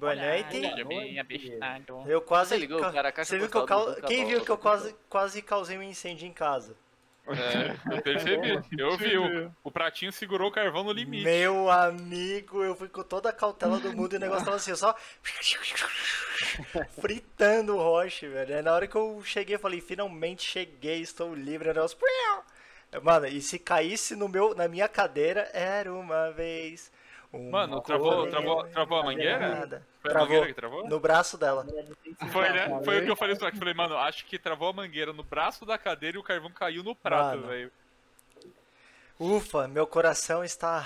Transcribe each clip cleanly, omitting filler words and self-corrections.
Boa noite. Olha bem abestado. Eu quase. Você ligou, cara, a caixa Você viu que eu postal do Quem viu que eu Botafogo. quase causei um incêndio em casa? Eu percebi. Eu vi. O pratinho segurou o carvão no limite. Meu amigo, eu fui com toda a cautela do mundo e o negócio tava assim, só. Fritando o roche, velho. Aí na hora que eu cheguei, eu falei, finalmente cheguei, estou livre. O negócio. Mano, e se caísse na minha cadeira, era uma vez. Mano, travou a mangueira? Foi a mangueira que travou? No braço dela. Foi, né? Foi o que eu falei pra falei, mano, acho que travou a mangueira no braço da cadeira e o carvão caiu no prato, Mano. velho. Ufa, meu coração está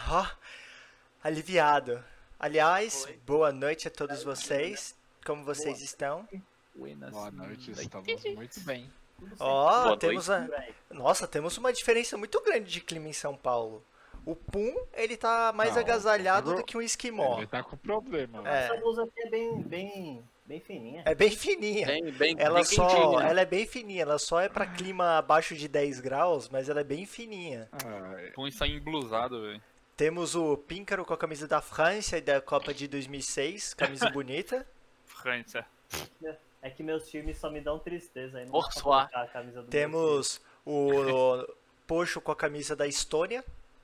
aliviado. Aliás, boa noite a todos vocês. Como vocês estão? Boa noite, estamos muito bem. Ó, Boa temos Nossa, temos uma diferença muito grande de clima em São Paulo. O Pum, ele tá mais Não, agasalhado do que um esquimó. Ele tá com problema. É. Essa blusa aqui é bem fininha. É bem fininha. Bem Ela quentinha. ela é bem fininha, ela só é pra clima abaixo de 10 graus, mas ela é bem fininha. Com isso aí emblusado, velho. Temos o Píncaro com a camisa da França e da Copa de 2006, camisa bonita. França. É que meus times só me dão tristeza aí. Não Por dá pra suar. colocar a camisa do Temos o Pocho com a camisa da Estônia.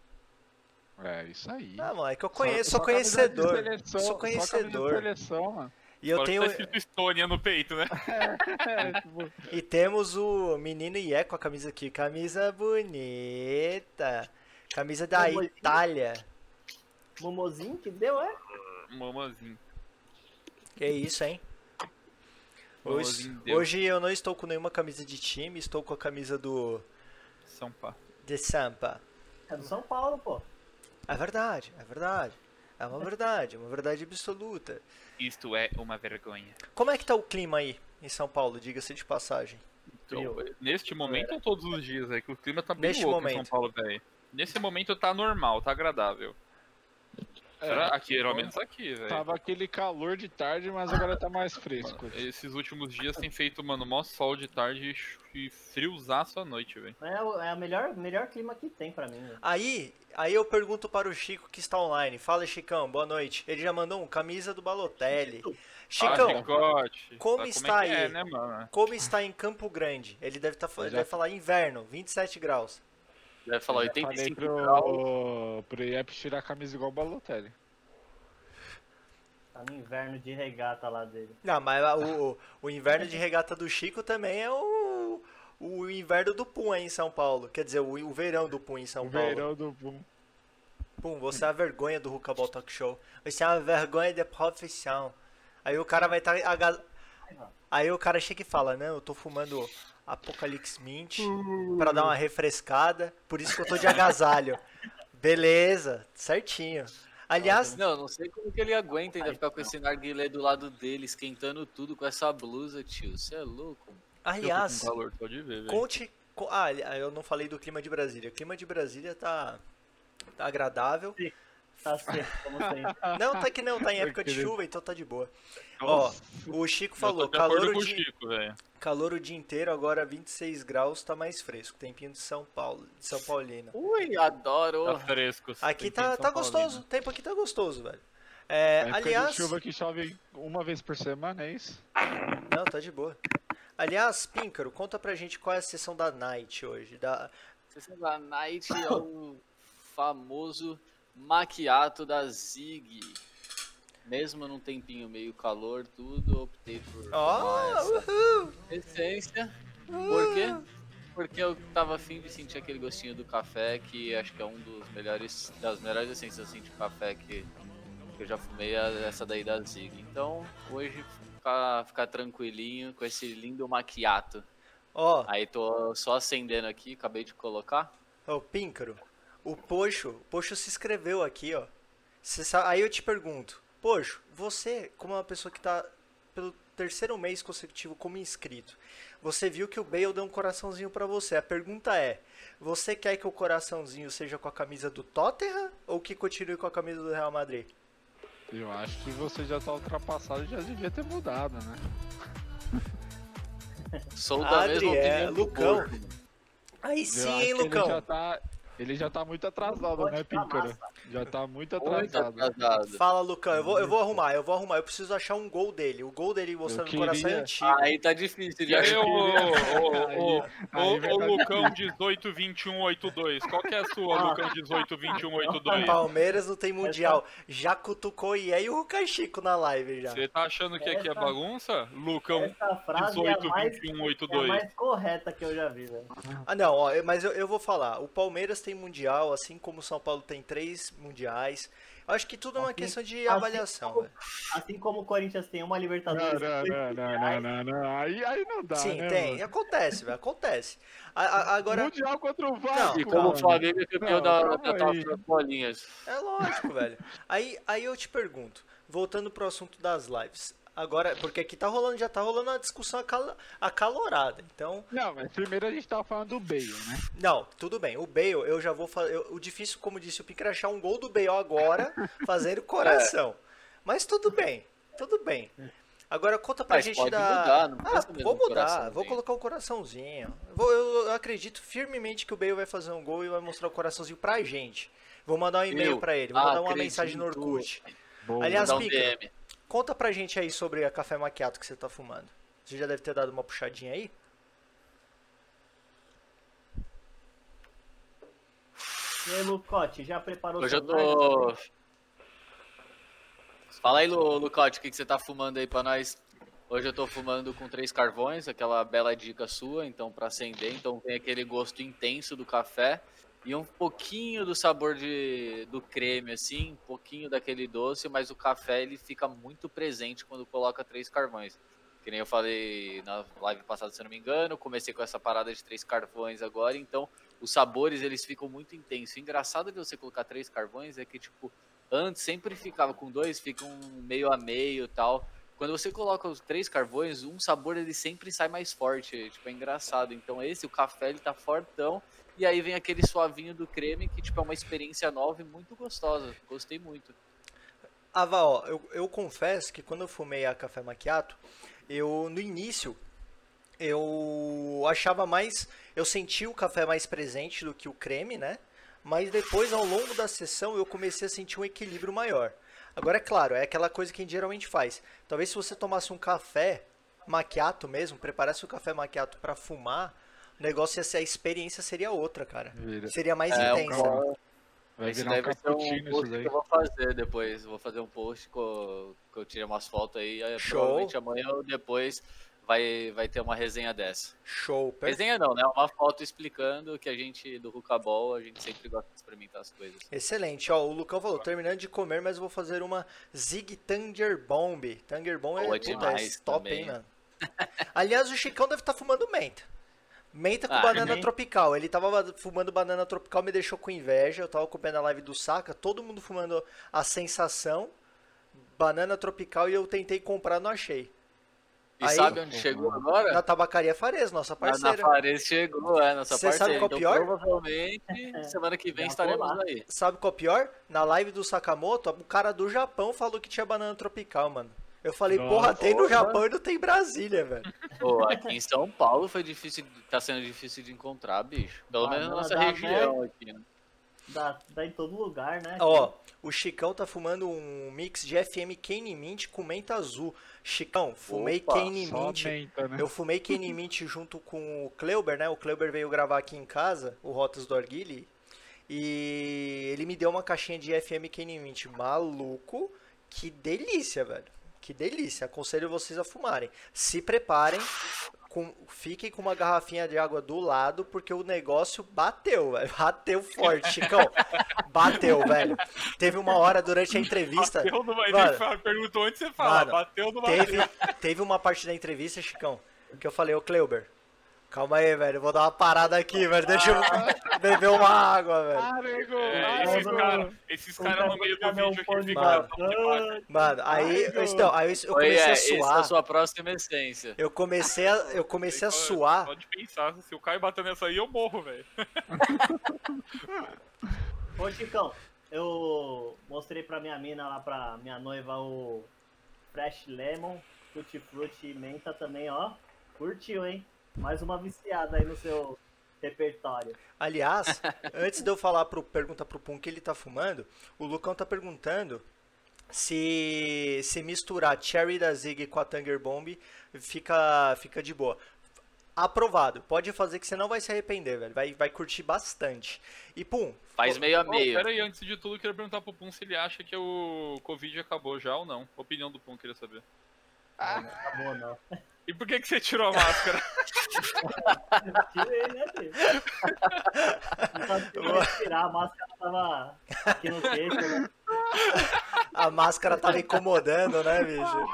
É, isso aí. Ah, mano, é que eu conheço, sou Só camisa de conhecedor. seleção, Sou só camisa de conhecedor. seleção, mano. E eu Fora que tenho. tá escrito Estônia no peito, né? E temos o menino Ié com a camisa aqui. Camisa bonita. Camisa da Momozinho. Itália. Momozinho que deu, é? Mamazinho. Que isso, hein? Momozinho deu. Hoje eu não estou com nenhuma camisa de time, estou com a camisa do São Paulo. de Sampa. É do São Paulo, pô. É verdade, é verdade. É uma verdade absoluta. Isto é uma vergonha. Como é que tá o clima aí em São Paulo, diga-se de passagem? Então, neste momento ou todos os dias, é que o clima tá bem Neste louco em momento. São Paulo, velho. Nesse momento tá normal, tá agradável. Aqui, pelo menos aqui, velho. Tava aquele calor de tarde, mas agora tá mais fresco. Esses últimos dias tem feito, mano, mó sol de tarde e friozaço à noite, velho. É o melhor clima que tem pra mim. Né? Aí eu pergunto para o Chico que está online. Fala, Chicão, boa noite. Ele já mandou um camisa do Balotelli. Chicão, Chicote. como Sabe está é que aí? É, né, mano? como está em Campo Grande? Ele deve falar inverno, 27 graus. Deve falar Eu falei 85 graus. pro Iep tirar a camisa igual o Balotelli. Tá no inverno de regata lá dele. Não, mas o inverno de regata do Chico também é o inverno do Pum aí em São Paulo. Quer dizer, o verão do Pum em São O Paulo. verão do Boom. Pum, você é a vergonha do Hucabol Talk Show. Você é uma vergonha de profissão. Aí o cara vai estar. Aí o cara chega e fala: Não, eu tô fumando Apocalypse Mint pra dar uma refrescada. Por isso que eu tô de agasalho. Beleza, certinho. Aliás, Não, não sei como que ele aguenta ainda ficar com esse narguilé do lado dele, esquentando tudo com essa blusa, tio. Você é louco. aliás, Eu tô com calor, pode ver, velho. conte. Eu não falei do clima de Brasília. O clima de Brasília tá agradável. Tá seco, como sempre. Não, tá que não, tá em época de Querido. chuva, então tá de boa. Ó, o Chico falou, Eu tô de acordo calor com o o dia, Chico, velho. calor o dia inteiro, agora 26 graus, tá mais fresco. Tempinho de São Paulo, de São Paulino. Ui, adoro. Tá fresco. Aqui tem que ir em tá São gostoso, Paulino. o tempo aqui tá gostoso, velho. Época Aliás, de chuva que chove uma vez por semana, é isso? não, tá de boa. Aliás, Píncaro, conta pra gente qual é a sessão da Night hoje. Sessão da Night é o famoso macchiato da Zig. Mesmo num tempinho meio calor, tudo, optei por tomar essa Uhul! essência. Por quê? Porque eu tava afim de sentir aquele gostinho do café, que acho que é um dos melhores, das melhores essências assim, de café que eu já fumei, essa daí da Zig. Então, hoje, ficar tranquilinho com esse lindo macchiato. Ó, Aí tô só acendendo aqui, acabei de colocar. ô Píncaro, o Pocho se inscreveu aqui, ó. Aí eu te pergunto, Pocho, você, como uma pessoa que tá pelo terceiro mês consecutivo como inscrito, você viu que o Bale deu um coraçãozinho pra você. A pergunta é, você quer que o coraçãozinho seja com a camisa do Tottenham ou que continue com a camisa do Real Madrid? Eu acho que você já tá ultrapassado e já devia ter mudado, né? Sou da mesma opinião do Lucão. Porco. Aí Eu sim, acho hein, que Lucão? Ele já tá muito atrasado, né, Píncaro? Já tá muito Muito atrasado. atrasado. Fala, Lucão, eu vou arrumar. Eu preciso achar um gol dele. O gol dele mostrando o coração é queria- antigo. Aí tá difícil de E aí, achar. Aí vai ô tá Lucão 182182, qual que é a sua, Lucão 182182? Palmeiras não tem mundial. Já cutucou o Ié e o Rukai Chico na live já. Você tá achando que aqui é bagunça? Lucão Essa frase é a mais 182182. correta que eu já vi, velho. Ah, não, ó, mas eu vou falar. O Palmeiras tem mundial, assim como o São Paulo tem 3 mundiais. Eu acho que tudo é uma Assim- questão de assim avaliação, como- velho. Assim como o Corinthians tem uma Não, Libertadores. não. Aí não dá, Sim, né, tem. mano? Acontece, velho. Acontece. Agora, Mundial contra o Vasco, E como o mano. Flamengo é campeão Não, da calma aí. das bolinhas. é lógico, velho. Aí eu te pergunto, voltando pro assunto das lives. Agora, porque aqui já tá rolando uma discussão acalorada. Então, Não, mas primeiro a gente tava falando do Bale, né? não, tudo bem. O Bale, eu já vou fazer. O difícil, como disse o Pique, é achar um gol do Bale agora, fazendo coração. Mas tudo bem, tudo bem. Agora conta pra Mas gente pode da. mudar, não precisa mesmo vou um mudar, coraçãozinho. vou colocar um coraçãozinho. Eu acredito firmemente que o Bale vai fazer um gol e vai mostrar o coraçãozinho pra gente. Vou mandar um e-mail Eu pra ele, vou mandar uma acredito. mensagem no Orkut. Boa. Aliás, Dá um Pica, DM. conta pra gente aí sobre a café macchiato que você tá fumando. Você já deve ter dado uma puxadinha aí? E aí, Lucote, já preparou Hoje eu seu live? tô. Fala aí, Lucote, o que você tá fumando aí pra nós? Hoje eu tô fumando com 3 carvões, aquela bela dica sua, então pra acender. Então tem aquele gosto intenso do café e um pouquinho do sabor do creme, assim, um pouquinho daquele doce, mas o café ele fica muito presente quando coloca 3 carvões. Que nem eu falei na live passada, se eu não me engano, comecei com essa parada de 3 carvões agora, então os sabores eles ficam muito intensos. O engraçado de você colocar 3 carvões é que, tipo, antes sempre ficava com 2, fica um meio a meio e tal. Quando você coloca os 3 carvões, um sabor ele sempre sai mais forte, tipo, é engraçado. Então o café ele tá fortão, e aí vem aquele suavinho do creme que, tipo, é uma experiência nova e muito gostosa. Gostei muito. Ava, ó, eu confesso que quando eu fumei a café macchiato, no início, eu achava mais, eu sentia o café mais presente do que o creme, né? Mas depois, ao longo da sessão, eu comecei a sentir um equilíbrio maior. Agora, é claro, é aquela coisa que a gente geralmente faz. Talvez se você tomasse um café macchiato mesmo, preparasse o café macchiato para fumar, o negócio ia ser, a experiência seria outra, cara. Vira. Seria mais É, intensa. Vai Esse virar daí um vai ser um cappuccino isso post daí. que eu vou fazer depois. Vou fazer um post que eu tirei umas fotos aí. Show. Provavelmente amanhã ou depois vai ter uma resenha dessa. Show, perfeito. Resenha não, né? Uma foto explicando que a gente, do Hookaball, a gente sempre gosta de experimentar as coisas. Excelente, ó, o Lucão falou, terminando de comer, mas eu vou fazer uma Zig Tanger Bomb. Tanger Bomb Boa é, puta, é demais top, também. hein, mano. Aliás, o Chicão deve estar fumando menta. Menta com Ah, banana também. tropical. Ele tava fumando banana tropical, me deixou com inveja. Eu tava acompanhando a live do Saka, todo mundo fumando a sensação, banana tropical, e eu tentei comprar, não achei. E Aí- sabe onde chegou agora? Na Tabacaria Fares, nossa Na parceira. Fares chegou, nossa Cê sabe parceira. qual é o Então pior? provavelmente semana que vem Já estaremos vou lá. aí. Sabe qual é o pior? Na live do Sakamoto, o cara do Japão falou que tinha banana tropical, mano. Eu falei, Nossa. porra, tem no Porra. Japão e não tem em Brasília, velho. Pô, aqui em São Paulo foi difícil, tá sendo difícil de encontrar, bicho. Pelo menos na Banana nossa da região aqui, né? Dá em todo lugar, né? Ó, o Chicão tá fumando um mix de FM Cane Mint com menta azul. Chicão, fumei Opa, Cane Só Mint. menta, né? Eu fumei Cane Mint junto com o Kleuber, né? O Kleuber veio gravar aqui em casa, o Rotas do Arguile. E ele me deu uma caixinha de FM Cane Mint. Maluco, que delícia, velho. Que delícia. Aconselho vocês a fumarem. Se preparem. Fiquem com uma garrafinha de água do lado, porque o negócio bateu, velho. Bateu forte, Chicão. Bateu, velho. Teve uma hora durante a entrevista. Bateu no vai Mano, perguntou onde você fala. mano, Bateu no teve uma parte da entrevista, Chicão, que eu falei, ô Kleuber, calma aí, velho. Eu vou dar uma parada aqui, velho. Deixa eu beber uma água, velho. Arego, Esses caras no meio do Cadê o vídeo pão aqui de ficam. maçã? Mano, aí, então, aí eu Foi, comecei a essa é a suar. sua próxima essência. Eu comecei a suar. Pode pensar, se o Caio bater nessa aí, eu morro, velho. Ô, Chicão, eu mostrei pra minha mina lá, pra minha noiva, o Fresh Lemon, Tutti Frutti e Menta também, ó. Curtiu, hein? Mais uma viciada aí no seu repertório. Aliás, antes de eu falar pergunta pro Pum que ele tá fumando, o Lucão tá perguntando se misturar Cherry da Zig com a Tanger Bomb fica de boa. Aprovado. Pode fazer que você não vai se arrepender, velho. Vai curtir bastante. E Pum, Faz meio a Oh, meio. pera aí, antes de tudo, eu queria perguntar pro Pum se ele acha que o Covid acabou já ou não. Opinião do Pum, eu queria saber. Não acabou, não. E por que você tirou a máscara? Tirei, né, filho? Não conseguia respirar, a máscara tava aqui no queixo, né? a máscara tava incomodando, né, bicho?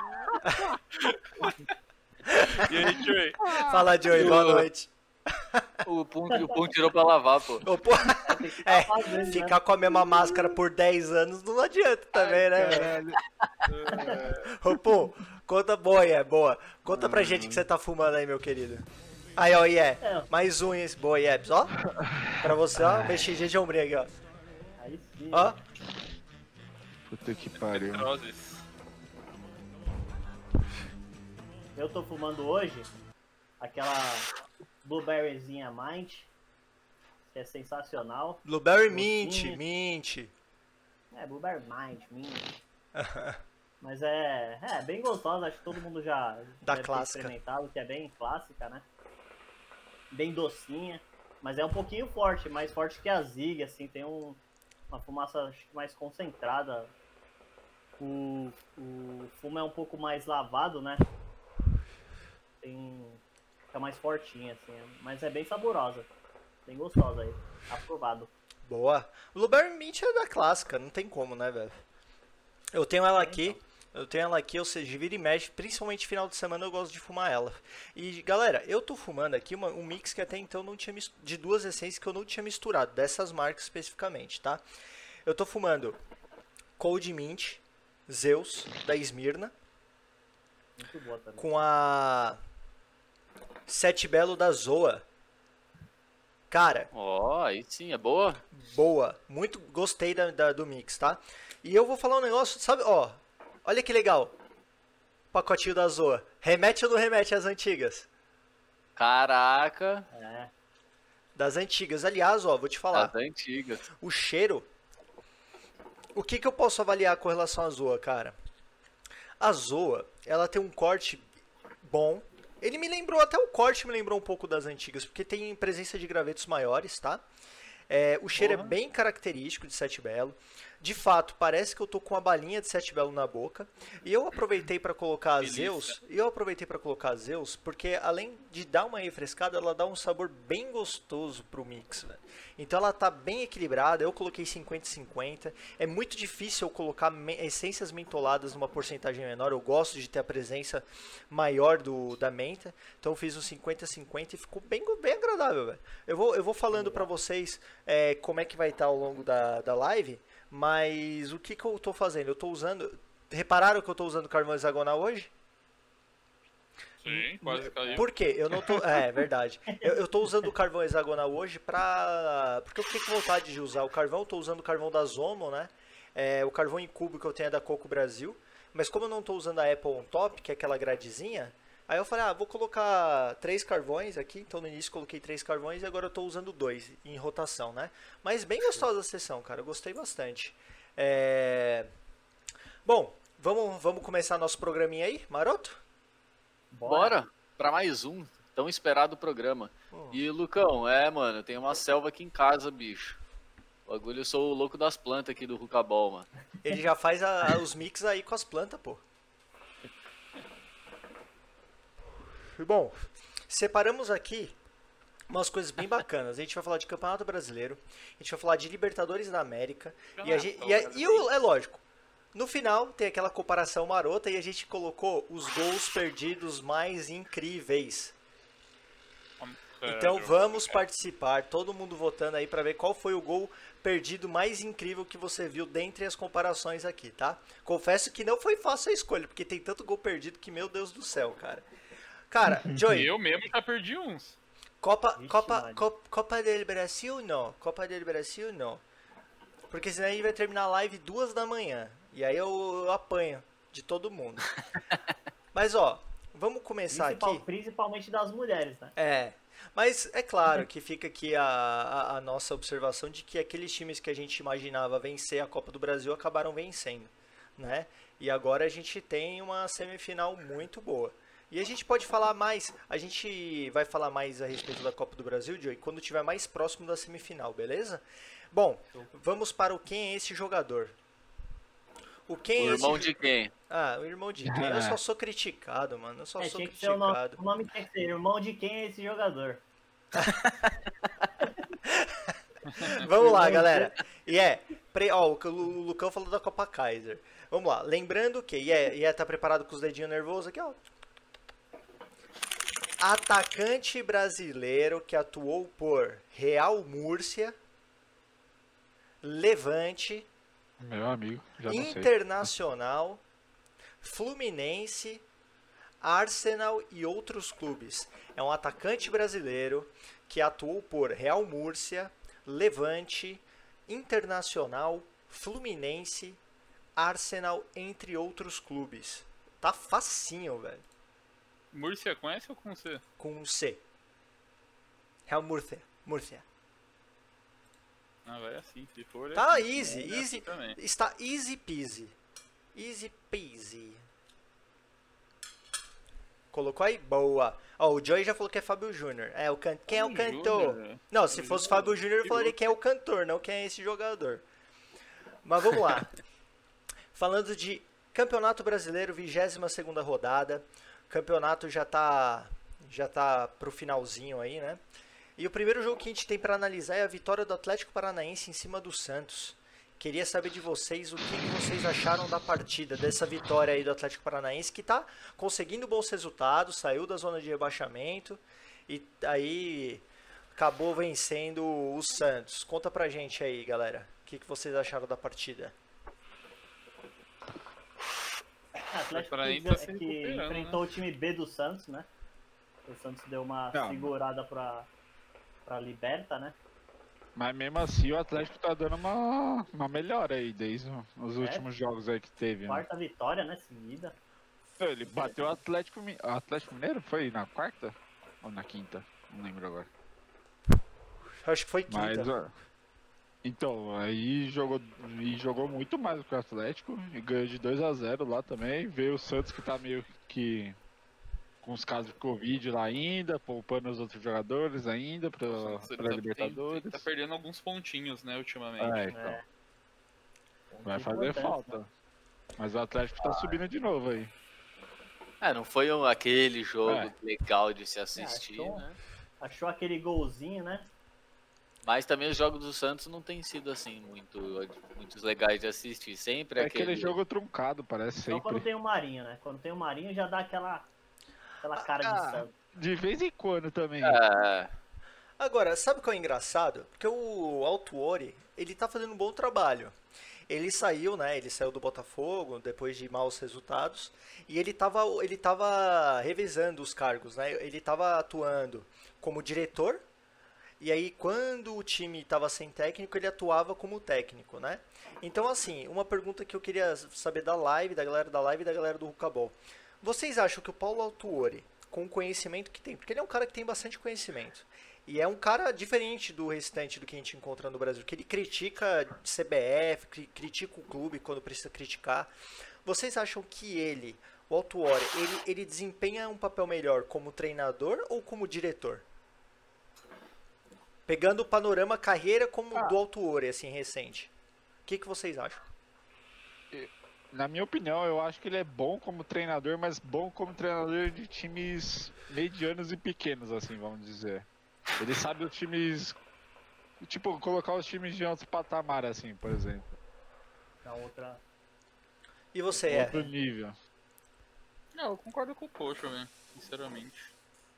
E aí, Joey? Fala, Joey, boa noite. O Pum tirou pra lavar, pô. Ô, pô, fazendo, né? ficar com a mesma máscara por 10 anos não adianta também, né, velho? Caralho. Ô, Pum, conta boa. Conta pra gente que você tá fumando aí, meu querido. Aí, ó, mais um esse boa, Yebs, ó. Pra você, ó, mexinha de ombrinho aqui, ó. Aí sim. Ó, Puta que pariu. Crozes. Eu tô fumando hoje aquela Blueberryzinha Mind, que é sensacional. Blueberry Docinho. Mint. É, Blueberry Mint. Mas é bem gostosa, acho que todo mundo já Da deve ter clássica. experimentado, que é bem clássica, né? Bem docinha, mas é um pouquinho forte, mais forte que a Zig, assim, tem uma fumaça acho que mais concentrada. O fumo é um pouco mais lavado, né? Fica mais fortinha, assim, mas é bem saborosa, bem gostosa aí, aprovado. Boa. Blueberry Mint é da clássica, não tem como, né, velho? Eu tenho ela aqui, ou seja, vira e mexe, principalmente final de semana eu gosto de fumar ela. E, galera, eu tô fumando aqui um mix que até então não tinha de duas essências que eu não tinha misturado, dessas marcas especificamente, tá? Eu tô fumando Cold Mint, Zeus, da Smyrna, Muito boa também. com a Sete Belo da Zoa. Cara, Ó, aí sim, é boa. boa. Muito gostei do mix, tá? E eu vou falar um negócio, sabe? Ó, olha que legal. Pacotinho da Zoa. Remete ou não remete às antigas? Caraca, É, Das antigas. Aliás, ó, vou te falar. as antigas. O cheiro. O que eu posso avaliar com relação à Zoa, cara? A Zoa, ela tem um corte bom. Ele me lembrou, até o corte me lembrou um pouco das antigas, porque tem presença de gravetos maiores, tá? O cheiro é bem característico de Sete Belo. De fato, parece que eu tô com uma balinha de Sete Belo na boca. E eu aproveitei para colocar a Delícia. Zeus. Porque além de dar uma refrescada, ela dá um sabor bem gostoso pro mix, velho. Então ela tá bem equilibrada. Eu coloquei 50-50. É muito difícil eu colocar essências mentoladas numa porcentagem menor. Eu gosto de ter a presença maior da menta. Então eu fiz um 50-50 e ficou bem agradável, velho. Eu vou falando para vocês como é que vai estar ao longo da live. Mas o que eu tô fazendo? Eu tô usando... Repararam que eu tô usando carvão hexagonal hoje? Sim, quase caiu. Por quê? Eu não tô... É verdade. Eu tô usando o carvão hexagonal hoje porque eu fiquei com vontade de usar o carvão. Eu tô usando o carvão da Zomo, né? O carvão em cubo que eu tenho é da Coco Brasil. Mas como eu não tô usando a Apple on Top, que é aquela gradezinha... Aí eu falei, vou colocar 3 carvões aqui. Então no início coloquei 3 carvões e agora eu tô usando 2 em rotação, né? Mas bem gostosa a sessão, cara. Eu gostei bastante. Bom, vamos começar nosso programinha aí, maroto? Bora pra mais um tão esperado programa. E Lucão, mano, tem uma selva aqui em casa, bicho. O bagulho, eu sou o louco das plantas aqui do Rucabol, mano. Ele já faz os mix aí com as plantas, pô. Bom, separamos aqui umas coisas bem bacanas. A gente vai falar de Campeonato Brasileiro, a gente vai falar de Libertadores da América. É lógico, no final tem aquela comparação marota e a gente colocou os gols perdidos mais incríveis. Então vamos participar, todo mundo votando aí pra ver qual foi o gol perdido mais incrível que você viu dentre as comparações aqui, tá? Confesso que não foi fácil a escolha, porque tem tanto gol perdido que, meu Deus do céu, cara. Cara, Joey, Eu mesmo já perdi uns. Copa del Brasil não, Copa del Brasil não. Porque senão a gente vai terminar a live 2 da manhã, e aí eu apanho de todo mundo. Mas ó, vamos começar aqui. Principalmente das mulheres, né? Mas é claro que fica aqui a nossa observação de que aqueles times que a gente imaginava vencer a Copa do Brasil acabaram vencendo, né? E agora a gente tem uma semifinal muito boa. E a gente pode falar mais, a gente vai falar mais a respeito da Copa do Brasil, Joey, quando estiver mais próximo da semifinal, beleza? Bom, vamos para o quem é esse jogador. O quem O é irmão esse... de quem? Ah, o irmão de quem? Eu só sou criticado, mano. Eu só sou Tinha que ser o nome, criticado. o nome tinha que ser irmão de quem é esse jogador. Vamos lá, galera. O Lucão falou da Copa Kaiser. Vamos lá. Lembrando que tá preparado com os dedinhos nervosos aqui, ó. Atacante brasileiro que atuou por Real Múrcia, Levante, Meu amigo, já não sei. Internacional, Fluminense, Arsenal e outros clubes. É um atacante brasileiro que atuou por Real Múrcia, Levante, Internacional, Fluminense, Arsenal, entre outros clubes. Tá facinho, velho. Múrcia conhece ou com C? Com um C. Real Múrcia. Múrcia. Ah, vai assim, se for. Tá assim, easy, é easy. assim também. Está easy peasy. Easy peasy. Colocou aí? Boa. Ó, o Joey já falou que é Fábio Júnior. Quem é o Fábio cantor? Júnior. Não, se fosse Fábio Júnior, eu falaria quem é o cantor, não quem é esse jogador. Mas vamos lá. Falando de Campeonato Brasileiro, 22ª rodada. O campeonato já tá pro finalzinho aí, né? E o primeiro jogo que a gente tem para analisar é a vitória do Atlético Paranaense em cima do Santos. Queria saber de vocês o que vocês acharam da partida, dessa vitória aí do Atlético Paranaense, que tá conseguindo bons resultados, saiu da zona de rebaixamento e aí acabou vencendo o Santos. Conta pra gente aí, galera, o que vocês acharam da partida? O Atlético Paranaense tá se que recuperando, enfrentou o time B do Santos, né? O Santos deu uma segurada pra Liberta, né? Mas mesmo assim o Atlético tá dando uma melhora aí desde os últimos jogos aí que teve. Né? Quarta vitória, né? Seguida. Ele bateu o Atlético Mineiro? Foi na quarta? Ou na quinta? Não lembro agora. Acho que foi quinta. Mas, ó, então, aí jogou muito mais que o Atlético e ganhou de 2-0 lá também. Veio o Santos que tá meio que com os casos de Covid lá ainda, poupando os outros jogadores ainda pra Libertadores. Tá perdendo alguns pontinhos, né, ultimamente. Então. Vai fazer falta. Né? Mas o Atlético tá subindo de novo aí. Não foi aquele jogo legal de se assistir, né? Achou aquele golzinho, né? Mas também os jogos do Santos não tem sido assim muito legais de assistir. Sempre aquele jogo truncado, parece sempre. Só quando tem o Marinho, né? Quando tem o Marinho já dá aquela cara de Santos. De vez em quando também. Agora, sabe o que é engraçado? Porque o Autuori, ele tá fazendo um bom trabalho. Ele saiu, né? Ele saiu do Botafogo depois de maus resultados e ele tava revezando os cargos, né? Ele tava atuando como diretor e aí quando o time tava sem técnico, ele atuava como técnico, né? Então, assim, uma pergunta que eu queria saber da galera da live e da galera do Rucabol. Vocês acham que o Paulo Autuori, com o conhecimento que tem, porque ele é um cara que tem bastante conhecimento, e é um cara diferente do restante do que a gente encontra no Brasil, que ele critica CBF, critica o clube quando precisa criticar. Vocês acham que o Autuori, ele desempenha um papel melhor como treinador ou como diretor? Pegando o panorama carreira como do Autuori, assim, recente. O que vocês acham? Na minha opinião, eu acho que ele é bom como treinador, mas bom como treinador de times medianos e pequenos, assim, vamos dizer. Ele sabe os times, tipo, colocar os times de outro patamar, assim, por exemplo. Na outra... E você, outro nível. Eu concordo com o Pocho, velho, sinceramente.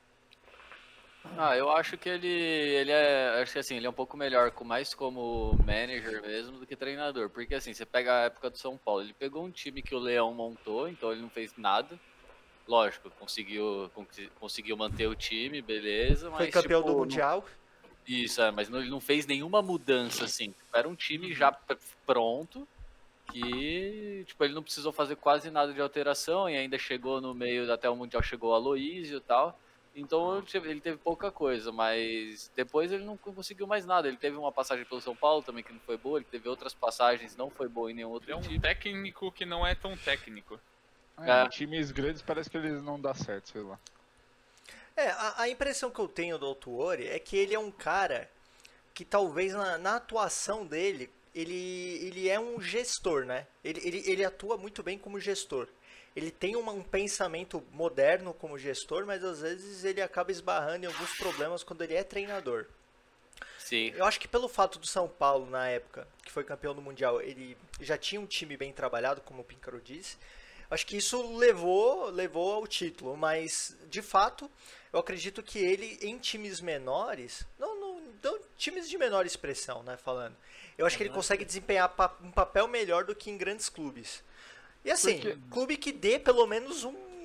Eu acho que ele é um pouco melhor, mais como manager mesmo do que treinador. Porque assim, você pega a época do São Paulo, ele pegou um time que o Leão montou, então ele não fez nada. Lógico, conseguiu manter o time, beleza, mas foi campeão do Mundial. Isso, mas ele não fez nenhuma mudança, assim. Era um time já pronto, que, tipo, ele não precisou fazer quase nada de alteração e ainda chegou no meio, até o Mundial chegou o Aloysio e tal. Então ele teve pouca coisa, mas depois ele não conseguiu mais nada. Ele teve uma passagem pelo São Paulo também que não foi boa, ele teve outras passagens, não foi boa em nenhum outro Ele é um time. técnico que não é tão técnico. Times grandes parece que eles não dá certo, sei lá. A impressão que eu tenho do Autuori é que ele é um cara que talvez na atuação dele, ele é um gestor, né? Ele atua muito bem como gestor. Ele tem um pensamento moderno como gestor, mas às vezes ele acaba esbarrando em alguns problemas quando ele é treinador. Sim. Eu acho que pelo fato do São Paulo, na época, que foi campeão do Mundial, ele já tinha um time bem trabalhado, como o Píncaro disse. Acho que isso levou ao título, mas de fato, eu acredito que ele em times menores, não times de menor expressão, né, falando. Eu acho que ele consegue desempenhar um papel melhor do que em grandes clubes. E assim, clube que dê pelo menos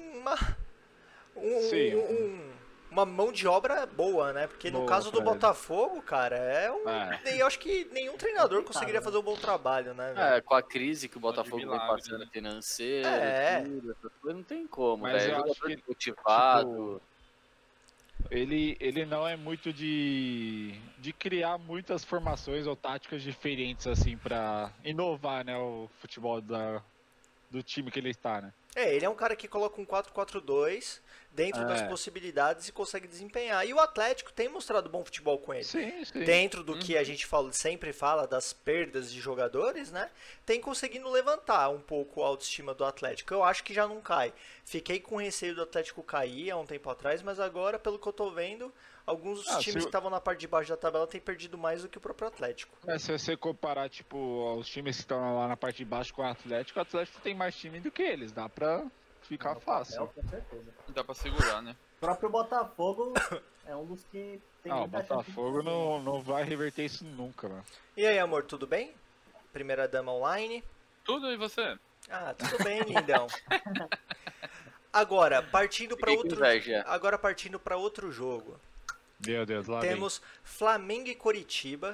uma mão de obra boa, né? Porque no caso do Botafogo, cara, eu acho que nenhum treinador conseguiria fazer um bom trabalho, né? Velho? Com a crise que o Botafogo vem passando né? financeira, tudo, essas coisas, não tem como, Mas velho. eu acho Jogador que, motivado. Ele não é muito de criar muitas formações ou táticas diferentes, assim, pra inovar, né, o futebol do time que ele está, né? Ele é um cara que coloca um 4-4-2 dentro das possibilidades e consegue desempenhar. E o Atlético tem mostrado bom futebol com ele. Sim. Dentro do que a gente sempre fala das perdas de jogadores, né? Tem conseguindo levantar um pouco a autoestima do Atlético. Eu acho que já não cai. Fiquei com receio do Atlético cair há um tempo atrás, mas agora, pelo que eu tô vendo, alguns times que estavam na parte de baixo da tabela têm perdido mais do que o próprio Atlético. Se você comparar, tipo, os times que estão lá na parte de baixo com o Atlético tem mais time do que eles. Dá pra ficar fácil. Com certeza. Dá pra segurar, né? O próprio Botafogo é um dos que tem O muita chance de Botafogo conseguir. não vai reverter isso nunca, mano. E aí, amor, tudo bem? Primeira dama online. Tudo e você? Ah, tudo bem, lindão. Agora, partindo para outro jogo. Meu Deus, lá Temos Flamengo e Coritiba.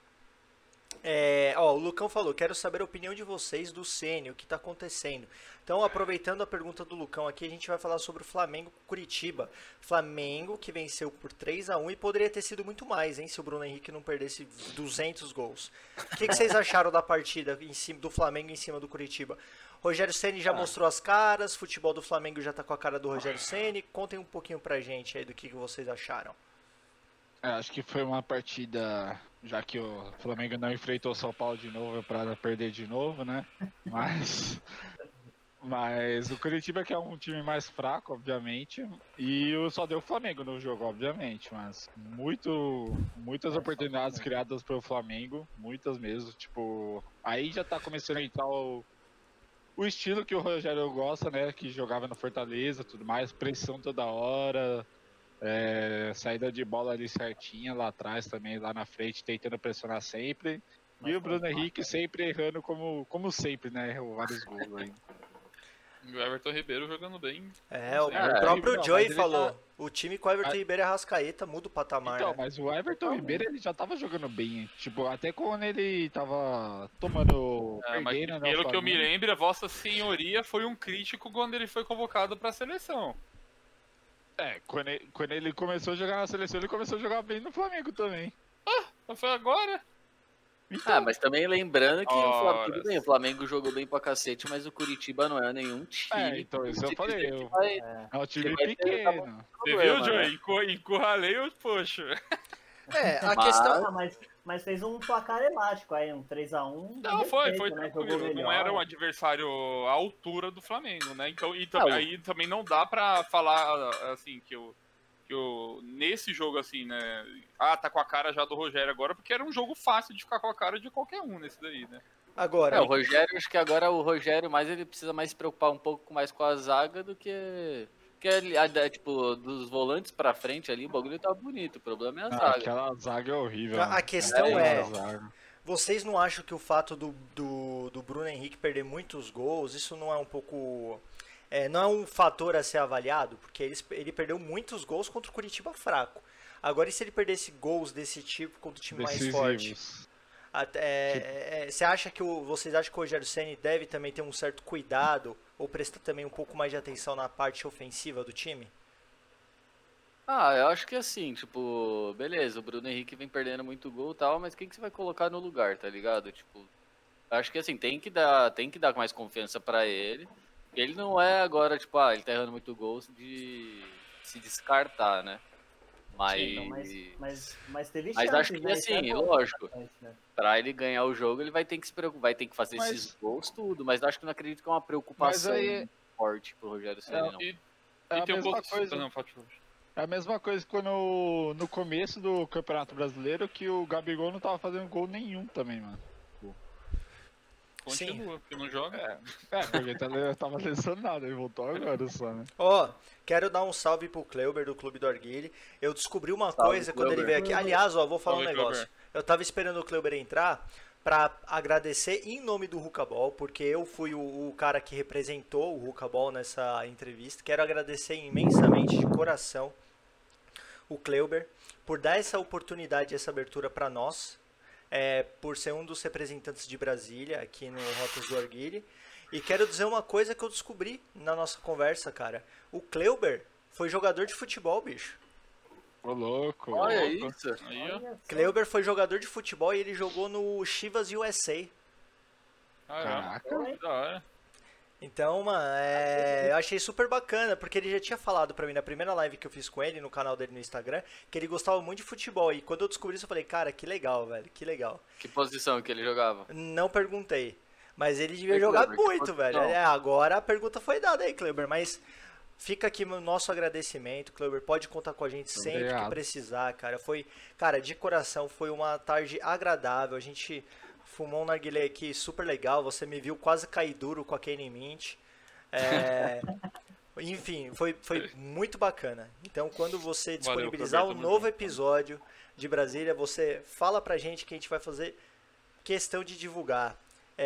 O Lucão falou, quero saber a opinião de vocês do Ceni, o que está acontecendo. Então, aproveitando a pergunta do Lucão aqui, a gente vai falar sobre o Flamengo e Coritiba. Flamengo que venceu por 3-1 e poderia ter sido muito mais, hein, se o Bruno Henrique não perdesse 200 gols. O que vocês acharam da partida do Flamengo em cima do Coritiba? Rogério Ceni já mostrou as caras, futebol do Flamengo já tá com a cara do Rogério Ceni. Contem um pouquinho pra gente aí do que vocês acharam. Acho que foi uma partida, já que o Flamengo não enfrentou o São Paulo de novo para perder de novo, né? Mas o Coritiba que é um time mais fraco, obviamente, e só deu o Flamengo no jogo, obviamente, mas muitas oportunidades criadas pelo Flamengo, muitas mesmo, tipo, aí já tá começando a entrar o estilo que o Rogério gosta, né, que jogava no Fortaleza, tudo mais, pressão toda hora, saída de bola ali certinha lá atrás também, lá na frente, tentando pressionar sempre, e o Bruno Henrique sempre errando como sempre, né, errou vários gols aí. E o Everton Ribeiro jogando bem. O próprio Joey falou, tá... o time com o Everton Ribeiro e Arrascaeta muda o patamar. Então, né? mas o Everton Ribeiro ele já tava jogando bem, tipo, até quando ele tava tomando Mas pelo que eu me lembro, a Vossa Senhoria foi um crítico quando ele foi convocado pra seleção. Quando ele começou a jogar na seleção, ele começou a jogar bem no Flamengo também. Então foi agora? Então, mas também lembrando que o Flamengo jogou bem pra cacete, mas o Curitiba não é nenhum time. Então, isso eu falei. É um time vai ter pequeno. Você viu, Joey? Encurralei o poxa. A questão... Mas fez um placar elástico aí, um 3-1. Não, foi né? tranquilo. Não era um adversário à altura do Flamengo, né? Então, aí também não dá pra falar, assim, que nesse jogo, assim, né? Tá com a cara já do Rogério agora, porque era um jogo fácil de ficar com a cara de qualquer um nesse daí, né? Agora... o Rogério, acho que agora o Rogério ele precisa mais se preocupar um pouco mais com a zaga do que tipo, dos volantes pra frente ali, o bagulho tá bonito, o problema é a zaga. Aquela zaga é horrível. A questão vocês não acham que o fato do Bruno Henrique perder muitos gols, isso não é um pouco... não é um fator a ser avaliado? Porque ele perdeu muitos gols contra o Coritiba fraco. Agora, e se ele perdesse gols desse tipo contra o time mais forte? Você acha que vocês acham que o Rogério Ceni deve também ter um certo cuidado ou prestar também um pouco mais de atenção na parte ofensiva do time? Ah, eu acho que assim, tipo, beleza, o Bruno Henrique vem perdendo muito gol e tal, mas quem que você vai colocar no lugar, tá ligado? Tipo, eu acho que assim, tem que dar mais confiança pra ele. Ele não é agora, tipo, ele tá errando muito gol de se descartar, né? Mas, Não, mas teve mas chances, acho que né? Isso é assim, bom, lógico, bastante, né? pra ele ganhar o jogo, ele vai ter que se preocupar, vai ter que fazer esses Mas, gols tudo, mas eu acho que não acredito que é uma mas preocupação aí forte pro Rogério Ceni, não. E, é e a tem um mesma pouco. coisa. Não, pode falar. É a mesma coisa que quando no começo do Campeonato Brasileiro que o Gabigol não tava fazendo gol nenhum também, mano. Sim. Continua, porque não joga. Porque tava lesionado, ele voltou agora só, né? Ó, quero dar um salve pro Kleuber do Clube do Arguile. Eu descobri uma Salve, coisa quando ele Kleuber. veio aqui. Aliás, ó, vou falar um Salve, negócio. Kleuber. Eu tava esperando o Kleuber entrar pra agradecer em nome do Rucabol, porque eu fui o cara que representou o Rucabol nessa entrevista. Quero agradecer imensamente, de coração, o Kleuber por dar essa oportunidade, essa abertura pra nós, por ser um dos representantes de Brasília aqui no Rotas do Arguile. E quero dizer uma coisa que eu descobri na nossa conversa, cara. O Kleuber foi jogador de futebol, bicho. Ô, louco. Olha louco. isso. Aí, ó. Olha só. Kleuber foi jogador de futebol e ele jogou no Chivas USA. Caramba, Caraca. que da hora. Então, mano, eu achei super bacana, porque ele já tinha falado pra mim na primeira live que eu fiz com ele, no canal dele no Instagram, que ele gostava muito de futebol. E quando eu descobri isso, eu falei, cara, que legal, velho, que legal. Que posição que ele jogava? Não perguntei, mas ele devia Ei, jogar Kleber, que muito, velho. posição? Agora a pergunta foi dada aí, Kleber, mas fica aqui o nosso agradecimento, Kleber. Pode contar com a gente sempre que Obrigado. precisar, cara. Cara, de coração, foi uma tarde agradável. A gente fumou um narguilé aqui super legal. Você me viu quase cair duro com a Kane Mint. Enfim, foi muito bacana. Então, quando você disponibilizar Kleber, um tamo novo junto. episódio de Brasília, você fala pra gente que a gente vai fazer questão de divulgar.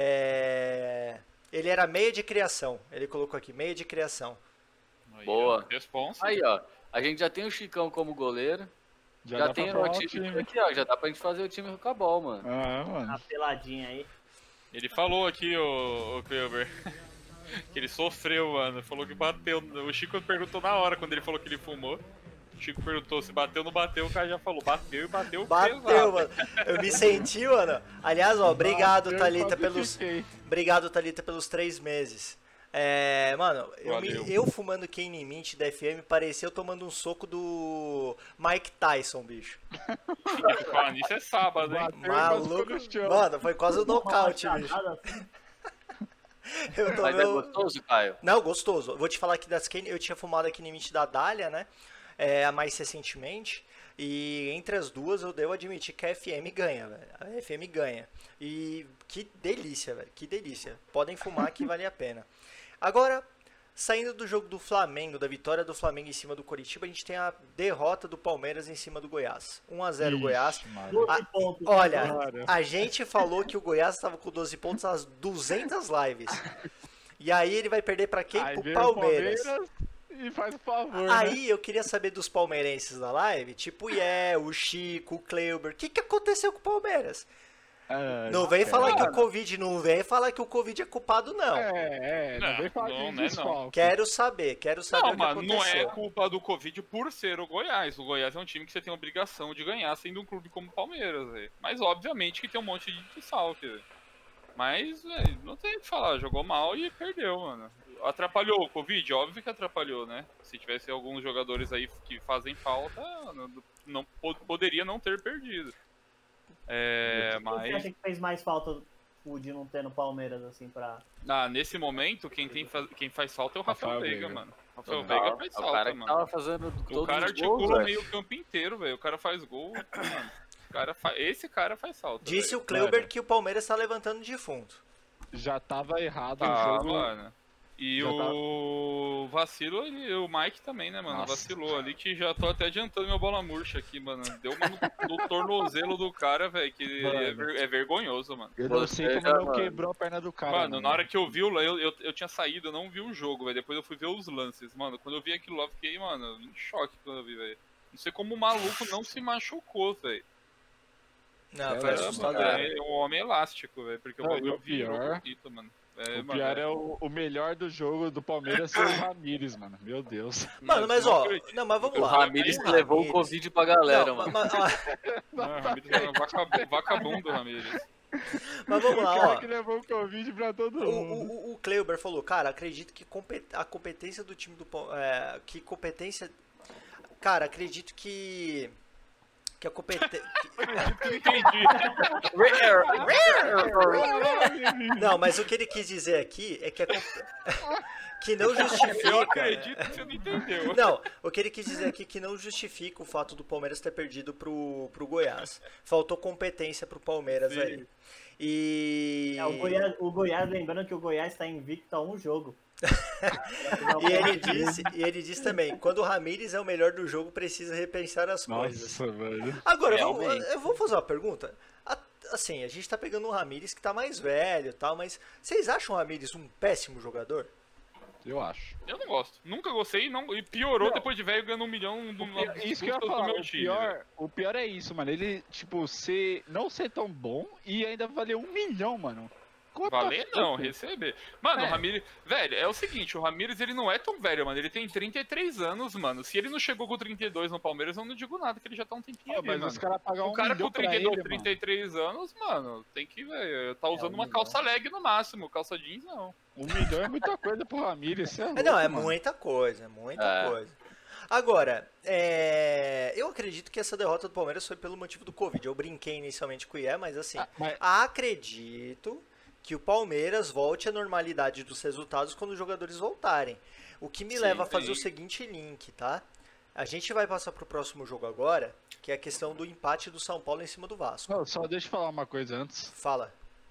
Ele era meia de criação. Ele colocou aqui, meia de criação. Aí, Boa. ó, responsa. Aí, ó, a gente já tem o Chicão como goleiro, já dá tem pra o formar time o time. aqui, ó, já dá pra gente fazer o time Rucabol, mano. Mano. A peladinha aí. Ele falou aqui, o Kleber, que ele sofreu, mano. Falou que bateu. O Chico perguntou na hora quando ele falou que ele fumou. O Chico perguntou se bateu ou não bateu, o cara já falou, bateu e bateu Bateu, pesado. mano. Eu me senti, mano. Aliás, ó, obrigado, Eu Thalita, quase fiquei. Obrigado, Thalita, pelos 3 meses. Mano, Valeu. eu fumando Kane Mint da FM, parecia eu tomando um soco do Mike Tyson, bicho. Falar nisso é sábado, hein? Bateu e quase Maluco. ficou no chão. Mano, foi quase um nocaute, Uma bicho. machadada assim. Eu Mas tomei é um- gostoso, Caio? Não, gostoso. Eu vou te falar que das Kane, eu tinha fumado a Kane Mint da Dália, né? Mais recentemente. E entre as duas eu devo admitir que a FM ganha, velho. A FM ganha. E que delícia, velho. Que delícia. Podem fumar que vale a pena. Agora, saindo do jogo do Flamengo, da vitória do Flamengo em cima do Coritiba, a gente tem a derrota do Palmeiras em cima do Goiás. 1-0 Ixi, Goiás. mano. 12 pontos. Olha, Cara. a gente falou que o Goiás estava com 12 pontos às 200 lives. E aí ele vai perder pra quem? Aí Pro veio o Palmeiras. e faz o favor, né? Aí eu queria saber dos palmeirenses na live, tipo o Chico, o Kleuber, o que aconteceu com o Palmeiras? É, Não vem falar que o Mano. Covid, não vem falar que o Covid é culpado, não. não vem falar Não, de não é não. desfalque. Quero saber Não, o que mano, não é aconteceu. culpa do Covid por ser o Goiás. O Goiás é um time que você tem a obrigação de ganhar sendo um clube como o Palmeiras, velho. Mas obviamente que tem um monte de desfalque, velho. Mas, velho, não tem o que falar, jogou mal e perdeu, mano. Atrapalhou o Covid? Óbvio que atrapalhou, né? Se tivesse alguns jogadores aí que fazem falta, não poderia não ter perdido. Você Mas acha que fez mais falta o de não ter no Palmeiras, assim, pra... nesse momento, quem faz falta é o Rafael Rafael Veiga, Veiga. mano. Rafael Total. Veiga faz É o falta, cara que mano. tava fazendo O todos cara os articula gols, o velho. meio campo inteiro, velho. O cara faz gol, mano. Esse cara faz falta. Disse velho. o Kleuber Cara. que o Palmeiras tá levantando defunto. Já tava errado Tá, o jogo. mano. E Já o vacilo, o Mike também, né, mano? Nossa. Vacilou ali, que já tô até adiantando meu bola murcha aqui, mano. Deu uma no tornozelo do cara, velho, que Mano. é vergonhoso, mano. Eu não Você sei como já, não mano. quebrou a perna do cara. Mano, na hora que eu vi eu tinha saído, eu não vi o jogo, velho. Depois eu fui ver os lances, mano. Quando eu vi aquilo lá, eu fiquei, mano, em choque quando eu vi, velho. Não sei como o maluco não se machucou, velho. Não, foi É, assustador. É um homem elástico, velho. Porque Não, eu e o vi jogo pior- bonito, mano. O pior é o melhor do jogo do Palmeiras ser o Ramires, mano. Meu Deus. Mano, mas não ó, acredito. não, mas vamos O lá. Ramires O que levou o Ramires- Covid pra galera, Não, mano. Não, o Ramires é um vagabundo, Ramires. mas vamos O lá, cara ó. que levou o Covid pra todo mundo. O Kleuber falou, cara, acredito que a competência do time do que competência. Cara, acredito que a competência. Não entendi. Não, mas o que ele quis dizer aqui é que que não justifica. Eu acredito que você não entendeu. Não, o que ele quis dizer aqui é que não justifica o fato do Palmeiras ter perdido pro Goiás. Faltou competência pro Palmeiras Sim. aí. E. O Goiás, lembrando que o Goiás está invicto a um jogo. E ele disse também, quando o Ramires é o melhor do jogo, precisa repensar as coisas. Nossa, velho. Agora, Realmente. eu vou fazer uma pergunta. Assim, a gente tá pegando um Ramires que tá mais velho e tal, mas vocês acham o Ramires um péssimo jogador? Eu acho. Eu não gosto. Nunca gostei e piorou depois de velho ganhando 1 milhão do Isso que eu ia do falar, meu time. velho. o pior é isso, mano. Ele, tipo, não ser tão bom e ainda valer 1 milhão, mano. What the Valer não, fuck? receber. Mano, É. o Ramires. Velho, é o seguinte, o Ramires ele não é tão velho, mano. Ele tem 33 anos, mano. Se ele não chegou com 32 no Palmeiras, eu não digo nada, que ele já tá um tempinho Pô, ali, mas mano. os caras pagam O 1 cara milhão com pra 32, ele, 33 anos, mano, tem que, velho, tá usando 1 uma milhão. calça leg no máximo, calça jeans não. 1 milhão é muita coisa pro Ramires. Isso é louco, Não, é mano. muita coisa, é muita É. coisa. Agora, eu acredito que essa derrota do Palmeiras foi pelo motivo do Covid. Eu brinquei inicialmente com o IE, mas assim, Mas, acredito que o Palmeiras volte à normalidade dos resultados quando os jogadores voltarem. O que me Sim, leva a fazer sim. o seguinte link, tá? A gente vai passar pro próximo jogo agora, que é a questão do empate do São Paulo em cima do Vasco. não, só deixa eu falar uma coisa antes. Fala.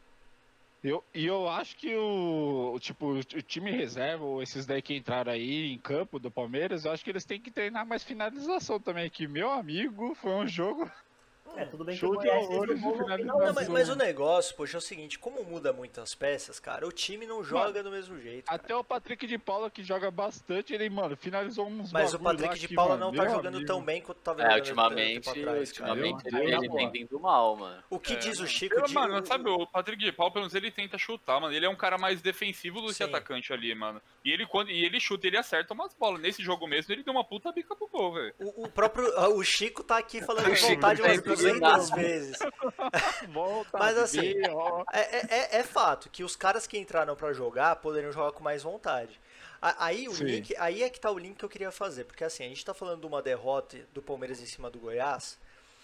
Eu acho que o time reserva, ou esses daí que entraram aí em campo do Palmeiras, eu acho que eles têm que treinar mais finalização também, que meu amigo, foi um jogo. Tudo bem que Show o de Goiás fez horrores o gol de no finalização. Não, finalzinho. mas o negócio, poxa, é o seguinte, como muda muitas peças, cara, o time não joga do mesmo jeito. cara. Até o Patrick de Paula, que joga bastante, ele, mano, finalizou uns Mas o bagulho Patrick lá de que, Paula mano, não tá meu jogando amigo. tão bem quanto tava É, jogando ultimamente, tempo atrás, cara. ultimamente Meu ele Deus. vem vindo mal, mano. O que diz o mano. Chico Pelo, de... mano, sabe, o Patrick de Paul, pelo menos ele tenta chutar, mano. Ele é um cara mais defensivo do que Sim. atacante ali, mano. E ele chuta, ele acerta umas bolas. Nesse jogo mesmo, ele deu uma puta bica pro gol, velho. O próprio o Chico tá aqui falando de Chico vontade tá umas impressionado. 200 vezes. Volta, Mas assim, B, ó. É fato que os caras que entraram pra jogar poderiam jogar com mais vontade. Aí Sim. aí é que tá o link que eu queria fazer, porque assim, a gente tá falando de uma derrota do Palmeiras em cima do Goiás,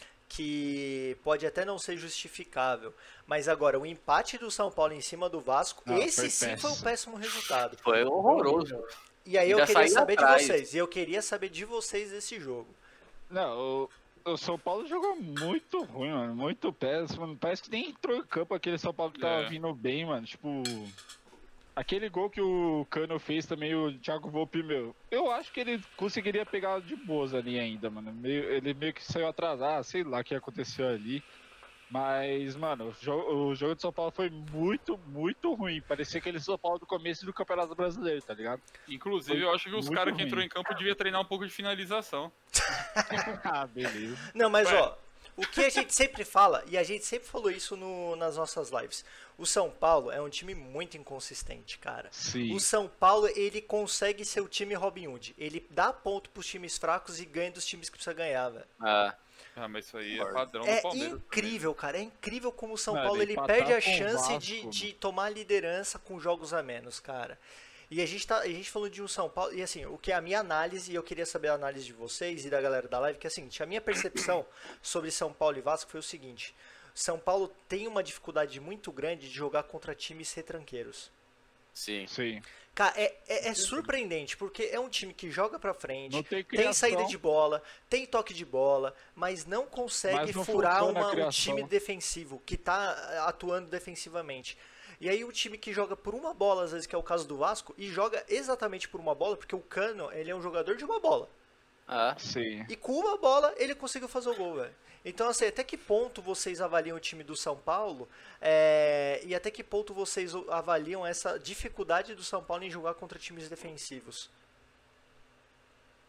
que pode até não ser justificável, mas agora o empate do São Paulo em cima do Vasco, Ah, esse foi sim foi um péssimo. péssimo resultado. Foi horroroso. E aí eu Ainda queria sair saber de atrás. vocês, e eu queria saber de vocês desse jogo. Não, o São Paulo jogou muito ruim, mano. Muito péssimo. Parece que nem entrou em campo aquele São Paulo que tava É. vindo bem, mano. Tipo. Aquele gol que o Cano fez também, o Thiago Volpe, meu. Eu acho que ele conseguiria pegar de boas ali ainda, mano. Ele meio que saiu atrasado, sei lá o que aconteceu ali. Mas, mano, o jogo de São Paulo foi muito, muito ruim. Parecia aquele São Paulo do começo do Campeonato Brasileiro, tá ligado? Inclusive, Foi eu acho que os muito caras que ruim. entrou em campo deviam treinar um pouco de finalização. Ah, beleza. Não, mas Ué. ó, o que a gente sempre fala, e a gente sempre falou isso nas nossas lives, o São Paulo é um time muito inconsistente, cara. Sim. O São Paulo, ele consegue ser o time Robin Hood. Ele dá ponto pros times fracos e ganha dos times que precisa ganhar, velho. É. Ah, mas isso aí é Concordo. padrão É do Palmeiras. incrível, cara. É incrível como o São Mano, Paulo ele empatar perde a com o chance Vasco, de tomar a liderança com jogos a menos, cara. E a gente falou de um São Paulo, e assim, o que é a minha análise, e eu queria saber a análise de vocês e da galera da live, que é o seguinte, a minha percepção sobre São Paulo e Vasco foi o seguinte: São Paulo tem uma dificuldade muito grande de jogar contra times retranqueiros. Sim. Sim. Cara, é surpreendente, porque é um time que joga pra frente, Não tem tem criação. saída de bola, tem toque de bola, mas não consegue Mas não furar funciona a um criação. time defensivo, que tá atuando defensivamente. E aí o time que joga por uma bola, às vezes, que é o caso do Vasco, e joga exatamente por uma bola, porque o Cano, ele é um jogador de uma bola. É. Sim. E com uma bola, ele conseguiu fazer o gol, velho. Então, assim, até que ponto vocês avaliam o time do São Paulo e até que ponto vocês avaliam essa dificuldade do São Paulo em jogar contra times defensivos?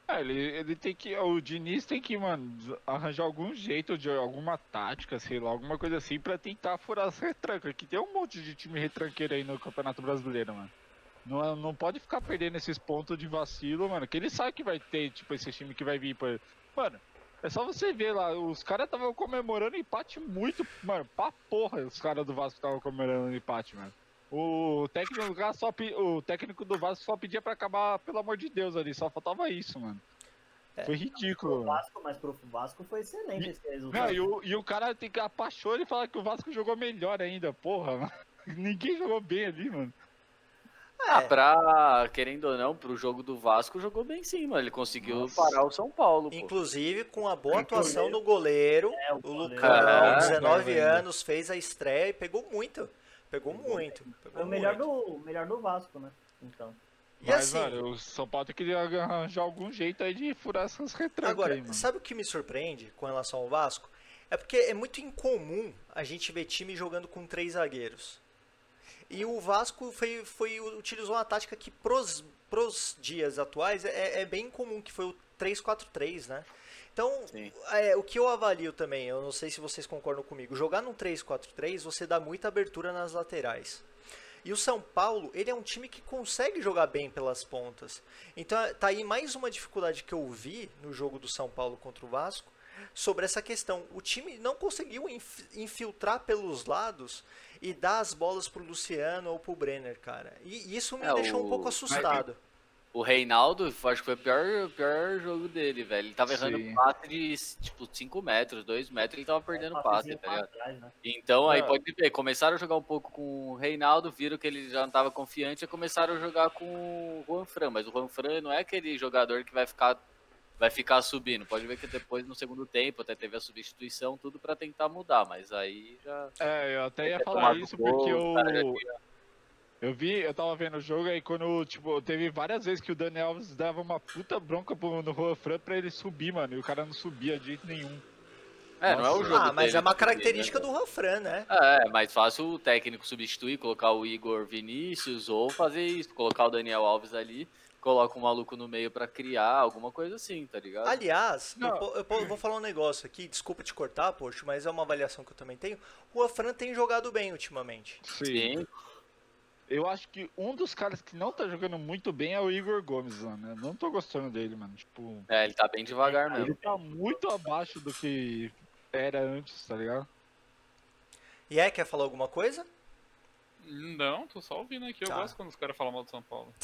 Ele tem que. O Diniz tem que, mano, arranjar algum jeito de alguma tática, sei lá, alguma coisa assim pra tentar furar as retrancas. Que tem um monte de time retranqueiro aí no Campeonato Brasileiro, mano. Não pode ficar perdendo esses pontos de vacilo, mano. Que ele sabe que vai ter, tipo, esse time que vai vir pra. Mano, é só você ver lá, os caras estavam comemorando empate muito. Mano, pra porra, os caras do Vasco estavam comemorando empate, mano. O técnico do Vasco o técnico do Vasco só pedia pra acabar, pelo amor de Deus, ali. Só faltava isso, mano. Foi ridículo, mano. Mas pro Vasco foi excelente esse Não, resultado. e o cara tem que apachou e falar que o Vasco jogou melhor ainda, porra, mano. Ninguém jogou bem ali, mano. Querendo ou não, pro jogo do Vasco, jogou bem sim, mano. Ele conseguiu parar o São Paulo, pô. Inclusive com a boa atuação do goleiro, o o goleiro. Lucão, 19 velho. anos, fez a estreia e pegou muito. Pegou muito. Foi Pegou o melhor muito. do Vasco, né? Então. E Mas, assim, mano, o São Paulo tem que arranjar algum jeito aí de furar essas retrancas agora, aí, mano. sabe o que me surpreende com relação ao Vasco? É porque é muito incomum a gente ver time jogando com 3 zagueiros. E o Vasco utilizou uma tática que pros dias atuais é bem comum, que foi o 3-4-3, né? Então, Sim. o que eu avalio também, eu não sei se vocês concordam comigo, jogar num 3-4-3 você dá muita abertura nas laterais. E o São Paulo, ele é um time que consegue jogar bem pelas pontas. Então, tá aí mais uma dificuldade que eu vi no jogo do São Paulo contra o Vasco, sobre essa questão. O time não conseguiu infiltrar pelos lados e dar as bolas pro Luciano ou pro Brenner, cara. E isso me deixou um pouco assustado. O Reinaldo, acho que foi o pior jogo dele, velho. Ele tava errando Sim. passe de, tipo, 5 metros, 2 metros, ele tava perdendo passe, tá ligado? Atrás, né? Então, aí Não. pode ver, começaram a jogar um pouco com o Reinaldo, viram que ele já não tava confiante e começaram a jogar com o Juan Fran. Mas o Juan Fran não é aquele jogador que vai ficar subindo. Pode ver que depois, no segundo tempo, até teve a substituição, tudo pra tentar mudar, mas aí já... Eu até ia Ter falar tomado isso gol, porque os caras já eu tava vendo o jogo aí quando, tipo, teve várias vezes que o Daniel Alves dava uma puta bronca no Juan Fran pra ele subir, mano, e o cara não subia de jeito nenhum. não é o jogo Mas dele, é uma né? característica do Ranfran, né? É mais fácil o técnico substituir, colocar o Igor Vinícius ou fazer isso, colocar o Daniel Alves ali, coloca um maluco no meio pra criar, alguma coisa assim, tá ligado? Aliás, Não. eu vou falar um negócio aqui, desculpa te cortar, poxa, mas é uma avaliação que eu também tenho. O Ranfran tem jogado bem ultimamente. Sim. Eu acho que um dos caras que não tá jogando muito bem é o Igor Gomes, mano. Eu não tô gostando dele, mano. Tipo, Ele tá bem devagar mesmo. ele tá muito abaixo do que era antes, tá ligado? E quer falar alguma coisa? Não, tô só ouvindo aqui. Eu Tá. gosto quando os caras falam mal do São Paulo.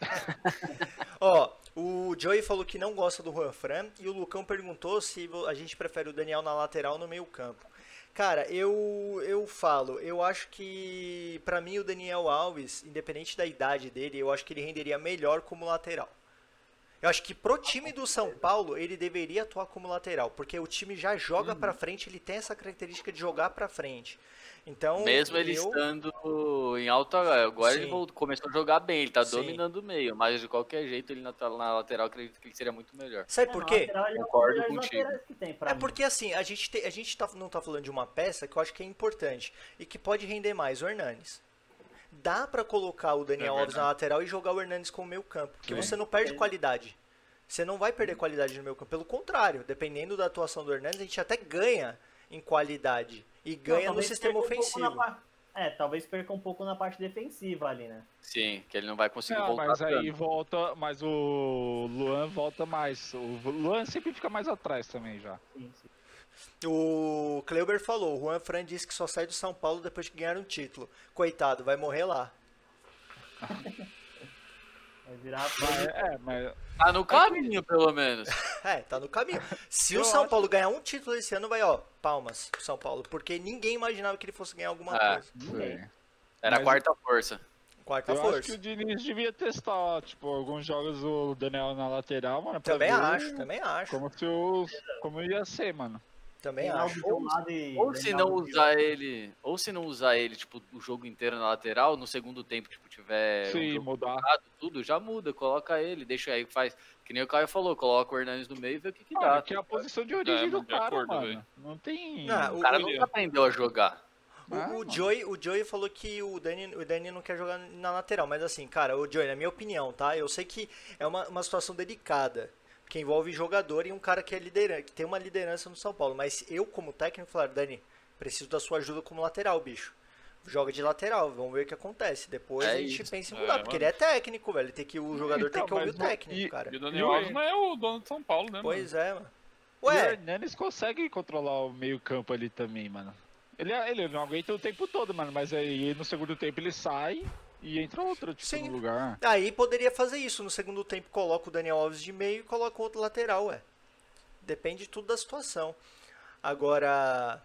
Ó, o Joey falou que não gosta do Ranfran e o Lucão perguntou se a gente prefere o Daniel na lateral ou no meio campo. Cara, eu acho que pra mim o Daniel Alves, independente da idade dele, eu acho que ele renderia melhor como lateral. Eu acho que pro time do São Paulo, ele deveria atuar como lateral, porque o time já joga pra frente, ele tem essa característica de jogar pra frente. Então, Mesmo ele estando em alta, agora Sim. ele começou a jogar bem, ele tá Sim. dominando o meio, mas de qualquer jeito ele na lateral acredito que ele seria muito melhor. Sabe por quê? Concordo contigo. É porque assim, a gente não tá falando de uma peça que eu acho que é importante e que pode render mais, o Hernanes. Dá pra colocar o Daniel Alves na lateral e jogar o Hernanes como meio campo, porque você não perde qualidade. Você não vai perder qualidade no meio campo, pelo contrário, dependendo da atuação do Hernanes, a gente até ganha em qualidade e ganha no sistema ofensivo. Talvez perca um pouco na parte defensiva ali, né? Sim, que ele não vai conseguir Não, voltar mas aí tanto. volta, mas o Luan volta mais. O Luan sempre fica mais atrás também já. Sim, sim. O Kleuber falou, o Juan Fran disse que só sai do São Paulo depois de ganhar um título. Coitado, vai morrer lá. Vai virar Mas Tá no caminho, pelo menos. Tá no caminho. Se Eu o São acho- Paulo ganhar um título esse ano, vai, palmas pro São Paulo. Porque ninguém imaginava que ele fosse ganhar alguma coisa. foi. Era a Mas- quarta força. Quarta Eu acho que força. o Diniz devia testar, tipo, alguns jogos o Daniel na lateral, mano. pra Também ver acho, também acho. como ia ser, mano. Também Reinaldo acho. de um lado e Ou se Daniel não do outro. usar ele, tipo, o jogo inteiro na lateral, no segundo tempo, tipo, tiver um Sim, jogo mudar. mudado, tudo, já muda, coloca ele, deixa aí, faz, que nem o Caio falou, coloca o Hernanes no meio e vê o que Mano, dá. que é a posição de origem do de cara, acordo, mano. velho. Não tem. Não, O cara nunca aprendeu a jogar. O Joey falou que o Dani não quer jogar na lateral, mas assim, cara, o Joey, na minha opinião, tá? Eu sei que é uma situação delicada. Porque envolve jogador e um cara que que tem uma liderança no São Paulo. Mas eu, como técnico, falar, Dani, preciso da sua ajuda como lateral, bicho. Joga de lateral, vamos ver o que acontece. Depois É a gente isso. pensa em mudar, porque ele é técnico, velho. O jogador tem que ouvir o técnico, cara. E o Daniel Alves não é o dono de São Paulo, né, Pois mano? é, mano. E o Ué, Hernanes consegue controlar o meio campo ali também, mano. Ele não aguenta o tempo todo, mano, mas aí no segundo tempo ele sai e entra outro, tipo, Sim. no lugar. aí poderia fazer isso. No segundo tempo coloca o Daniel Alves de meio e coloca outro lateral, ué. Depende tudo da situação. Agora...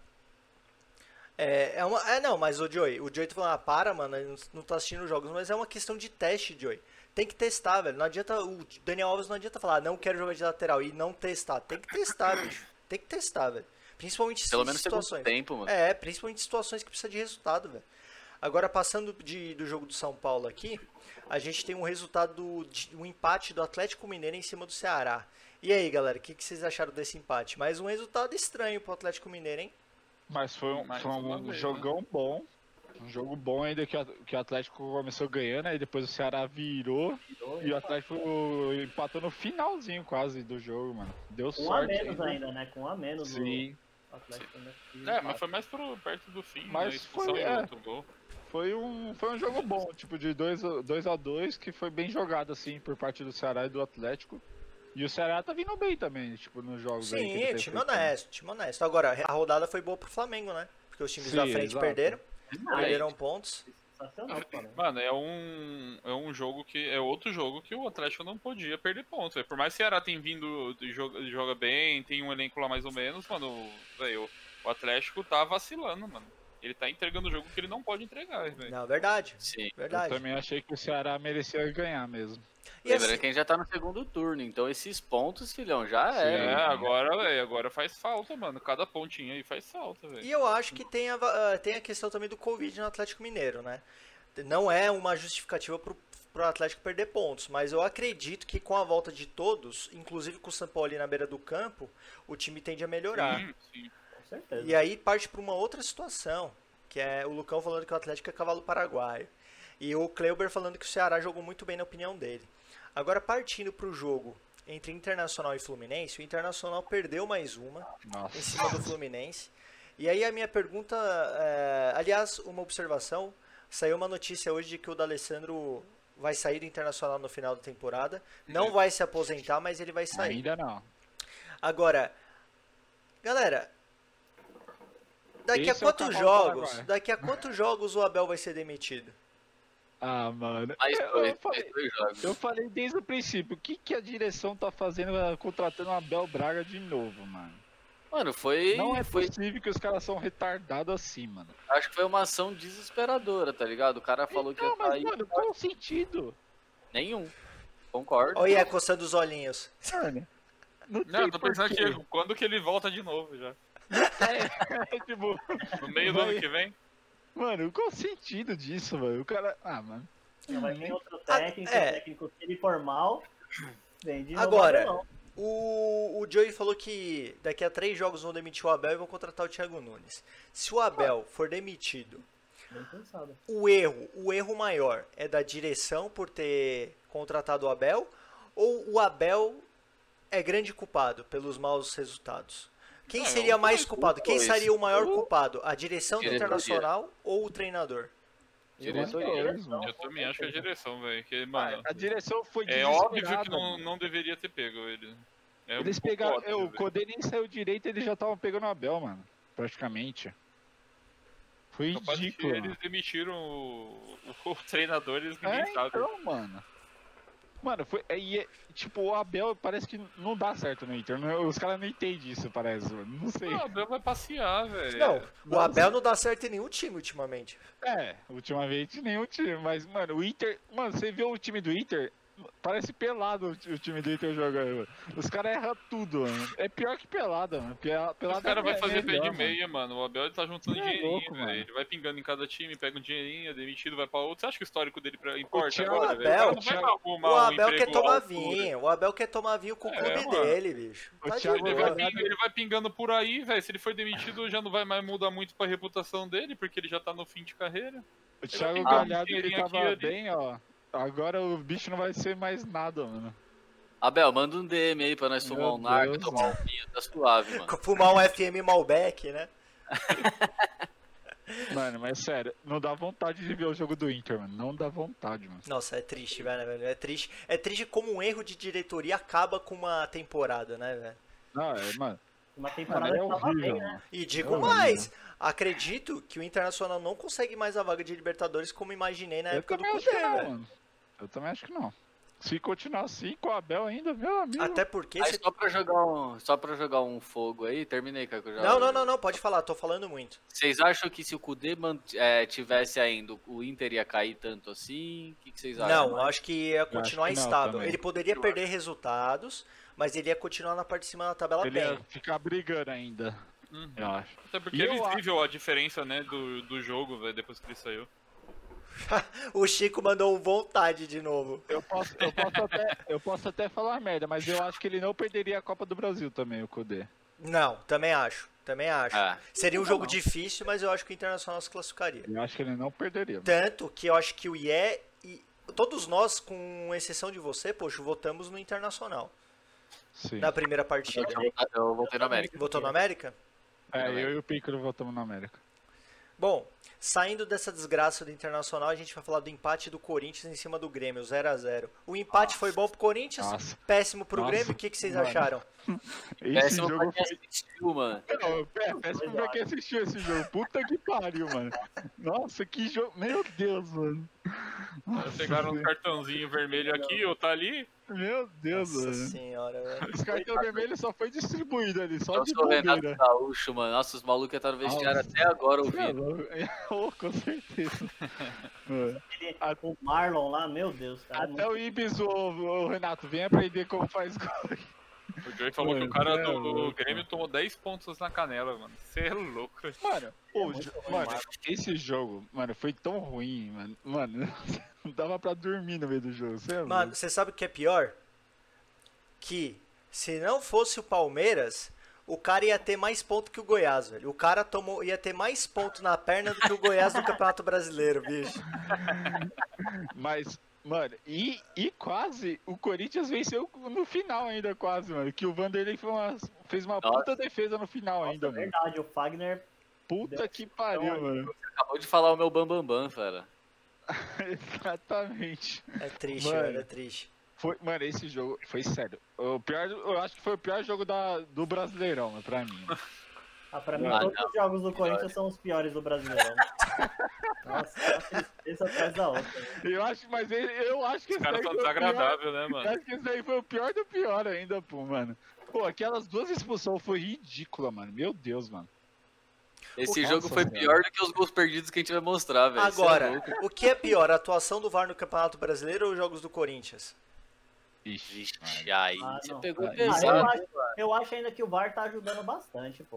não, mas o Joey tá falando, para, mano, ele não tá assistindo os jogos, mas é uma questão de teste, Joey. Tem que testar, velho. Não adianta, o Daniel Alves não adianta falar, não quero jogar de lateral e não testar. Tem que testar, bicho. Tem que testar, velho. Principalmente Pelo em menos situações. segundo tempo, mano. Principalmente em situações que precisa de resultado, velho. Agora, passando do jogo do São Paulo aqui, a gente tem um resultado, um empate do Atlético Mineiro em cima do Ceará. E aí, galera, o que vocês acharam desse empate? Mais um resultado estranho pro Atlético Mineiro, hein? Mas foi Mais foi uma um vez, jogão bom. Um jogo bom ainda que o Atlético começou ganhando, aí depois o Ceará virou e o Atlético empatou no finalzinho quase do jogo, mano. Deu Com um a sorte menos ainda, né? Com um a menos Sim, o Atlético ainda fez É, mas empate. foi mais perto do fim, Mas né? A expulsão foi, e é. outro gol. foi um jogo bom, tipo de 2-2 que foi bem jogado assim por parte do Ceará e do Atlético. E o Ceará tá vindo bem também, tipo, nos jogos aí que ele Sim, tem time feito. honesto, time honesto. Agora, a rodada foi boa pro Flamengo, né? Porque os times Sim, da frente exato. perderam, Demais. perderam pontos. Sensacional, Flamengo. Mano, é um jogo que. É outro jogo que o Atlético não podia perder pontos, velho. Por mais que o Ceará tenha vindo joga bem, tem um elenco lá mais ou menos, mano, velho, o Atlético tá vacilando, mano. Ele tá entregando o jogo que ele não pode entregar, velho. Não, verdade. Sim. Eu Verdade. também achei que o Ceará merecia ganhar mesmo. E Lembrando assim, que a gente já tá no segundo turno, então esses pontos, filhão, já Sim. era. É, agora, velho, agora faz falta, mano. Cada pontinho aí faz falta, velho. e eu acho que tem a questão também do Covid no Atlético Mineiro, né? Não é uma justificativa pro Atlético perder pontos, mas eu acredito que com a volta de todos, inclusive com o São Paulo ali na beira do campo, o time tende a melhorar. Sim. Com certeza. E aí parte para uma outra situação, que é o Lucão falando que o Atlético é cavalo paraguaio. E o Kleuber falando que o Ceará jogou muito bem na opinião dele. Agora partindo para o jogo entre Internacional e Fluminense, o Internacional perdeu mais uma Nossa. em cima do Fluminense. E aí a minha pergunta, aliás, uma observação, saiu uma notícia hoje de que o D'Alessandro vai sair do Internacional no final da temporada. Não vai se aposentar, mas ele vai sair. Ainda não. Agora, galera, daqui a Esse é o quantos cavalo jogos? paraguaio. Daqui a quantos jogos o Abel vai ser demitido? Ah, mano. Mais Eu dois, falei- mais dois jogos. Eu falei desde o princípio, o que a direção tá fazendo contratando o Abel Braga de novo, mano? Mano, foi. Não é foi possível que os caras são retardados assim, mano. acho que foi uma ação desesperadora, tá ligado? O cara falou que ia Não, mas, sair. mano, qual o sentido? Nenhum. Concordo. Olha a coçando os olhinhos. Mano, não Não, tem eu tô pensando porquê. que quando que ele volta de novo já? Tipo, No meio do ano que vem? mano, qual o sentido disso, mano? O cara. Ah, mano. Não vai vir outro Ah, técnico, é. o técnico se ele for mal, vem de novo Agora, Abelão. o Joey falou que daqui a 3 jogos vão demitir o Abel e vão contratar o Thiago Nunes. Se o Abel for demitido, Bem pensado. o erro maior é da direção por ter contratado o Abel ou o Abel é grande culpado pelos maus resultados? Quem Não, seria eu mais conheço culpado? Quem dois. seria o maior culpado? A direção do Diretoria. Internacional ou o treinador? Diretoria. Eu também acho que é a direção, velho. Que, mano, A direção foi é óbvio que desesperada, não, mano. não deveria ter pego ele. É Eles um pouco pegaram. óbvio, O velho. Codê nem saiu direito, eles já estavam pegando o Abel, mano. Praticamente. Foi Capaz que ridículo. eles Mano. demitiram o treinador, eles ninguém sabe. Então, mano. Mano, tipo, o Abel parece que não dá certo no Inter. Os caras não entendem isso, parece, mano. Não sei. Ah, o Abel vai passear, velho. Não, o Nossa. Abel não dá certo em nenhum time ultimamente. Ultimamente nenhum time, mas, mano, o Inter. Mano, você viu o time do Inter? Parece pelado o time do Inter jogando, mano. Os caras erram tudo, mano. É pior que pelada, mano. Pelada Os caras é vão fazer pé melhor, de mano. meia, mano. O Abel ele tá juntando Você é dinheirinho, louco, velho. mano. Ele vai pingando em cada time, pega um dinheirinho, é demitido, vai pra outro. Você acha que o histórico dele importa Thiago agora, velho? O Abel, cara não vai Thiago- arrumar O um Abel quer emprego tomar à altura. vinho. O Abel quer tomar vinho com o É, clube mano. dele, bicho. O Tá de Thiago boa. Galhardo- Ele vai pingando por aí, velho. Se ele for demitido, já não vai mais mudar muito pra reputação dele, porque ele já tá no fim de carreira. O Thiago Ah, Galhardo, ele dinheirinho aqui tava e ali. bem, ó. Agora o bicho não vai ser mais nada, mano. Abel, manda um DM aí pra nós fumar Meu um narco, Deus, tomar um vinho, tá suave, mano. Fumar um FM Malbec, né? Mano, mas sério, não dá vontade de ver o jogo do Inter, mano. Não dá vontade, mano. Nossa, é triste, velho. É triste. É triste como um erro de diretoria acaba com uma temporada, né, velho? Não, mano, Uma mano, temporada é que tava horrível, bem, né? mano. E digo É mais, acredito que o Internacional não consegue mais a vaga de Libertadores como imaginei na Eu época do também acho Cudê, que não, velho. mano. Eu também acho que não. Se continuar assim com o Abel ainda, meu amigo. Até porque Aí se... só pra jogar um fogo aí, terminei, cara, que eu já... Não, pode falar, tô falando muito. Vocês acham que se o Kudê tivesse ainda, o Inter ia cair tanto assim? O que vocês acham? Não, eu acho que ia continuar que não estável. também. Ele poderia perder resultados, mas ele ia continuar na parte de cima da tabela Ele ia bem. ficar brigando ainda, eu acho. Até porque E é eu visível a diferença, né, do jogo, velho, depois que ele saiu. O Chico mandou um vontade de novo. Eu posso até falar merda, mas eu acho que ele não perderia a Copa do Brasil também, o Kudê. Não, também acho. Também acho. Ah. Seria um jogo difícil, mas eu acho que o Internacional se classificaria. Eu acho que ele não perderia. Tanto que eu acho que o IE e todos nós, com exceção de você, poxa, votamos no Internacional Sim. na primeira partida. Eu voltei na América. Votou no América? Eu e o Piccolo votamos na América. Bom, saindo dessa desgraça do Internacional, a gente vai falar do empate do Corinthians em cima do Grêmio, 0x0. O empate foi bom pro Corinthians, Nossa. péssimo pro Nossa. Grêmio. O que vocês Mano. acharam? Esse Péssimo jogo pra foi. quem assistiu, mano. Não, péssimo pra quem assistiu esse jogo. Puta que pariu, mano. Nossa, que jogo. Meu Deus, mano. Pegaram um cartãozinho vermelho aqui, outro ali. Meu Deus, Nossa mano. senhora, velho. Esse cartão vermelho só foi distribuído ali, só Eu de sou o Renato bobeira. Gaúcho, mano. Nossa, os malucos que estavam no vestiário Nossa. até agora Você é ouvindo. louco. Oh, com certeza. Mano. O Marlon lá, meu Deus, cara. Até o Ibis, o Renato, vem aprender como faz gol. O Joey falou que o Mano, cara é do louco. Grêmio tomou 10 pontos na canela, mano. Você é louco. Mano, muito ruim, mano, mano. esse jogo, mano, foi tão ruim, mano. Mano, não dava pra dormir no meio do jogo. Você é louco. Mano, você sabe o que é pior? Que se não fosse o Palmeiras, o cara ia ter mais ponto que o Goiás, velho. O cara ia ter mais ponto na perna do que o Goiás no Campeonato Brasileiro, bicho. Mas, mano, e quase o Corinthians venceu no final ainda, quase, mano. Que o Vanderlei fez uma puta defesa no final ainda, É mano. verdade, o Fagner. Puta que pariu, mano. Acabou de falar o meu bambambam, fera. Exatamente. É triste, Mano. velho, é triste. Mano, esse jogo foi sério. Eu acho que foi o pior jogo do Brasileirão, mano, pra mim. Pra mim, Ah, todos não. os jogos do Corinthians são os piores do Brasileirão. Nossa, uma tristeza atrás da outra. né? Eu acho que Os esse caras daí são foi o pior. desagradáveis, né, Eu mano? acho que esse daí foi o pior do pior ainda, pô, mano. Pô, aquelas duas expulsões foi ridícula, mano. Meu Deus, mano. Esse Nossa jogo foi Senhora. pior do que os gols perdidos que a gente vai mostrar, velho. Cê é Agora, louco. o que é pior, a atuação do VAR no Campeonato Brasileiro ou os jogos do Corinthians? Ixi, Vixe, aí Ah, você não. pegou Ah, pesado. Eu acho ainda que o VAR tá ajudando bastante, pô.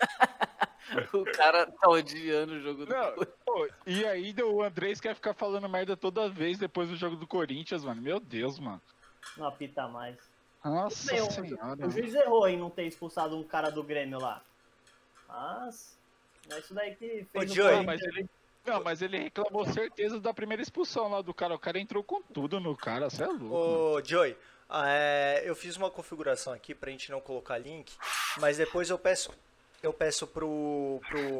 O cara tá odiando o jogo do Não, Corinthians. pô, e ainda o Andrés quer ficar falando merda toda vez depois do jogo do Corinthians, mano. Meu Deus, mano. Não apita mais. Nossa Bem, senhora. O juiz errou em não ter expulsado um cara do Grêmio lá. Mas. É isso daí que fez Ô, Joey, Corinthians- Mas ele reclamou certeza da primeira expulsão lá do cara. O cara entrou com tudo no cara, você é louco. Mano. Ô, Joey, eu fiz uma configuração aqui pra gente não colocar link, mas depois eu peço pro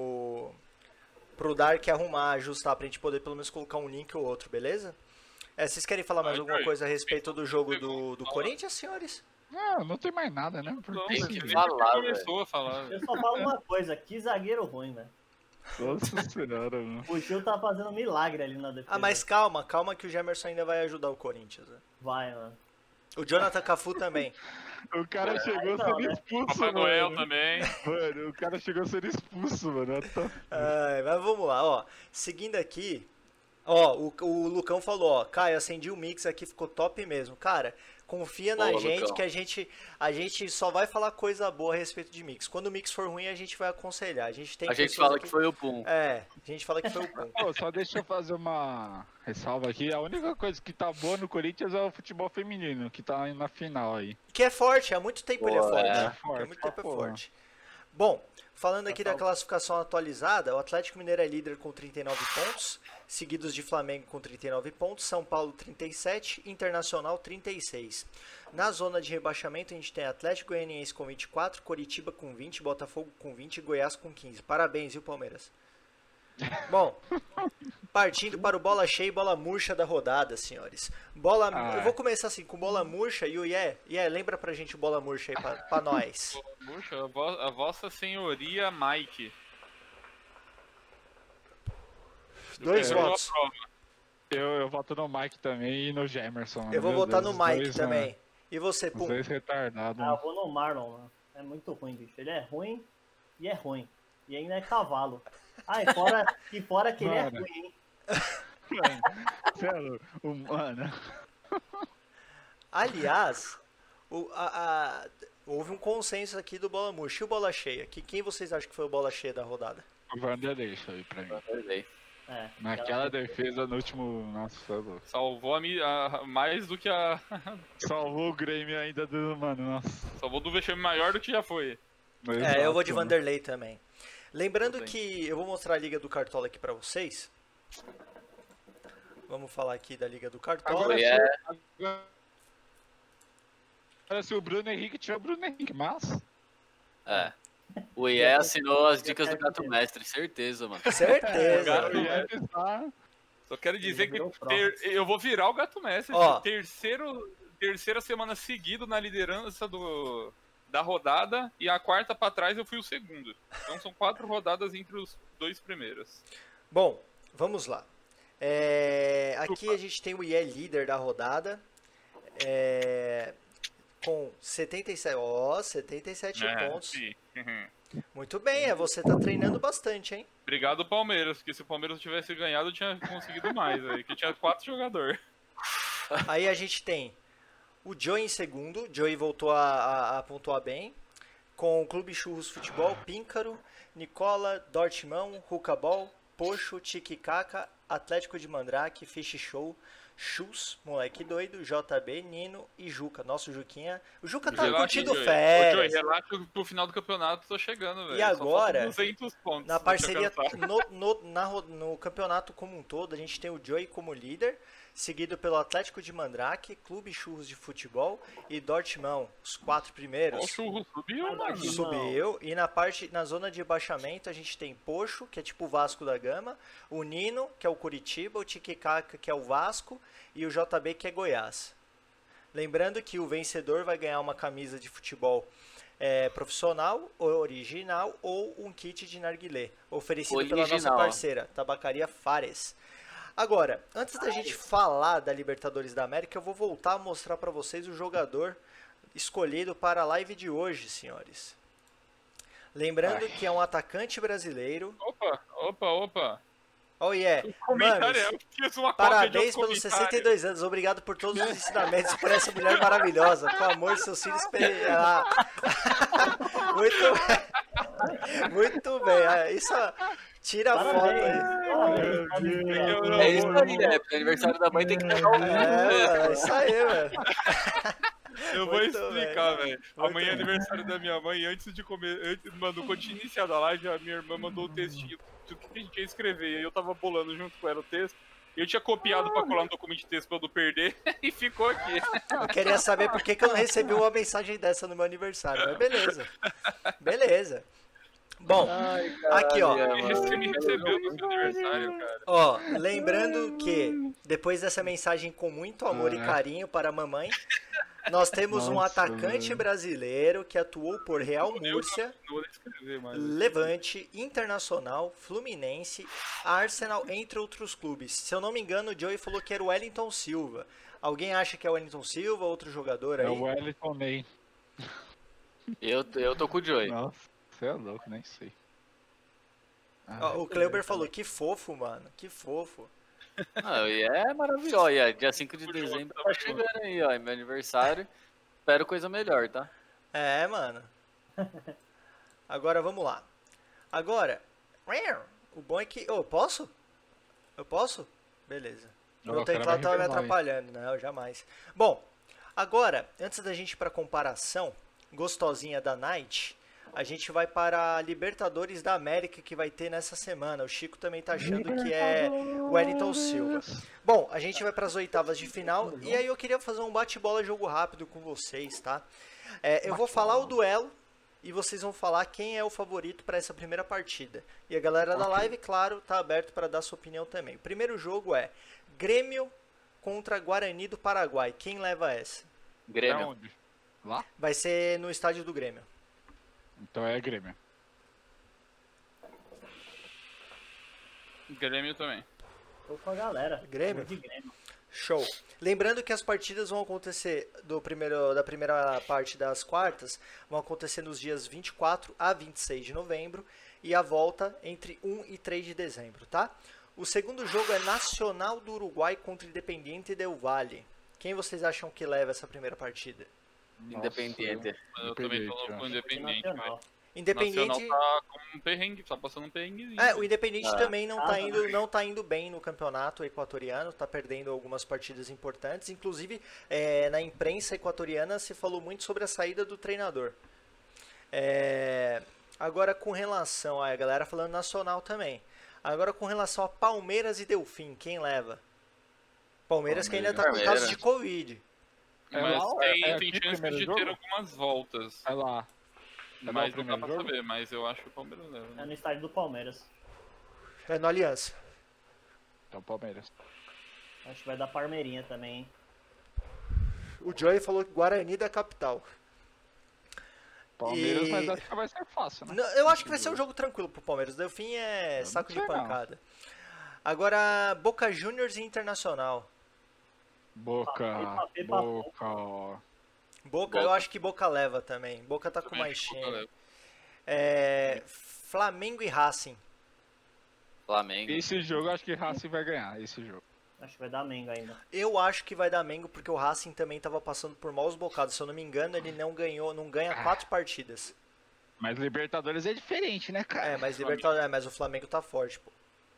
Dark arrumar, ajustar pra gente poder pelo menos colocar um link ou outro, beleza? Vocês querem falar mais alguma coisa a respeito do jogo do Corinthians, senhores? Não tem mais nada, né? Porque, Não, Tem mas que ele falar, começou a falar. Eu só falo uma coisa, que zagueiro ruim, velho. Nossa senhora, mano. O Gil tá fazendo milagre ali na defesa. Ah, mas calma que o Gemerson ainda vai ajudar o Corinthians, né? Vai, mano. O Jonathan Cafu também. O cara chegou não, sendo né? expulso, Papai Noel mano. também. Mano, o cara chegou sendo expulso, mano. Ai, mas vamos lá, ó. Seguindo aqui, ó, o Lucão falou, ó, Caio, acendi o mix aqui, ficou top mesmo. Cara, confia na Boa, gente Lucão. que a gente só vai falar coisa boa a respeito de mix. Quando o mix for ruim, a gente vai aconselhar. A gente tem A gente pessoas fala aqui- que foi o Pum. É, a gente fala que foi o Pum. Pô, só deixa eu fazer uma ressalva aqui. A única coisa que tá boa no Corinthians é o futebol feminino, que tá na final aí. Que é forte, há muito tempo ele é Pô, forte. é Há forte, muito tempo é pô. forte. Bom, falando aqui da classificação atualizada, o Atlético Mineiro é líder com 39 pontos. seguidos de Flamengo com 39 pontos, São Paulo 37, Internacional 36. Na zona de rebaixamento a gente tem Atlético Goianiense com 24, Coritiba com 20, Botafogo com 20 e Goiás com 15. Parabéns, viu, Palmeiras? Bom, partindo para o bola cheia e bola murcha da rodada, senhores. Eu vou começar assim com bola murcha e o lembra pra gente o bola murcha aí pra nós. Bola murcha, a vossa senhoria Mike. 2 votos. Eu voto no Mike também e no Gemerson. Eu vou votar no Mike dois, também. Mano. E você, Os Pum? dois retardados. Eu vou no Marlon, mano. É muito ruim, bicho. Ele é ruim e é ruim. E ainda é cavalo. E fora que ele é Mano. ruim, hein? Mano. Aliás, houve um consenso aqui do bola murcha e o bola cheia. Quem vocês acham que foi o bola cheia da rodada? O Vanderlei isso aí pra mim. Vanderlei. Naquela defesa no último. Nossa, foi louco. Salvou mais do que a. Salvou o Grêmio ainda do. Mano, nossa. Salvou do vexame maior do que já foi. Eu vou de Exato, Vanderlei também. Lembrando Tudo bem. que eu vou mostrar a Liga do Cartola aqui pra vocês. Vamos falar aqui da Liga do Cartola. Agora, É. se o Bruno Henrique tiver o Bruno Henrique, mas. É. O IE assinou as dicas do Gato Mestre, certeza, mano. Certeza. Gato- O Só quero dizer que virou eu vou virar o Gato Mestre. Ó. Terceira semana seguida na liderança da rodada e a quarta pra trás eu fui o segundo. Então são 4 rodadas entre os 2 primeiros. Bom, vamos lá. Aqui a gente tem o IE líder da rodada. Com 77 pontos. Sim. Muito bem, você tá treinando bastante, hein? Obrigado, Palmeiras, porque se o Palmeiras tivesse ganhado eu tinha conseguido mais, aí, que tinha 4 jogadores. Aí a gente tem o Joey em segundo. O Joey voltou a pontuar bem. Com o Clube Churros Futebol, Píncaro, Nicola, Dortmund, Rucabol, Pocho, Tiquicaca, Atlético de Mandrake, Fish Show, Chus, Moleque Doido, JB, Nino e Juca. Nosso Juquinha. O Juca tá curtindo Joey, férias. relaxa pro final do campeonato, tô chegando, velho. E agora, Só faltam 200 pontos. Na deixa eu parceria, alcançar. no campeonato como um todo, a gente tem o Joey como líder, seguido pelo Atlético de Mandrake, Clube Churros de Futebol e Dortmund, os 4 primeiros. Ó, o churro subiu, mano. Subiu. E na zona de rebaixamento, a gente tem Pocho, que é tipo o Vasco da Gama, o Nino, que é o Curitiba, o Tiquicaca, que é o Vasco, e o JB, que é Goiás. Lembrando que o vencedor vai ganhar uma camisa de futebol profissional, original ou um kit de narguilé, oferecido pela nossa Original. parceira, Tabacaria Fares. Agora, antes da gente falar da Libertadores da América, eu vou voltar a mostrar para vocês o jogador escolhido para a live de hoje, senhores. Lembrando que é um atacante brasileiro. Opa. Oh yeah, Comentário, Manos, eu fiz uma cópia de parabéns outro pelos comentário. 62 anos. Obrigado por todos os ensinamentos por essa mulher maravilhosa. Com amor, seus filhos. Muito bem. Isso, tira a foto aí. Parabéns. É isso aí, né? Porque aniversário da mãe tem que pegar o É isso aí, velho. Eu vou Muito explicar, velho. Muito Amanhã é bem. aniversário da minha mãe. Antes de comer, quando eu tinha iniciado a live, a minha irmã mandou o textinho do que a gente ia escrever. E aí eu tava bolando junto com ela o texto. Eu tinha copiado pra colar no documento de texto pra eu não perder. E ficou aqui. Eu queria saber por que eu não recebi uma mensagem dessa no meu aniversário. Mas beleza. Bom, aqui ó. Você me recebeu no seu aniversário, cara. Ó, lembrando que depois dessa mensagem com muito amor e carinho para a mamãe, nós temos um Nossa, atacante velho. brasileiro que atuou por Real Múrcia, Não vou escrever mais. Levante, Internacional, Fluminense, Arsenal, entre outros clubes. Se eu não me engano, o Joey falou que era o Wellington Silva. Alguém acha que é o Wellington Silva, outro jogador aí? É o Wellington Ney. Eu tô com o Joey. Nossa, você é louco, nem sei. Ó, o Kleuber falou, que fofo, mano, que fofo. Ah, e é maravilhoso. E dia 5 de Muito bom, dezembro tá tá bom. chegando aí, ó. É meu aniversário. Espero coisa melhor, tá? É, mano. Agora vamos lá. Agora, o bom é que... Ô, posso? Eu posso? Beleza. Meu Nossa, teclado era tava me bem atrapalhando. Não, jamais. Bom, agora, antes da gente ir pra comparação gostosinha da Night, a gente vai para a Libertadores da América que vai ter nessa semana. O Chico também tá achando que é Wellington Silva. Bom, a gente vai para as oitavas de final e aí eu queria fazer um bate-bola jogo rápido com vocês, tá? Eu vou falar o duelo e vocês vão falar quem é o favorito para essa primeira partida. E a galera da live, claro, tá aberto para dar sua opinião também. O primeiro jogo é Grêmio contra Guarani do Paraguai. Quem leva essa? Grêmio. Onde? Lá? Vai ser no estádio do Grêmio. Então é Grêmio. Grêmio também. Tô com a galera. Grêmio? Vou de Grêmio. Show. Lembrando que as partidas vão acontecer da primeira parte das quartas, vão acontecer nos dias 24 a 26 de novembro e a volta entre 1 e 3 de dezembro, tá? O segundo jogo é Nacional do Uruguai contra Independiente del Valle. Quem vocês acham que leva essa primeira partida? Independiente. Eu também tô Independente, com o ó. Independente, Nacional. velho. Independente. Nacional tá com um perrengue, tá passando um perrenguezinho. O Independente Ah. também não tá indo bem no campeonato equatoriano, tá perdendo algumas partidas importantes. Inclusive, na imprensa equatoriana se falou muito sobre a saída do treinador. Agora, com relação a galera falando nacional também. Agora, com relação a Palmeiras e Delfim, quem leva? Palmeiras que ainda tá com Palmeiras. casos de Covid. É Mas lá ou tem aqui o chance primeiro de jogo? ter algumas voltas. É lá. É lá o Mas não dá primeiro pra jogo? saber, mas eu acho que o Palmeiras leva. É Né? no estádio do Palmeiras. É no Aliança. Então Palmeiras. Acho que vai dar Parmeirinha também, hein? O Joey falou que Guarani da capital. Palmeiras, E- mas acho que vai ser fácil, né? Não, eu acho que vai ser um jogo tranquilo pro Palmeiras. Delfim é Eu não saco de sei, não. pancada. Agora, Boca Juniors e Internacional. Boca. Pipa, Boca, ó. Boca, eu acho que Boca leva também. Boca tá com Também mais acho que o time. Boca Flamengo e Racing. Flamengo. Esse jogo eu acho que Racing vai ganhar, esse jogo. Acho que vai dar Mengo ainda. Eu acho que vai dar Mengo porque o Racing também tava passando por maus bocados. Se eu não me engano, ele não ganha 4 partidas. Mas Libertadores é diferente, né, cara? Mas o Flamengo tá forte, pô.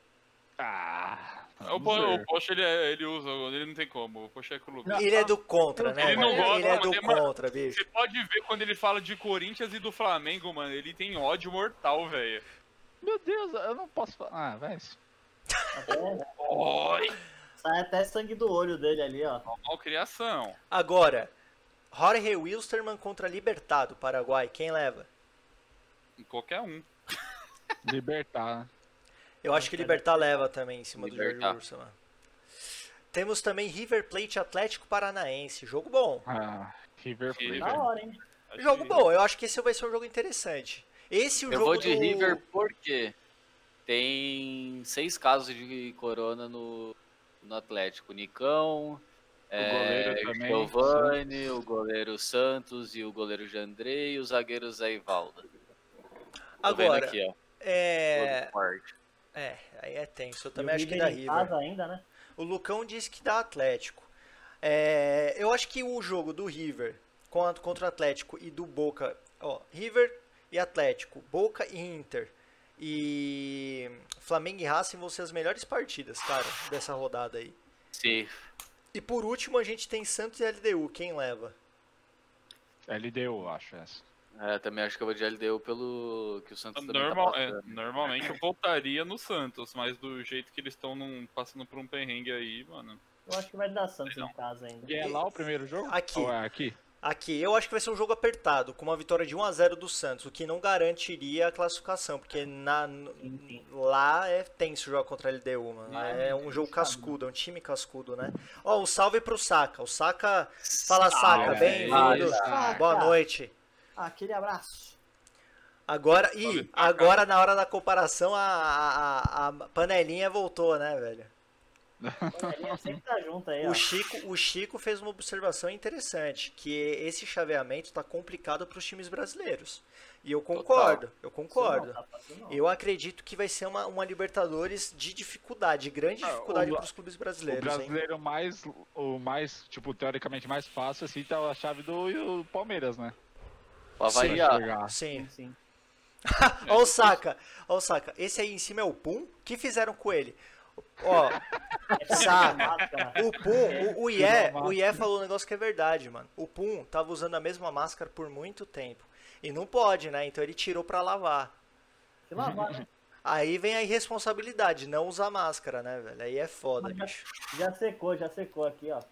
Ah. O Poxa, ele usa, ele não tem como. O Poxa é clube. Ele é do contra, né? Ele não velho? gosta, Ele é do mas tem uma- contra, bicho. Você pode ver quando ele fala de Corinthians e do Flamengo, mano. Ele tem ódio mortal, velho. Meu Deus, eu não posso falar. Ah, vai. Até, Oi! sai até sangue do olho dele ali, ó. Malcriação. Agora, Jorge Wilstermann contra Libertad, Paraguai. Quem leva? Em qualquer um. Libertar, né? Eu acho que Libertad leva também em cima do Libertad. Jorge Wilstermann. Temos também River Plate Atlético Paranaense. Jogo bom. Ah, River Plate. Da hora, hein? Acho Jogo que- bom. Eu acho que esse vai ser um jogo interessante. Esse e o Eu jogo vou de do... River porque tem 6 casos de corona no Atlético. Nicão, goleiro também, Giovani, o goleiro Santos e o goleiro Jandrei e o zagueiro Zé Ivaldo. Tô vendo Agora, aqui, ó. é... Todo forte. Aí é tenso. Eu E também o acho que River dá em River. casa ainda, né? O Lucão disse que dá Atlético. Eu acho que o jogo do River contra o Atlético e do Boca... Ó, River e Atlético, Boca e Inter e Flamengo e Racing vão ser as melhores partidas, cara, dessa rodada aí. Sim. E por último a gente tem Santos e LDU. Quem leva? LDU, acho essa. Também acho que eu vou de LDU pelo que o Santos também tá passando. Normalmente eu voltaria no Santos, mas do jeito que eles estão passando por um perrengue aí, mano. Eu acho que vai dar Santos Não. em casa ainda. E é lá o primeiro jogo? Aqui. Ou é aqui? Aqui, eu acho que vai ser um jogo apertado, com uma vitória de 1-0 do Santos, o que não garantiria a classificação, porque Sim. lá é tenso jogar contra a LDU, mano. Lá é um jogo cascudo, é um time cascudo, né? Ó, um salve pro Saka. O Saka, fala Saka, Salve. bem-vindo. Saka. Boa noite. Aquele abraço. Agora, Salve, Saka. agora na hora da comparação a panelinha voltou, né, velho? A galinha sempre tá junto aí, ó. O Chico fez uma observação interessante, que esse chaveamento tá complicado para os times brasileiros. E eu concordo, eu concordo. Não tá fácil, não. Eu acredito que vai ser uma Libertadores de dificuldade, de grande dificuldade o- para os clubes O brasileiros, hein? brasileiro mais, tipo, teoricamente mais fácil, assim, tá a chave do Palmeiras, né? Pra Sim. variar. Chegar. Sim. Sim, sim. Ó o Saka, esse aí em cima é o Pum. O que fizeram com ele? Ó, Sá, Máscara. o Pum, o Ié falou um negócio que é verdade, mano. O Pum tava usando a mesma máscara por muito tempo. E não pode, né? Então ele tirou pra lavar. Se lavar, né? Aí vem a irresponsabilidade, não usar máscara, né, velho? Aí é foda, Mas bicho. já secou aqui, ó.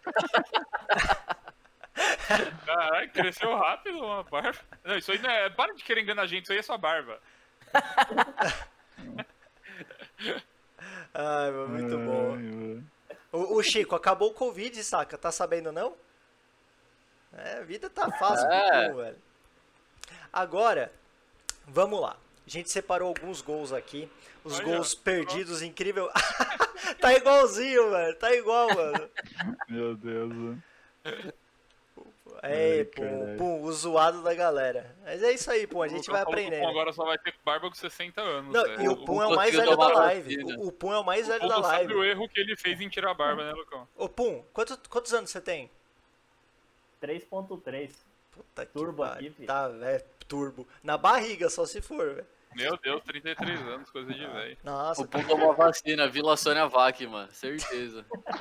Caralho, cresceu rápido uma barba. Não, isso aí não é. Para de querer enganar a gente, isso aí é sua barba. Ai, mano, muito bom. Ai, O Chico, acabou o Covid, saca? Tá sabendo não? É, a vida tá fácil pro É. Pum, velho. Agora, vamos lá. A gente separou alguns gols aqui. Os Olha, gols perdidos, incrível. Tá igualzinho, velho. Tá igual, mano. meu Deus. É, Ai, Pum, caralho. Pum, o zoado da galera. Mas é isso aí, Pum, a gente vai Falou que o aprendendo. Pum agora só vai ter barba com 60 anos. Não, né? e o Pum é o Lucão mais tinha velho da tomado live. vacina. O Pum é o mais velho O da Pum sabe o live. erro que ele fez em tirar a barba, né, Lucão? Ô, Pum, quantos anos você tem? 3.3. Puta que Turbo pariu. aqui, filho. Tá, é turbo. Na barriga, só se for, velho. Meu Deus, 33 anos, coisa de velho. Nossa, O Pum tomou a vacina, Vila Sônia Vac, mano. Certeza.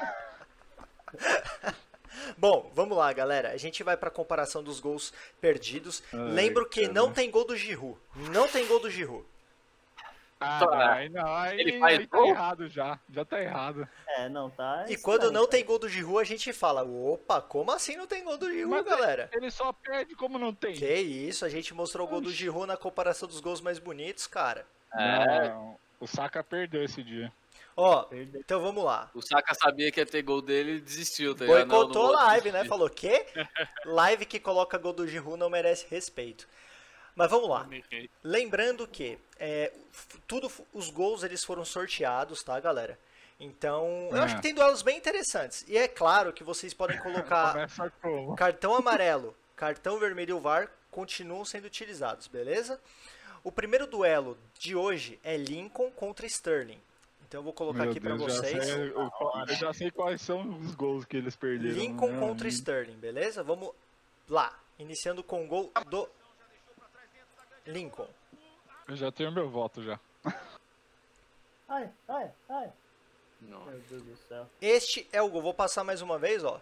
Bom, vamos lá, galera. A gente vai pra comparação dos gols perdidos. Ai, Lembro que cara. não tem gol do Giroud. Não tem gol do Giroud. Ah, Tá. não, aí, Ele faz aí tá gol? errado já. Já tá errado. É, não, tá. E estranho, quando não cara. tem gol do Giroud, a gente fala: opa, como assim não tem gol do Giroud, Mas galera? Ele só perde como não tem. Que isso, a gente mostrou o gol do Giroud na comparação dos gols mais bonitos, cara. É. Não, o Saka perdeu esse dia. Ó, Perdeu. então vamos lá. O Saka sabia que ia ter gol dele e desistiu, tá ligado? Boicotou Não vou a live, né? desistir. Falou: quê? Live que coloca gol do Giroud não merece respeito. Mas vamos lá. Lembrando que os gols eles foram sorteados, tá, galera? Então, eu acho que tem duelos bem interessantes. E é claro que vocês podem colocar Começa como? cartão amarelo, cartão vermelho e o VAR continuam sendo utilizados, beleza? O primeiro duelo de hoje é Lincoln contra Sterling. Então eu vou colocar Meu aqui pra Deus, vocês. eu já sei quais são os gols que eles perderam. Lincoln né? contra Sterling, beleza? Vamos lá. Iniciando com o gol do Lincoln. Eu já tenho meu voto já. Ai. Não. Meu Deus do céu. Este é o gol. Vou passar mais uma vez, ó.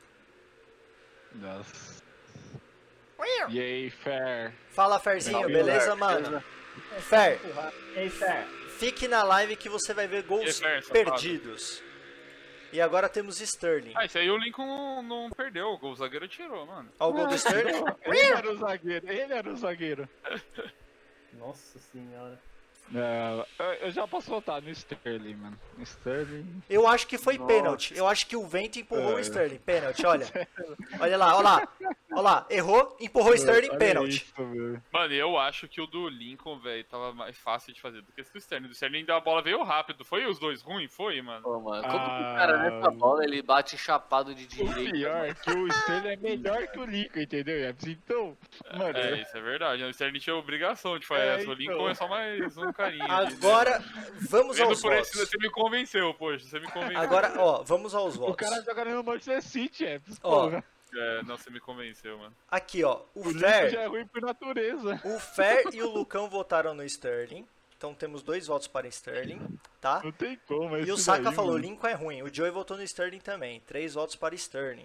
Nossa. E aí, Fer? Fala, Ferzinho, Salve, beleza, Fer, mano? Fer, Ei, Fer. fique na live que você vai ver gols E aí, Fer, safado? perdidos. E agora temos Sterling. Ah, isso aí o Lincoln não perdeu, o zagueiro tirou, mano. Ó o gol do Sterling. Ele era o zagueiro, ele era o zagueiro. Nossa senhora. Não, eu já posso votar no Sterling, mano. Sterling. Eu acho que foi Nossa. pênalti. Eu acho que o vento empurrou o É. Sterling. Pênalti, olha. Olha lá, olha lá. Olha lá. Errou, empurrou o Sterling, Olha pênalti. isso, velho. Mano, eu acho que o do Lincoln, velho, tava mais fácil de fazer do que esse do Sterling. Do Sterling a bola veio rápido. Foi os dois ruins? Foi, mano. Pô, mano, como que o cara nessa bola ele bate chapado de O direita? pior é que o Sterling é melhor que o Lincoln, entendeu? Jeps? Então, mano, É, isso é verdade. O Sterling tinha obrigação de fazer É, essa. O Lincoln então. é só mais um carinho. ali, né? Agora, vamos Vendo aos por esse, votos. você me convenceu, poxa. Você me convenceu. Agora, ó, vamos aos o votos. cara joga no Manchester City, Jeps. Ó, Porra. É, não, você me convenceu, mano. Aqui, ó. O Lincoln já Fer, é ruim por natureza. o Fer e o Lucão votaram no Sterling. Então temos 2 votos para Sterling, tá? Não tem como. E o esse Saka daí, falou, mano. Lincoln é ruim. O Joey votou no Sterling também. 3 votos para Sterling.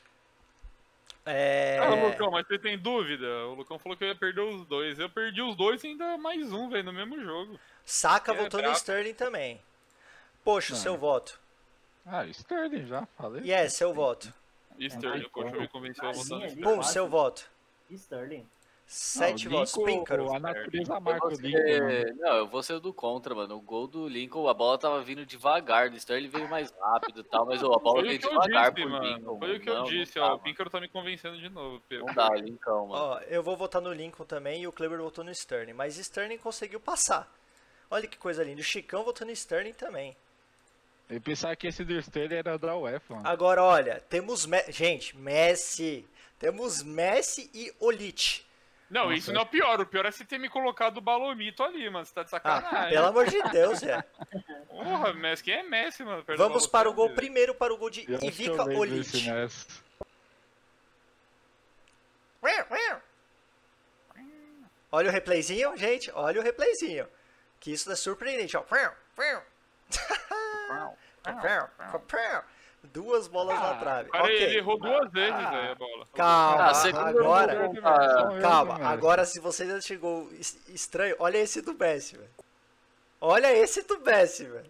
Ah, Lucão, mas você tem dúvida? O Lucão falou que eu ia perder os dois. Eu perdi os dois e ainda mais um, velho, no mesmo jogo. Saka É, votou no brabo. Sterling também. Poxa, o Não. seu voto. Ah, Sterling já, falei. Yes, seu voto. E Sterling, tem poxa, como. me convenceu a votar no Casinha Sterling. Pum, quase. seu voto. Sterling. 7 Não, o votos. Lincoln, Píncaro. A natureza Eu marca vou o ser- Lincoln, mano. Não, eu vou ser o do contra, mano. O gol do Lincoln, a bola tava vindo devagar. Do Sterling veio mais rápido e tal, mas ó, a bola Foi veio o que eu devagar disse, pro mano. Lincoln. Foi o que eu Não, disse, não ó. dá, O Píncaro tá me convencendo de novo. Pedro. Não dá, Lincoln, mano. Ó, eu vou votar no Lincoln também e o Kleber votou no Sterling. Mas Sterling conseguiu passar. Olha que coisa linda. O Chicão votou no Sterling também. Eu pensava que esse do Sterling era da UEFA, mano. Agora, olha, temos... Gente, Messi. Temos Messi e Olite. Não, Nossa, isso não é o pior. O pior é você ter me colocado o Balomito ali, mano. Você tá de Ah, sacanagem. pelo amor de Deus, é. Porra, Messi. Quem é Messi, mano? Perdão, Vamos para o gol velho. primeiro para o gol de Eu acho que Ivica eu lembro desse Olite. Messi. Olha o replayzinho, gente. Olha o replayzinho. Que isso é surpreendente, ó. Duas bolas na trave. Cara, Ok. ele errou 2 vezes, velho, a bola. Calma, segundo agora. jogo, cara. Calma, agora se você ainda chegou estranho, olha esse do Messi, velho. Olha esse do Messi, velho.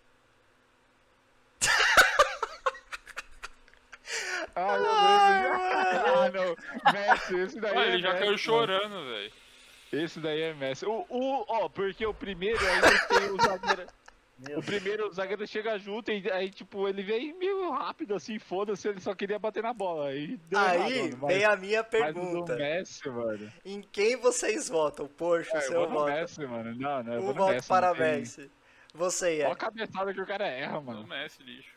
Ah, meu Deus. Ah, não. Messi, esse daí Ah, é ele já Messi, caiu mano. chorando, velho. Esse daí é Messi. Ó, porque o primeiro ainda tem o zagueiro. Meu O primeiro, o zagueiro chega junto e aí, tipo, ele vem meio rápido assim, foda-se, ele só queria bater na bola. Aí deu Aí errado, mano. vem a minha Mas o do pergunta. Messi, mano. Em quem vocês votam? Poxa, É, eu seu vou no voto. Messi, mano. Não, eu Um vou no voto Messi. para não tem- Messi. Você Olha é. a cabeçada que o cara erra, No mano. Messi, lixo.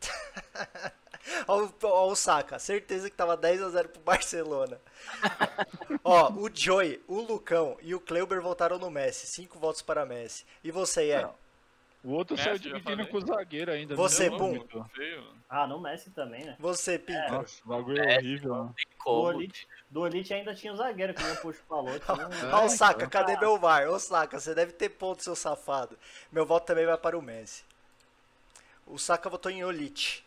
Ó, o Saka, certeza que tava 10-0 pro Barcelona. Ó, o Joey, o Lucão e o Kleuber votaram no Messi. 5 votos para Messi. E você é? Não. O outro Messi, saiu já dividindo falei. com o zagueiro ainda. Você, não Pum. muito. Feio, mano. Ah, no Messi também, né? Você, Pinto. Nossa, o bagulho é horrível, mano. Como? Do Elite ainda tinha o zagueiro que nem o Puxo falou. Tinha um... Ó, o Saka, cadê meu VAR? Ô, Saka, você deve ter ponto, seu safado. Meu voto também vai para o Messi. O Saka votou em Olite.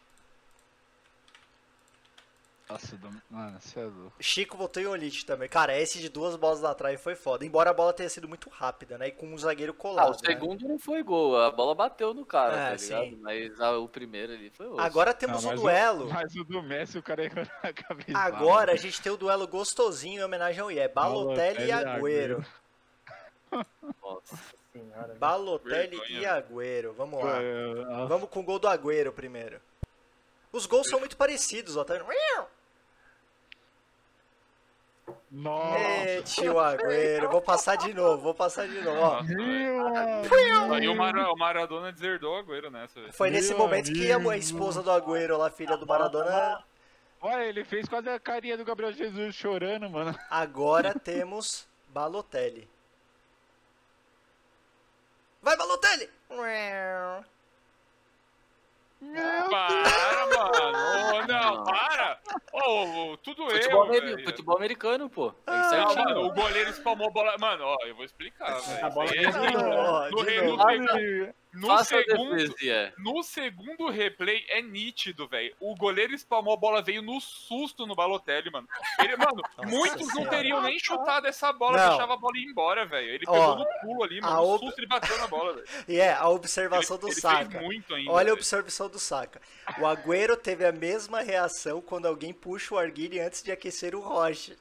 Nossa, mano, você é louco. Chico votou em Olite também. Cara, esse de 2 bolas na trave foi foda. Embora a bola tenha sido muito rápida, né? E com um zagueiro Ah, colado. o né? segundo não foi gol, a bola bateu no cara, É, tá ligado? sim. Mas o primeiro ali foi osso. Agora temos Não, um mas duelo. Mas o do Messi, o cara errou na cabeça. Agora a gente tem o duelo gostosinho em homenagem ao IE. Balotelli e Agüero. Nossa. Senhora, Balotelli Vergonha, e Agüero. Vamos lá. Nossa. Vamos com o gol do Agüero primeiro. Os gols são muito parecidos, ó. Tá vendo? Nossa. Tio Agüero. Vou passar de novo, ó. Nossa, Meu, Aí o Maradona deserdou o Agüero nessa, velho. Foi nesse Meu momento que a amigo. esposa do Agüero, lá, filha do Maradona. Olha, ele fez quase a carinha do Gabriel Jesus chorando, mano. Agora temos Balotelli. Vai, Balotelli! Para, mano. Ô, não, para. Ô, tudo velho. Futebol americano, pô. Tem Não, certinho. mano, o goleiro espalmou a bola. Mano, ó, eu vou explicar, A velho. bola Isso aí é de novo, ó, no de re- no novo. segundo- no Faça a segundo, defesa, é. no segundo replay é nítido, velho. O goleiro espalmou a bola, veio no susto no Balotelli, mano. Mano, Nossa muitos não Senhora. teriam nem chutado essa bola, Não. deixava a bola ir embora, velho. Ele Ó, pegou no pulo ali, a mano. No ob- susto ele bateu na bola, velho. E a observação do Ele Saka. fez muito ainda. Olha a velho. observação do Saka. O Agüero teve a mesma reação quando alguém puxa o Arguile antes de aquecer o Rocha.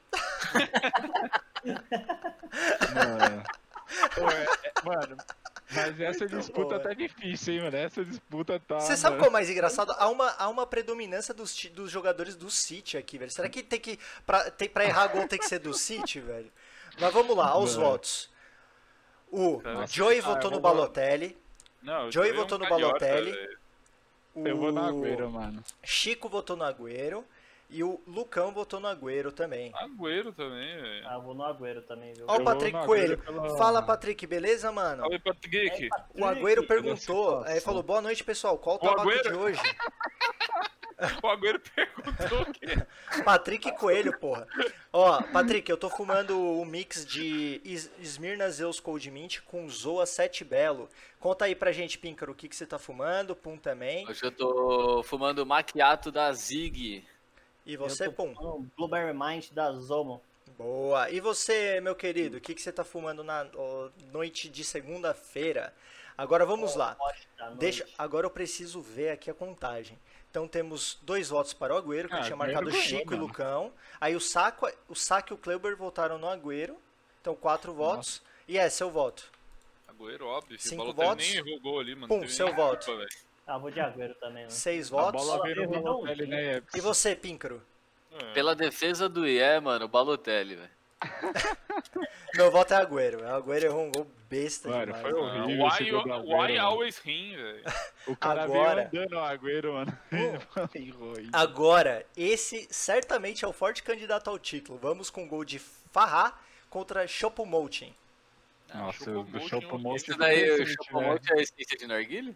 Mano, mas essa Muito disputa bom, tá difícil, hein, mano? Essa disputa tá. Você sabe mano. qual é o mais engraçado? Há uma predominância dos jogadores do City aqui, velho. Será que tem que. Pra errar gol tem que ser do City, velho? Mas vamos lá, aos Mano. votos. O Nossa. Joey votou no Balotelli. Não, o Joey Joey é um votou no carioca, Balotelli. velho. O Eu vou no Agüero, mano. Chico votou no Agüero. E o Lucão votou no Agüero também. Agüero também, velho. Ah, vou no Agüero também, viu? Ó o Eu Patrick vou no Coelho. Agüero pela- Fala, Patrick, beleza, mano? Salve, Patrick. O Agüero perguntou, situação. aí falou, boa noite, pessoal, qual o O tabaco Agüero? de hoje? O Agüero perguntou o quê? Patrick Coelho, porra. Ó, Patrick, eu tô fumando um mix de Smirna Zeus Cold Mint com Zoa 7 Belo. Conta aí pra gente, Píncaro, o que você tá fumando, Pum também. Hoje eu tô fumando macchiato da Zig. E você, Eu tô Pum? fumando um Blueberry Mind da Zomo. Boa. E você, meu querido, o que você tá fumando na noite de segunda-feira? Agora vamos lá. Agora eu preciso ver aqui a contagem. Então temos 2 votos para o Agüero, que eu tinha marcado Agüero Chico ganhou, e mano. Lucão. Aí o Saka e o Kleuber votaram no Agüero. Então 4 votos. E seu voto? Agüero, óbvio. O 5 Balotelli votos. nem errou gol ali, mano. Pum, Teve seu nem voto. culpa, velho. Ah, vou de Agüero também, né? 6 A votos. bola veio no Errou Balotelli, um, né? E você, Píncaro? É. Pela defesa do IE, mano, o Balotelli, velho. Meu voto é Agüero. O Agüero errou um gol besta Mano, demais. foi né? horrível. esse gol do Agüero, Why mano. always him, velho? O cara Agora- veio andando o Agüero, mano. Errou aí. Agora, esse certamente é o forte candidato ao título. Vamos com o gol de Farrá contra Choupo-Moting. Nossa, o Choupo-Moting, Choupo-Moting Isso daí, o recente, Chocomote é a essência de narguile?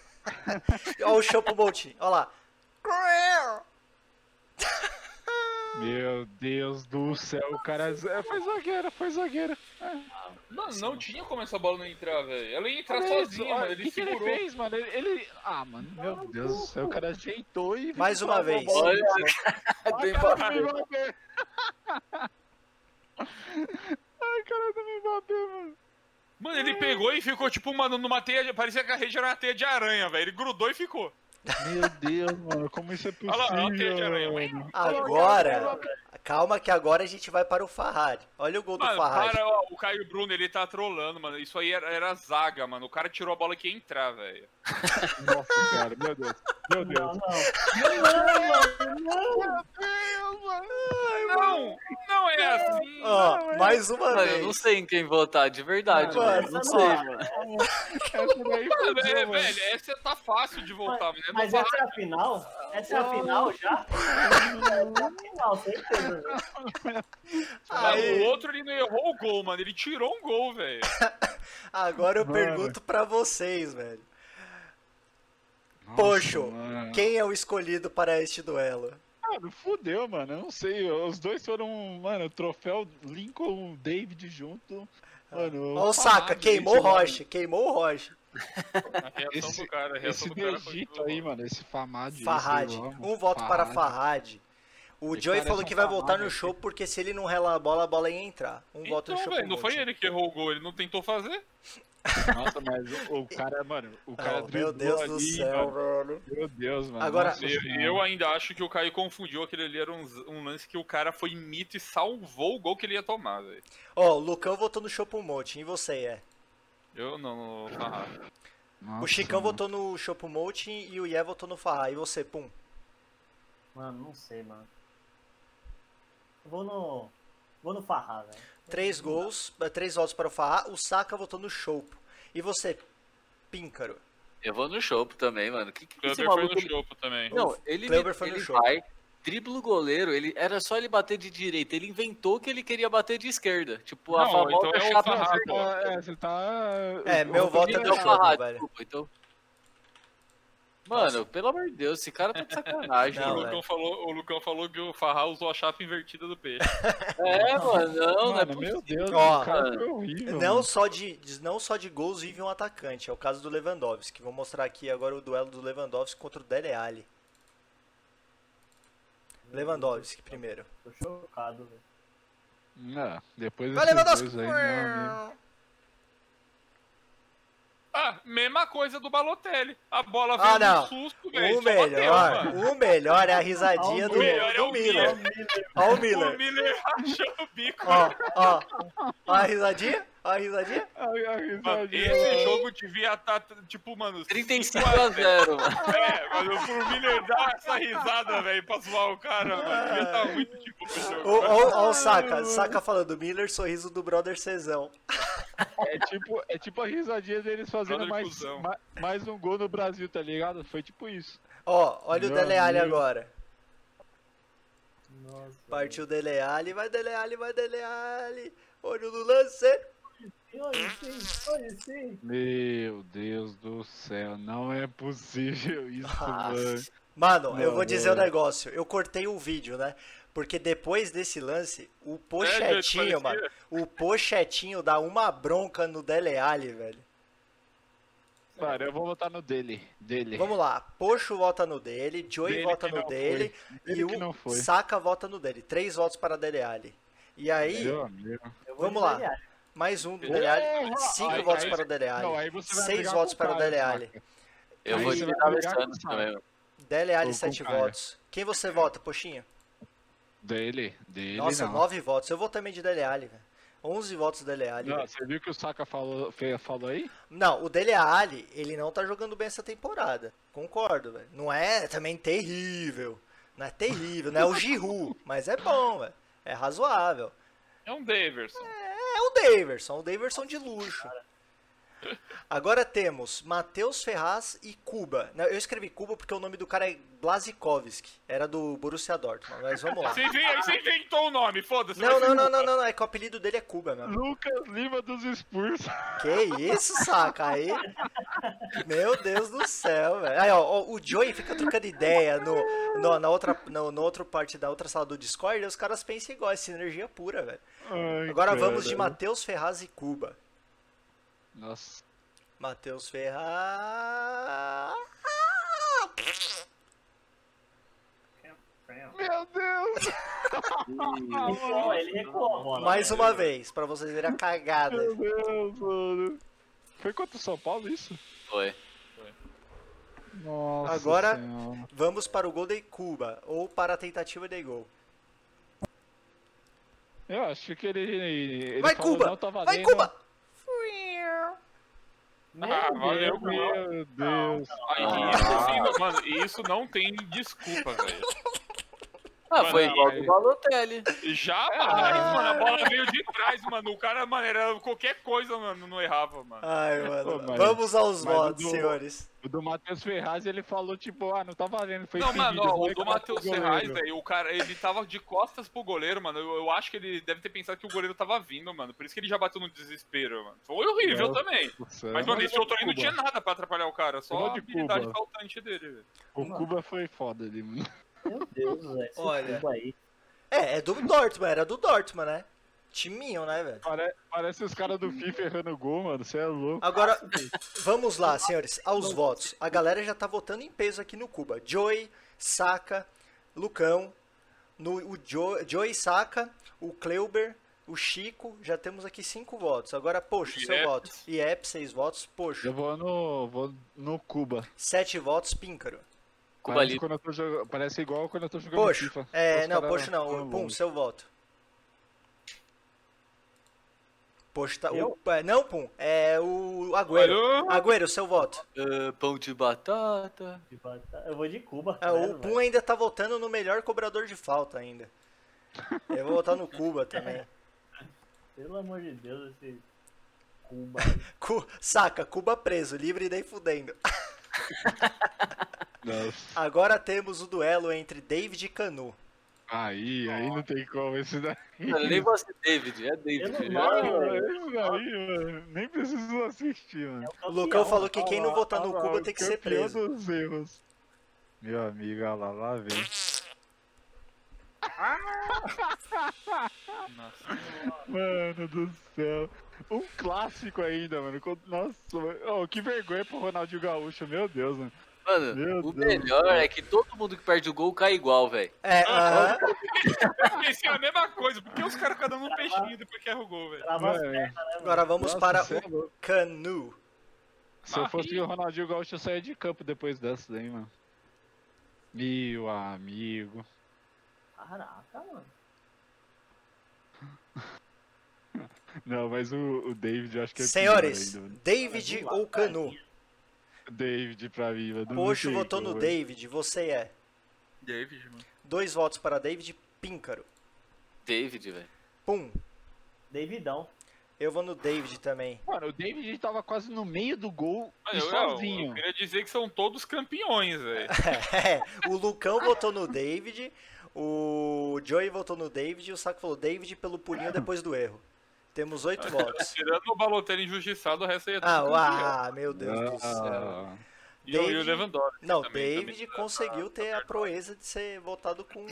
Olha o Choupo-Moting, olha lá. Meu Deus do céu, o cara foi zagueiro. Mano, não tinha como essa bola não entrar, velho. Ela ia entrar Olha isso, sozinha, olha, mano. o Ele que ele segurou. fez, mano? Ah, mano, meu Deus do céu, o cara ajeitou e... Mais uma parou a vez. bola. Olha, Ai, tem cara ba- do Mbappé. Ai, cara do Mbappé, mano. Mano, ele pegou e ficou, tipo, mano, numa teia. Parecia que a rede era uma teia de aranha, velho. Ele grudou e ficou. Meu Deus, mano, como isso é Olha lá, olha a teia possível, de aranha. mano? Agora, calma que agora a gente vai para o Farhad. Olha o gol do Mano, Farhad. para, ó, o Caio Bruno, ele tá trolando, mano. Isso aí era zaga, mano. O cara tirou a bola que ia entrar, velho. Nossa, cara, meu Deus. Meu Não, Deus. Não, não é assim. Ó, mais uma Mano, eu não vez. sei em quem votar, de verdade, Mano, mano. Não essa sei, não é. mano. Essa daí Mano, fudeu, mano. velho, essa tá fácil de voltar, mano. Mas essa é a final? Essa é a final já? Essa é a final, certeza. Mano, Aí, o outro ele não errou o gol, mano. Ele tirou um gol, velho. agora eu Mano. pergunto pra vocês, velho. Nossa, Poxo, mano. quem é o escolhido para este duelo? Mano, fudeu, mano. Eu não sei. Os dois foram, mano, troféu Lincoln David junto. Mano, Ó o Saka, Farhad, queimou o mano. Rocha, queimou o Rocha. A reação do cara, a reação Esse do cara do foi Egito tipo, aí, mano, esse Famad. Farhad, um voto para Farhad. O Esse Joey cara é falou só que vai voltar Farhad no aqui. show porque se ele não relar a bola ia entrar. Um voto no Então, show. velho, não foi ele que errou o gol, ele não tentou fazer. Nossa, mas o cara, mano, o cara Não, meu driblou Deus do ali, céu, mano. velho. Meu Deus, mano. Agora- Nossa Eu, Senhora. eu ainda acho que o Caio confundiu, aquele ali era um lance que o cara foi mito e salvou o gol que ele ia tomar, velho. Ó, o Lucão votou no Chopumote, e você é? Eu não, Farrah. Nossa, O Chicão mano. votou no Chopumote e o Ié votou no Farrah. E você, Pum? Mano, não sei, mano. Eu vou no Farrah, velho. 3 gols, 3 votos para o Farrah. O Saka votou no Chopo. E você, Píncaro? Eu vou no show também, mano. Que esse Kleber foi maluco... no chopo também. Não, ele, Kleber foi no ele show. vai, dribla o goleiro, era só ele bater de direita. Ele inventou que ele queria bater de esquerda. Tipo, a Não, famosa então é o chapa Farrah, verde. pô. Você tá. É, meu voto é no Então, Chopo, Farrah, velho. desculpa, então. Mano, pelo amor de Deus, esse cara tá de sacanagem, Não, mano. O Lucão falou que o Farrah usou a chapa invertida do peixe. É, mano, não é Mano, meu Deus, Ó, o cara foi horrível. Não mano. só de gols vive um atacante. É o caso do Lewandowski. Vou mostrar aqui agora o duelo do Lewandowski contra o Dele Alli. Lewandowski primeiro. Tô chocado, velho. Ah, depois Vai, desses Lewandowski! dois aí, meu amigo. Ah, mesma coisa do Balotelli. A bola Ah, veio não. no susto, velho. O só bateu, melhor, mano. o melhor é a risadinha do, O melhor é do o Miller. Miller. Ó o O Miller. Miller rachou o bico. Ó. Ó a risadinha. Ó a risadinha. Ai, a Mano, risadinha, esse mano. jogo devia estar, tipo, mano... 35-0, mano. É, mas pro Miller dar essa risada, velho, pra zoar o cara, mano, devia estar muito tipo pro jogo. Ó o Saka. Saka falando, Miller, sorriso do brother Cezão. É tipo a risadinha deles fazendo Brother cuzão. mais um gol no Brasil, tá ligado? Foi tipo isso. Ó, olha o Meu Dele Alli amigo. agora. Nossa. Partiu o Dele Alli, vai Dele Alli, vai Dele Alli. Olho no lance. Olha sim. Meu Deus do céu, não é possível isso, Nossa. mano. Mano, eu Não, vou dizer um mano. negócio. Eu cortei o vídeo, né? Porque depois desse lance, o Pochetinho, gente, mano, parecia. o Pochetinho dá uma bronca no Dele Alli, velho. Mano, eu vou votar no dele. Vamos lá, Pocho vota no dele, Joey Dele vota que no não dele Dele e que não o foi. Saka vota no dele. 3 votos para Dele Alli. E aí, Meu amigo. Eu vou Vamos de lá. Dele Alli. mais um do Dele Alli, Porra! 5 Aí- votos aí- para o Dele Alli. Não, aí você vai 6 brigar votos com o para o Caio, Dele Saka. Alli. Eu Aí vou você de vai brigar com Alessandro o Saka. também, mano. Dele Alli, Ou com 7 o Caio. votos. Quem você vota, Poxinha? Dele Nossa, não. 9 votos. Eu vou também de Dele Alli, velho. 11 votos do Dele Alli. Não, velho. você viu que o Saka falou aí? Não, o Dele Alli, ele não tá jogando bem essa temporada. Concordo, velho. Não é também terrível. Não é terrível, não é o Giroud, mas é bom, velho. É razoável. É um Daverson. É o Daverson de luxo. Agora temos Matheus Ferraz e Kuba. Não, eu escrevi Kuba porque o nome do cara é Blazikowski. Era do Borussia Dortmund, mas vamos lá. Aí você inventou o nome, foda-se. Não, não, não, não, não, não, é que o apelido dele é Kuba mesmo. Lucas Lima dos Spurs. Que isso, saca? Aí. Meu Deus do céu, velho. Aí, ó, o Joey fica trocando ideia na outra parte da outra sala do Discord e os caras pensam igual, é sinergia pura, velho. Ai, Agora vamos de cara. Matheus Ferraz e Kuba. Nossa. Matheus Ferraz. Meu Deus! Ele recuou a bola. Mais uma vez, pra vocês verem a cagada. Meu Deus, mano. Foi contra o São Paulo isso? Foi. Nossa Agora- Senhora. Vamos para o gol de Kuba, ou para a tentativa de gol. Eu acho que ele Vai, falou, Kuba! não, tá Vai, valendo. Kuba! Valeu, Meu Deus. Aí, isso, assim, mano, isso não tem desculpa, velho. Ah, foi Mano, igual aí- do Balotelli. Jamais, mano. A bola veio de trás, mano. O cara, mano, era qualquer coisa, mano, não errava, mano. Ai, mano. Pô, mas- Vamos aos mas o votos, do- senhores. O do Matheus Ferraz, ele falou, tipo, não tá valendo, foi Não, impedido. mano, ó, vou o do reclamar Matheus pro goleiro. Ferraz, velho, o cara, ele tava de costas pro goleiro, mano. Eu acho que ele deve ter pensado que o goleiro tava vindo, mano. Por isso que ele já bateu no desespero, mano. Foi horrível Nossa também. Nossa, Mas, mano, esse eu outro aí não Cuba. tinha nada pra atrapalhar o cara. Eu Só vou a de habilidade Cuba. faltante dele, velho. O Cuba foi foda ali, mano. Meu Deus, velho. Esse Olha. Cuba aí. É do Dortmund, era do Dortmund, né? Timinho, né, velho? Parece os caras do FIFA errando gol, mano. Você é louco. Agora, vamos lá, senhores, aos votos. A galera já tá votando em peso aqui no Cuba. Joey, Saka, Lucão, Joey, Saka, o Kleuber, o Chico, já temos aqui 5 votos. Agora, Poxa, seu Iep. voto. Iep, 6 votos. Poxa, Eu vou no Cuba. 7 votos. Píncaro. Cuba Parece, Libre. quando eu tô jogando, parece igual quando eu tô jogando Poxa, FIFA. Os não, caras Poxa não. falam Pum, longe. seu voto. Poxa, tá. Eu? Não, Pum, é o Agüero. Alô? Agüero, seu voto. Pão de batata. Eu vou de Cuba. É, o Pum ainda tá votando no melhor cobrador de falta ainda. Eu vou votar no Cuba também. Pelo amor de Deus, esse Cuba aí. Saca, Cuba preso, livre e nem fudendo. Nossa. Agora temos o duelo entre David e Canu. Aí não tem como esse daí. Mano, nem você, David. É David. Pelo Já- nome, Não, velho. esse daí, mano, nem preciso assistir, mano. O Lucão falou que quem não votar no Olha lá, Cuba o tem que ser campeão preso. dos erros. Meu amigo, olha lá vem. Nossa. Mano do céu. Um clássico ainda, mano. Nossa, mano. Oh, que vergonha pro Ronaldinho Gaúcho, meu Deus, mano. Mano, Meu o Deus. melhor é que todo mundo que perde o gol cai igual, velho. É, aham. Eu pensei a mesma coisa. Por que os caras ficam dando um peixinho depois que erra o gol, velho? Trava as Mano, pernas, né, mano? Agora vamos Nossa, para cê é o louco. Canu. Se eu fosse o Ronaldinho Gaúcho, eu saía de campo depois dessa daí, mano. Meu amigo. Caraca, mano. Não, mas o David eu acho que é Senhores, pior ainda, mano. David Mas ou Canu? David pra mim, mano. não Poxa tem votou como, no mano. David, você é. David, mano. 2 votos para David, Píncaro. David, velho. Pum, Davidão. eu vou no David também. Mano, o David tava quase no meio do gol e Eu sozinho. queria dizer que são todos campeões, velho. O Lucão votou no David, o Joey votou no David e o Saco falou David pelo pulinho depois do erro. Temos 8 votos. Tirando o Balotelli injustiçado, o resto aí é tudo campeão. Meu Deus do céu. Ah, E o David- Lewandowski Não, também, David tá- conseguiu tá ter a perto. proeza de ser votado com.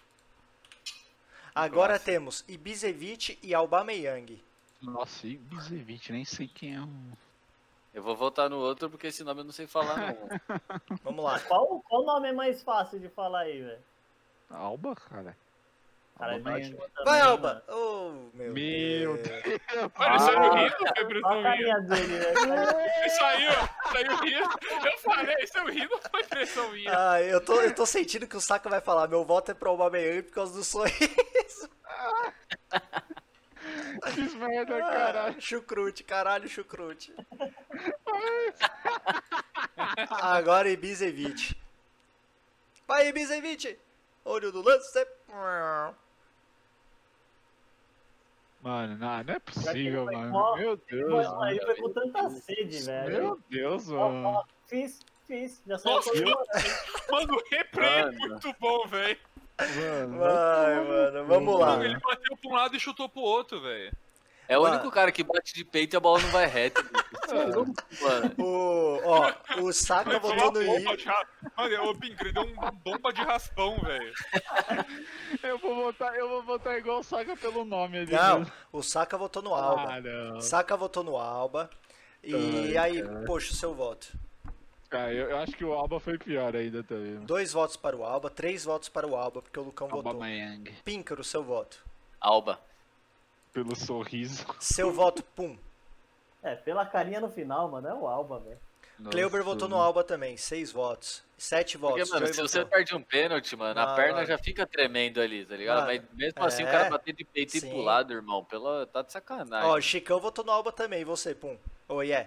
Agora temos Ibisevic e Aubameyang. nossa, e Bizevic, nem sei quem é um. Eu vou votar no outro porque esse nome eu não sei falar, não. Vamos lá. Qual nome é mais fácil de falar aí, velho? Alba, cara. Cara, Aubameyang. ótimo também, Vai, mano. Alba! Oh, meu Meu Deus. Deus. Mano, ele saiu rindo, foi Olha a impressão minha. carinha dele, velho. Ele saiu rindo. Eu falei, saiu rindo, foi impressão minha. Ah, eu tô sentindo que o Saka vai falar. Meu voto é pro Aubameyang por causa do sorriso. Fiz merda, caralho. Chucrute, caralho, chucrute. Agora Ibisevic. Vai, Ibisevic! Olho do lance. Mano, não é possível, foi mano. mó- Meu Deus, Mano, aí mano. foi com tanta sede, velho. Meu Deus, Ó, mano. ó, fiz. Já saiu Nossa, comemorando. Mano, o replay é Mano. muito bom, velho. Mano, Vai, mano, vamos lá. Ele bateu pra um lado e chutou pro outro, velho. É o Mano. único cara que bate de peito e a bola não vai reto. Mano. O Saka votou no I. Mano, o Pincre deu uma bomba de raspão, velho. eu vou votar igual o Saga pelo nome ali. Não, mano. o Saka votou no Alba. Ah, não. Saka votou no Alba. E Ai, aí, cara. poxa, o seu voto. Ah, eu acho que o Alba foi pior ainda também. 2 votos para o Alba, 3 votos para o Alba, porque o Lucão Alba votou. Mayang. Píncaro, o seu voto. Alba. Pelo sorriso. Seu voto, pum. É, pela carinha no final, mano, é o Alba, velho. Kleuber Nossa, votou no mano. Alba também, 6 votos. 7 Porque, votos. mano, Joey se você votou. perde um pênalti, mano, a Não, perna mano. já fica tremendo ali, tá ligado? Mano, Mas mesmo assim é. o cara bater de peito Sim. e pro lado, irmão, tá de sacanagem. Ó, o mano. Chicão votou no Alba também, e você, pum. Oi, é.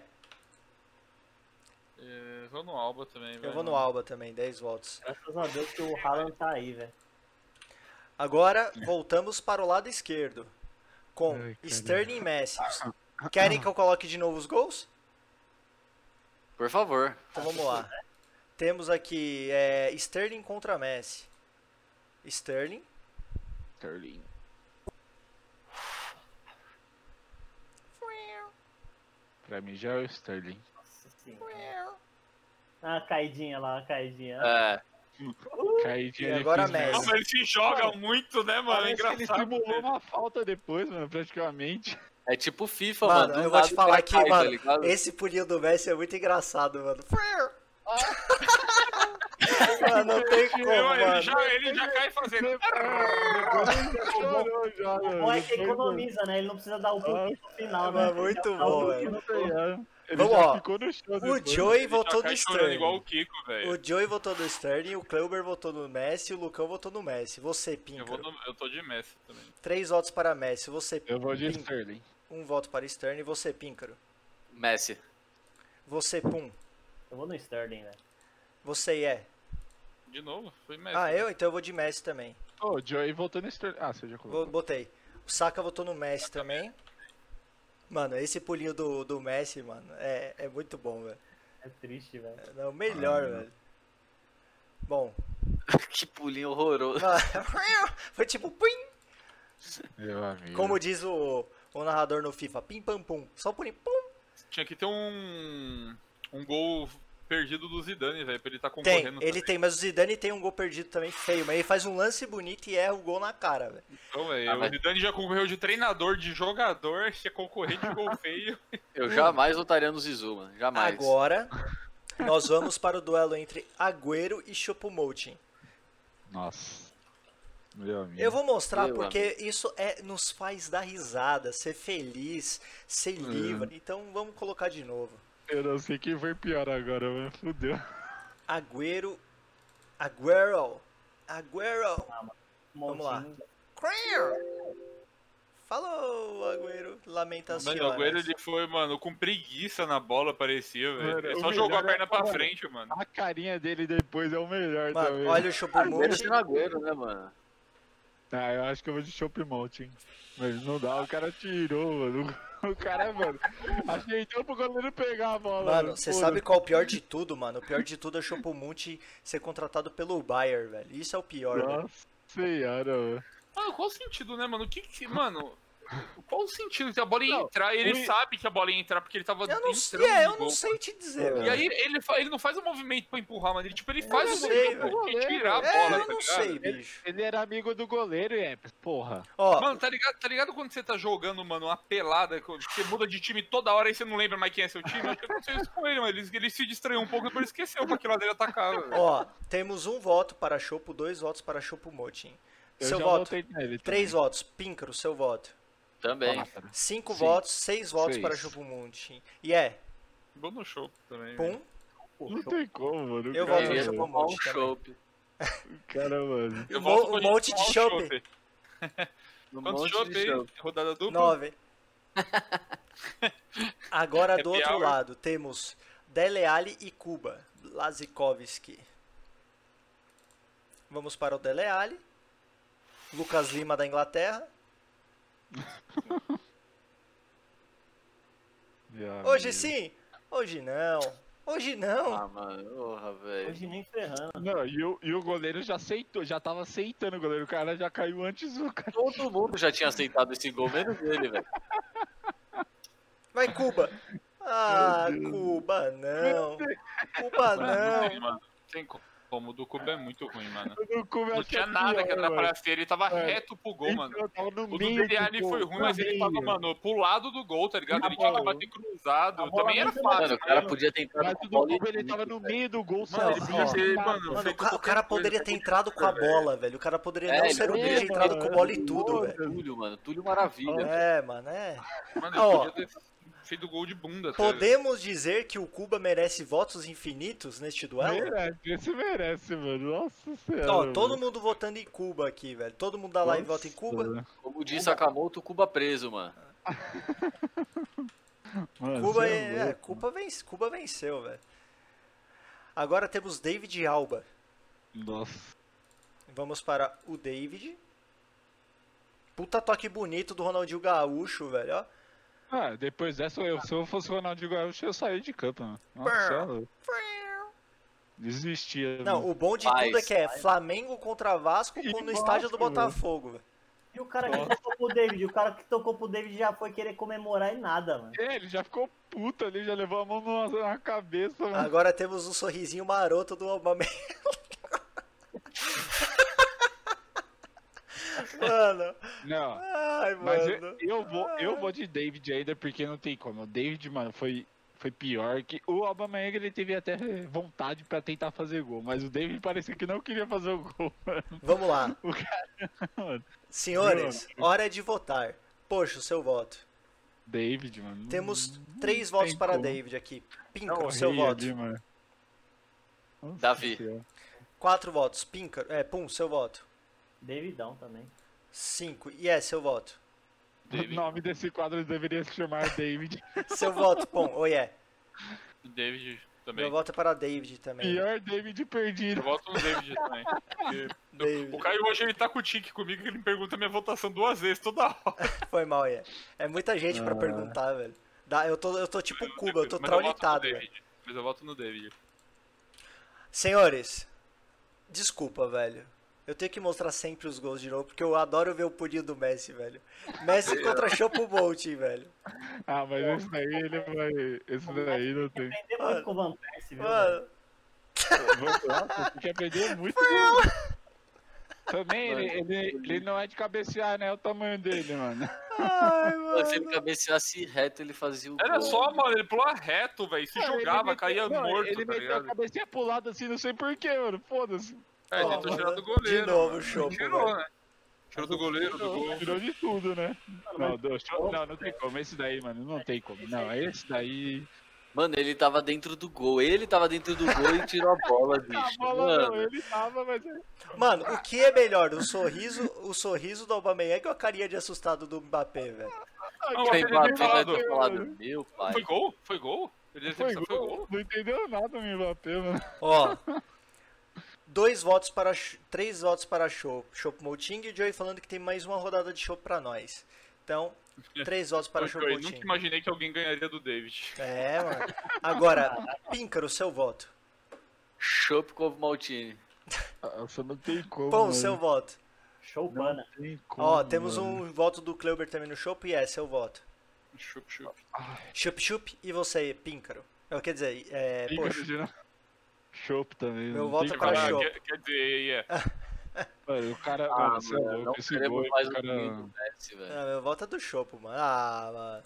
Vou no Alba também, velho. Eu vou no Alba também, 10 votos. Graças a Deus que o Haaland tá aí, velho. Agora, voltamos para o lado esquerdo. Com Ai, caralho. Sterling e Messi. Querem que eu coloque de novo os gols? Por favor. Então vamos lá. Temos aqui Sterling contra Messi. Sterling. Sterling. Pra mim já é o Sterling. Nossa senhora. Ah, a caidinha lá, a caidinha. É. Caidinha E ele agora fez Messi. merda. Nossa, eles se jogam muito, né, mano? É Parece que ele engraçado. simulou uma falta depois, mano, praticamente. É tipo FIFA, Mano, mano. do eu vou te nada o falar cara aqui, cai, tá mano. ligado? Esse pulinho do Messi é muito engraçado, mano. Mano, não tem como, Ele mano. já cai fazendo. O bom é que economiza, né? Ele não precisa dar o pulinho no final, né? Mano, muito Ele dá o bom, pulinho velho. no final. Ele Vamos, já ó. ficou no chão O depois. Joey Ele votou já no cai chorando igual o Sterling. Kiko, velho. O Joey votou no Sterling, o Kleuber votou no Messi, o Lucão votou no Messi. Você, Eu, Píncaro. eu tô de Messi também. 3 votos para Messi. Você, Eu vou de Píncaro. Sterling. 1 voto para Sterling. Você, Píncaro. Messi. Você, Pum. Eu vou no Sterling, velho. Você, é. De novo, foi Messi. Ah, eu? Então eu vou de Messi também. Ô, o Joey voltou no Sterling. Ah, você já colocou. Botei. O Saka votou no Messi também. Mano, esse pulinho do Messi, mano, é muito bom, velho. É triste, velho. É o melhor, velho. Bom. Que pulinho horroroso. Foi tipo, pim. Meu amigo. Como diz o narrador no FIFA, pim pam pum. Só pulinho, pum. Tinha que ter um gol perdido do Zidane, velho, pra ele tá Tem, concorrendo. ele tem, mas o Zidane tem um gol perdido também feio, mas ele faz um lance bonito e erra o gol na cara, velho. Então, velho, Ah, o mas- Zidane já concorreu de treinador, de jogador, que é concorrente de gol feio. Eu jamais votaria no Zizu, mano. Jamais. Agora, nós vamos para o duelo entre Agüero e Choupo-Moting. Nossa. Meu amigo. Eu vou mostrar Meu porque isso nos faz dar risada, ser feliz, ser livre. Então vamos colocar de novo. Eu não sei quem foi pior agora, mano. Fudeu. Aguero. Vamos lá. Falou, Agüero. Lamentações. Mano, o Agüero ele foi, mano, com preguiça na bola, parecia, velho. Mano, Ele o só jogou a melhor perna é- pra mano, frente, mano. A carinha dele depois é o melhor Mano, também. olha o Agüero Choupo-Moting. sendo Agüero, né, mano? Ah, eu acho que eu vou de Chopp Mountain. Mas não dá, o cara tirou, mano. O cara, mano, ajeitou pro goleiro pegar a bola. Mano, você Foda-se. sabe qual é o pior de tudo, mano? O pior de tudo é o Choupo-Moting ser contratado pelo Bayern, velho. Isso é o pior, velho. Nossa senhora, mano. Mano, qual o sentido, né, mano? Mano, qual o sentido que a bola ia Não, entrar? Ele o- sabe que a bola ia entrar porque ele tava Eu não entrando sei, no eu não gol. sei te dizer, E velho. aí ele não faz o movimento pra empurrar, mano. Ele faz não o sei, movimento velho. pra tirar a bola, É, eu tá não ligado? sei, bicho. Ele era amigo do goleiro, porra. Ó, Mano, tá ligado quando você tá jogando, mano, uma pelada, que você muda de time toda hora e você não lembra mais quem é seu time? Acho que aconteceu isso com ele, mano. Ele se distraiu um pouco e depois esqueceu pra aquilo lá dele atacava, velho. ó, temos 1 voto para Choupo, 2 votos para Choupo-Moting. Eu Seu já voto, votei nele 3 também. votos. Píncaro, seu voto. Também. Nossa, 5 Sim. votos, 6 votos 6. para Choupo-Moting. E é, Vou no show também. Pum. Não tem como, mano. Eu O voto cara, no Queria Choupo-Moting tomar um também. chopp. O cara, mano. Eu Um volto com monte de tomar um chopp. chopp. Um Quantos monte chopp de aí? chopp. Rodada dupla? 9. Agora do Happy outro hour. lado temos Dele Alli e Kuba. Lazikovski. Vamos para o Dele Alli. Lucas Lima da Inglaterra. Hoje sim, hoje não. Hoje não. Ah, mano, porra, velho. Hoje nem ferrando. Não, e o goleiro já aceitou, já tava aceitando o goleiro. O cara já caiu antes do cara. Todo mundo já tinha aceitado esse gol, menos ele, velho. Vai, Cuba. Ah, Cuba não. Cuba não. Mano, tem como o do Cuba é muito ruim, mano. O Cuba Não acho tinha é nada pior, que atrapalhasse ele, ele tava É. reto pro gol, mano. Então, tava no O do meio Dele Alli gol, foi ruim, no mas ele tava, meio. mano, pro lado do gol, tá ligado? A Ele tinha que bola- bater cruzado. a bola Também era nem fácil. Mano, o cara podia ter entrado Mas com o a do bola e Cuba ele tudo, tava no velho. meio do gol, Mano, Ele podia ó, ter, mano, Mano, feito o cara qualquer poderia coisa, ter qualquer entrado com a coisa, velho. bola, velho. O cara poderia É, não ele ser humilde poderia e entrado ter com bola e tudo, entrado, velho. Túlio, mano. Túlio maravilha. É, mano, é. Mano, Ó, ele podia ter feito gol de bunda. tá Podemos dizer que o Cuba merece votos infinitos neste duelo? Merece, esse merece, mano. Nossa senhora. Ó, todo mano. mundo votando em Cuba aqui, velho. Todo mundo da live vota em Cuba. Nossa, Como disse Sakamoto, o Cuba preso, mano. mano, Cuba, cê é louco. Cuba venceu, velho. Agora temos David Alba. Nossa. Vamos para o David. Puta toque bonito do Ronaldinho Gaúcho, velho, ó. Ah, depois dessa, se eu fosse o Ronaldinho Gaúcho, eu saía de campo, mano. Nossa, cê é louco. Desistia. Não, mano. o bom de Faz, tudo é que é Flamengo contra Vasco E no estádio do Vasco, velho. Botafogo, velho. E o cara que tocou pro David, o cara que tocou pro David já foi querer comemorar e nada, mano. É, ele já ficou puto ali, já levou a mão na cabeça, mano. Agora temos um sorrisinho maroto do Aubameyang. Mano, Não, ai, mas mano. eu vou de David ainda, porque não tem como. O David, mano, foi pior que... O Aubameyang, ele teve até vontade pra tentar fazer gol, mas o David parecia que não queria fazer o gol, mano. Vamos lá. O cara, mano. Senhores, hora de votar. Poxa, o seu voto. David, mano. Temos 3 votos tem para como. David aqui. É Píncaro, o seu rei voto. ali, mano. Nossa Davi. Senhora. 4 votos. Píncaro, Pum, seu voto. Davidão também. 5. E é, seu voto. David. O nome desse quadro deveria se chamar David. Seu voto, Pum. Ou é. David também. Meu voto é para David também. Pior David perdido. Eu voto no David também. Porque David. O Caio hoje ele tá com o tique comigo que ele me pergunta minha votação 2 vezes toda hora. Foi mal, é. É muita gente pra perguntar, velho. Eu tô tipo Cuba, eu tô Mas eu voto no traulitado, velho. David. Mas eu voto no David. Senhores, desculpa, velho. Eu tenho que mostrar sempre os gols de novo, porque eu adoro ver o pulinho do Messi, velho. Messi contra Choupo-Moting, velho. Ah, mas esse daí ele vai. Esse daí não tem. Aprender muito com o Van Persie, viu, velho? Mano, Nossa, tem que aprender muito. Também, ele não é de cabecear, né? É o tamanho dele, mano. ai, Se ele mano. cabeceasse reto, ele fazia o Era gol. só, mano, ele pulava reto, velho. Se jogava, caía não, morto, Ele tá meteu a ligado? cabecinha pro lado assim, não sei porquê, mano. Foda-se. É, Ó, tentou mano, tirar do goleiro. de novo mano. o Chopo, Tirou, velho. né? Tirou do goleiro, do gol. Tirou de tudo, né? Mano, Não, não tem como. Esse daí, mano, não tem como. Não, esse daí. Mano, ele tava dentro do gol. Ele tava dentro do gol e tirou a bola, bicho. A bola não, Mano, ele tava, mas. Mano, o que é melhor, o sorriso do Aubameyang ou a carinha de assustado do Mbappé, velho? Não, quem ele bateu deve vai falado. ter falado, meu pai. Foi gol? Foi gol? Ele deve ter Foi pensado, foi gol. gol? Não entendeu nada o Mbappé, mano. Ó, 3 votos para Choupo-Moting e o Joey falando que tem mais uma rodada de Chopp pra nós. Então, 3 votos para Eu nunca Choupo-Moting. imaginei que alguém ganharia do David. É, mano. Agora, Píncaro, seu voto. Chopp com o Maltini. Nossa, não tem como. Pão, mano. seu voto. Show Não pana. tem como. Ó, temos mano. um voto do Kleuber também no Chopp e é seu voto. Chup, chup. Chup e você, Píncaro. Quer dizer, Fica poxa, pedindo Chopp também. Meu não voto tem é para como. Chopp. Quer dizer, Mano, o cara. Ah, mano, você é mano, não louco. Esse queremos gol, mais o um cara. domingo do Messi, velho. meu voto é do Chopp, mano. Ah, mano.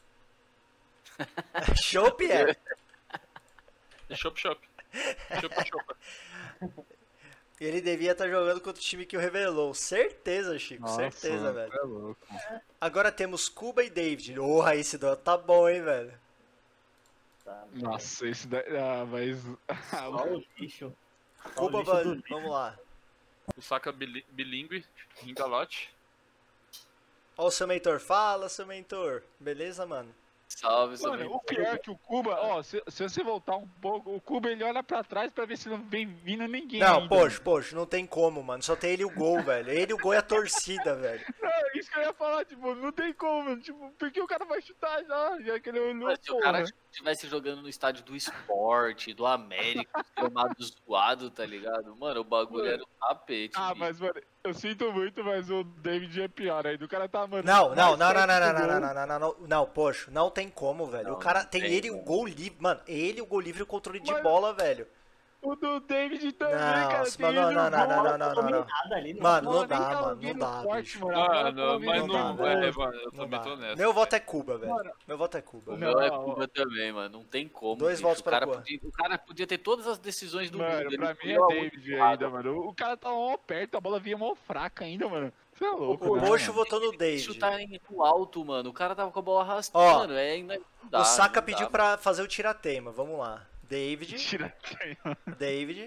Chopp é. Chup, chup. Chup, chup. Ele devia estar jogando contra o time que o revelou. Certeza, Chico, Nossa, certeza, mano, velho. você é louco. Agora temos Cuba e David. Porra, esse duelo tá bom, hein, velho. Tá, Nossa, esse daí. Ah, mas. Só o lixo. Só o Cuba, lixo do mano, lixo. vamos lá. O Saka bilíngue, Ringalote. Ó o seu mentor. Fala, seu mentor. Beleza, mano? Salve, seu Mano, amigo. o pior é que o Cuba, ó, se você voltar um pouco, o Cuba ele olha pra trás pra ver se não vem vindo ninguém. Não, ainda. poxa, não tem como, mano. Só tem ele e o gol, velho. Ele, o gol e a torcida, velho. Não, e isso que eu ia falar, tipo, não tem como, mano. Tipo, porque o cara vai chutar já que ele olhou, Mas se o cara porra. estivesse jogando no estádio do esporte, do América, gramado zoado, tá ligado? Mano, o bagulho era um tapete. Ah, bicho. mas, mano, eu sinto muito, mas o David é pior ainda. O cara tá, mano. Não, não, mais não, não, perto não, do não, não, gol. não, não, não, não, não, poxa, não tem como, velho. Não, O cara não tem tem, ele o mano. gol livre, mano, ele o gol livre e o controle de Mas- bola, velho. O do David também, Não, cara. mas Tem não, ele não, no não, gol. não, não, não, não, não. Dominada ali, Mano, não nem dá, tava mano, não vindo dá, forte, bicho. mano. A bola Mano, tava mas vindo não. dá, É, velho. mano, eu Não também dá. tô nessa. Meu voto é Cuba, velho. Mano, Meu voto é Cuba. O meu é Não, Cuba também, mano. Não tem como. 2 bicho. votos o pra cara Cuba. o cara podia ter todas as decisões do Mano, mundo. pra ele mim é escolheu a David última ainda, mano. O cara tá mó perto, a bola vinha mó fraca ainda, mano. Você é louco, O né, Poxo mano? votou no Ele quis David. chutar no alto, mano. O cara tava com a bola Ó, arrastando. Ainda não dá, O Saka não pediu dá. pra fazer o tirateima. Vamos lá. David. Tira. David.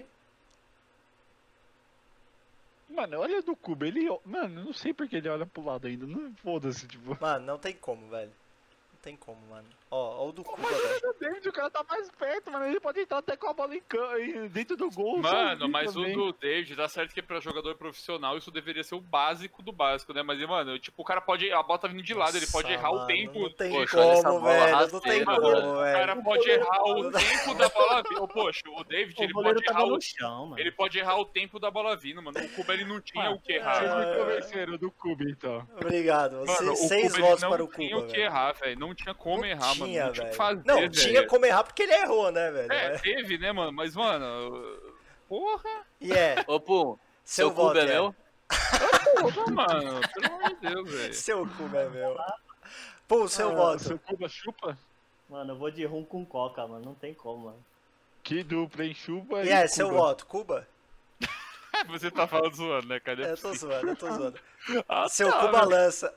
Mano, olha do Cuba, ele. Mano, não sei porque ele olha pro lado ainda. Não foda-se, tipo. Mano, não tem como, velho. Não tem como, mano. Ó o do Cuba, Mas velho. olha o David, o cara tá mais perto, mano. Ele pode entrar até com a bola dentro do gol. Mano, sozinho mas também. o do David, dá certo que pra jogador profissional isso deveria ser o básico do básico, né? Mas, mano, tipo, o cara pode. A bola tá vindo de lado, ele pode Nossa, errar o mano, tempo. Não tem Poxa, olha essa como, bola velho. Não tem rasteira, como, mano. O velho. cara pode errar o tempo da bola vindo. Ô, poxa, o David, O ele goleiro pode tava errar no o. chão, mano. Ele pode errar o tempo da bola vindo, mano. O Cuba ele não tinha o que errar. Vocês Ah, me convenceram do Cuba, então. Obrigado. Mano, o 6 Cuba ele votos não para o tinha Cuba, o que velho. errar, velho. Não tinha como Não errar, mano. tinha, Não tinha o que velho. fazer, Não, velho. tinha como errar porque ele errou, né, velho? É, teve, né, mano? Mas, mano. Porra! E é, Ô, Pum, seu seu Cuba voto é meu? Porra, mano. Pelo amor de Deus, velho. Seu Cuba é meu. Pô, seu Ah, voto. Seu Cuba chupa? Mano, eu vou de rum com coca, mano. Não tem como, mano. Que dupla, hein? Chupa E e é, seu Cuba. voto, Cuba? Você tá falando zoando, né, cara? Eu tô zoando, eu tô zoando. Ah, Seu tá, Cuba velho. lança.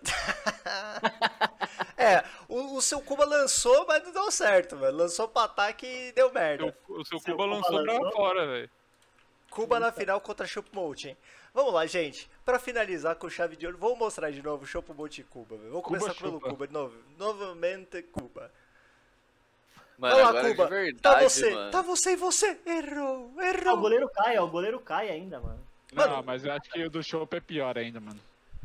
É, o seu Cuba lançou, mas não deu certo, velho. Lançou pra ataque e deu merda. O seu Seu Cuba Cuba lançou pra lançou? fora, velho. Cuba na final contra Choupo-Moting. Vamos lá, gente. Pra finalizar com chave de ouro, vou mostrar de novo Choupo-Moting e Cuba. Velho. Vou Cuba começar pelo chupa. Cuba de novo. Novamente Cuba. Mano, Vai lá, agora Cuba. de verdade, Tá você, mano. tá você e você. Errou, Ah, o errou. goleiro cai ainda, mano. Não, Mano. mas eu acho que o do Chopp é pior ainda, mano.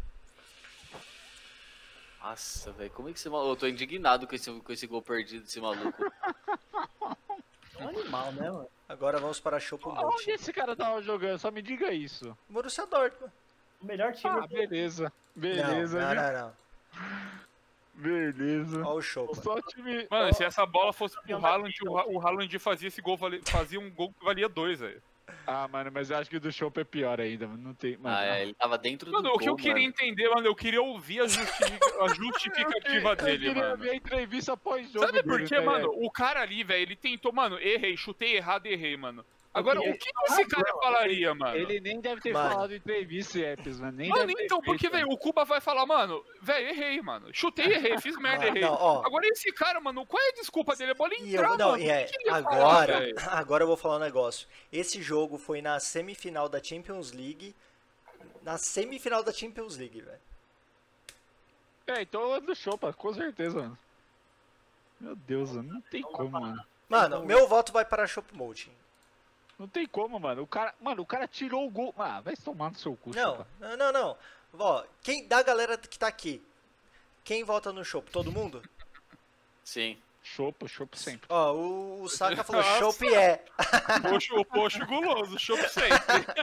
Nossa, velho, como é que esse maluco... Eu tô indignado com esse gol perdido desse maluco. É um animal, né, mano? Agora vamos para Onde Choupo-Moting. esse cara tava jogando? Só me diga isso. Borussia Dortmund. O melhor time Ah, do... beleza. Não, Beleza, não, viu? não, não. Beleza. Ó o Choupa. Só time. Mano, se essa bola fosse pro Campeão da Haaland, o Haaland fazia esse gol, fazia um gol que valia 2, velho. Ah, mano, mas eu acho que o do Chopp é pior ainda, mano. Não tem. Mano, Ah, é, ele tava dentro Mano, do o que eu gol, queria mano. entender, mano, eu queria ouvir a justificativa eu dele, queria mano. ver a entrevista após-jogo. Sabe por dele, quê, né? mano? O cara ali, velho, ele tentou, mano, errei, chutei errado, errei, mano. Agora, o que esse cara falaria, mano? Ele nem deve ter Mano. falado em entrevista, Epis, mano. Nem Mano, deve ter então, porque, feito. velho, o Cuba vai falar, mano, velho, errei, mano. Chutei, errei, fiz merda, Mano, errei. não, ó. Agora esse cara, mano, qual é a desculpa dele? A bola E eu, entrar, não, mano. e é, O que ele ia falar, agora, velho? agora eu vou falar um negócio. Esse jogo foi na semifinal da Champions League. Na semifinal da Champions League, velho. É, então é do Chopp, com certeza, mano. Meu Deus, mano. Não tem como, mano. Mano, meu voto vai para Choupo-Moting. Não tem como, mano. O cara tirou o gol. Ah, vai tomar no seu cu, Não, Chopp. não, não, não. Ó, quem da galera que tá aqui, quem vota no Chopp? Todo mundo? Sim. Chopp sempre. Ó, o Saka falou Nossa. Chopp é. O poxo guloso, chope sempre.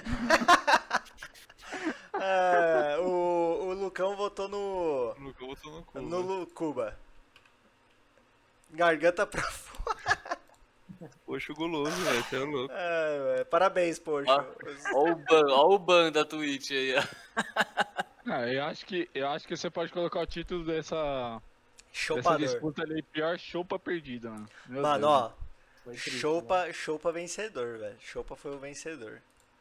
É, o Lucão votou no. Nunca botou no cu. No Cuba. Garganta pra fora. Poxo guloso, velho, você é louco. É, parabéns, poxa. Ó o ban da Twitch aí, ó. Ah, eu acho que você pode colocar o título dessa Chopador. disputa ali, pior Chopa perdida, mano. Meu Mano, Deus, ó. Foi triste, mano. Chopa vencedor, velho. Chopa foi o vencedor.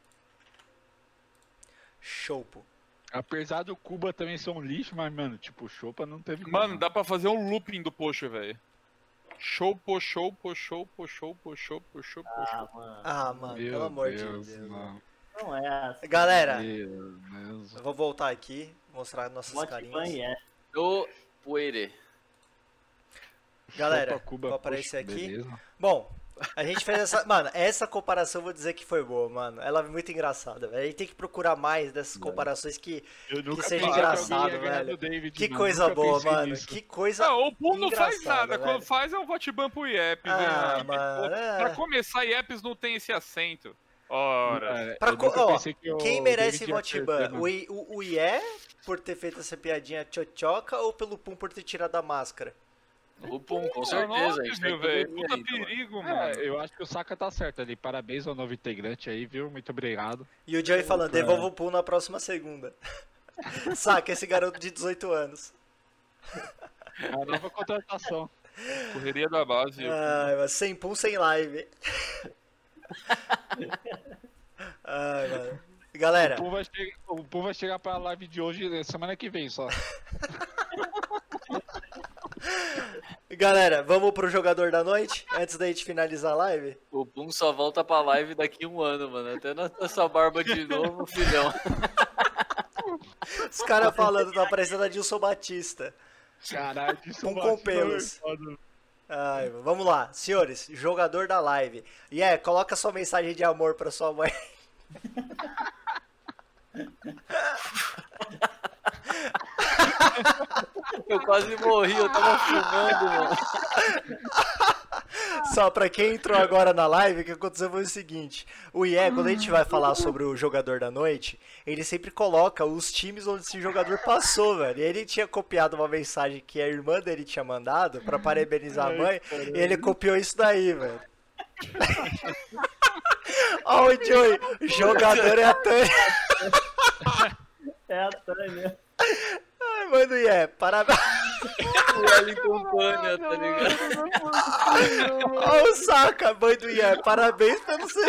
Chopo. Apesar do Cuba também ser um lixo, mas, mano, tipo, o Chopa não teve como. Mano, dá pra fazer um looping do poxo, velho. Show, poxou, poxou, poxou, poxou, poxou, poxou. Ah, mano. Ah, mano, Meu pelo amor Deus, de Deus. mano. Não é assim. Galera, Meu Deus. eu vou voltar aqui, mostrar nossas Mote carinhas. ban é. Do Poeire. Galera, Chopa, Cuba, vou aparecer poxa, aqui. beleza. Bom, A gente fez essa. Mano, essa comparação eu vou dizer que foi boa, mano. Ela é muito engraçada, velho. A gente tem que procurar mais dessas comparações Eu que nunca seja pensei que alguém engraçado, ia ganhar velho. do David, Que não. coisa Nunca boa, pensei mano. nisso. Que coisa. Não, o Pool não faz engraçada, nada. Quando velho. faz é o Votiban pro Iepes. Ah, né? mano. Pra É. começar, Iepes não tem esse acento. Ora. Eu nunca Ó, pensei que quem o merece David ia Votiban? perder, mano. O Ié por ter feito essa piadinha tchotchoca ou pelo Pum por ter tirado a máscara? O Pum, com Não, certeza. A gente óbvio, tem que velho. ver Puta ainda, mano. perigo, É, mano. eu acho que o Saka tá certo ali. Parabéns ao novo integrante aí, viu? Muito obrigado. E o Joey falando, cara. devolva o Pum na próxima segunda. Saca esse garoto de 18 anos. É a nova contratação. Correria da base. Ai, mas sem Pum, sem live. Ai, mano. Galera, O Pum vai chegar pra live de hoje, semana que vem só. vamos pro jogador da noite? Antes da gente finalizar a live? O Pum só volta pra live daqui 1 ano, mano. Até nessa barba de novo, filhão. Os caras falando, tá parecendo a Dilson Batista. Caralho, isso Pum com pelos. Ai, vamos lá, senhores, jogador da live. E coloca sua mensagem de amor pra sua mãe. Eu quase morri, eu tava filmando, mano. Só pra quem entrou agora na live, o que aconteceu foi o seguinte: o IE, quando a gente vai falar sobre o jogador da noite, ele sempre coloca os times onde esse jogador passou, velho. E ele tinha copiado uma mensagem que a irmã dele tinha mandado pra parabenizar a mãe, e ele copiou isso daí, velho. Ó, o Joey, jogador é a Tânia. É a Tânia. Ai, mano, IE, parabéns. O Wellington Tânia, tá ligado? Ó, o Saka, mãe do IE, parabéns pelo seu.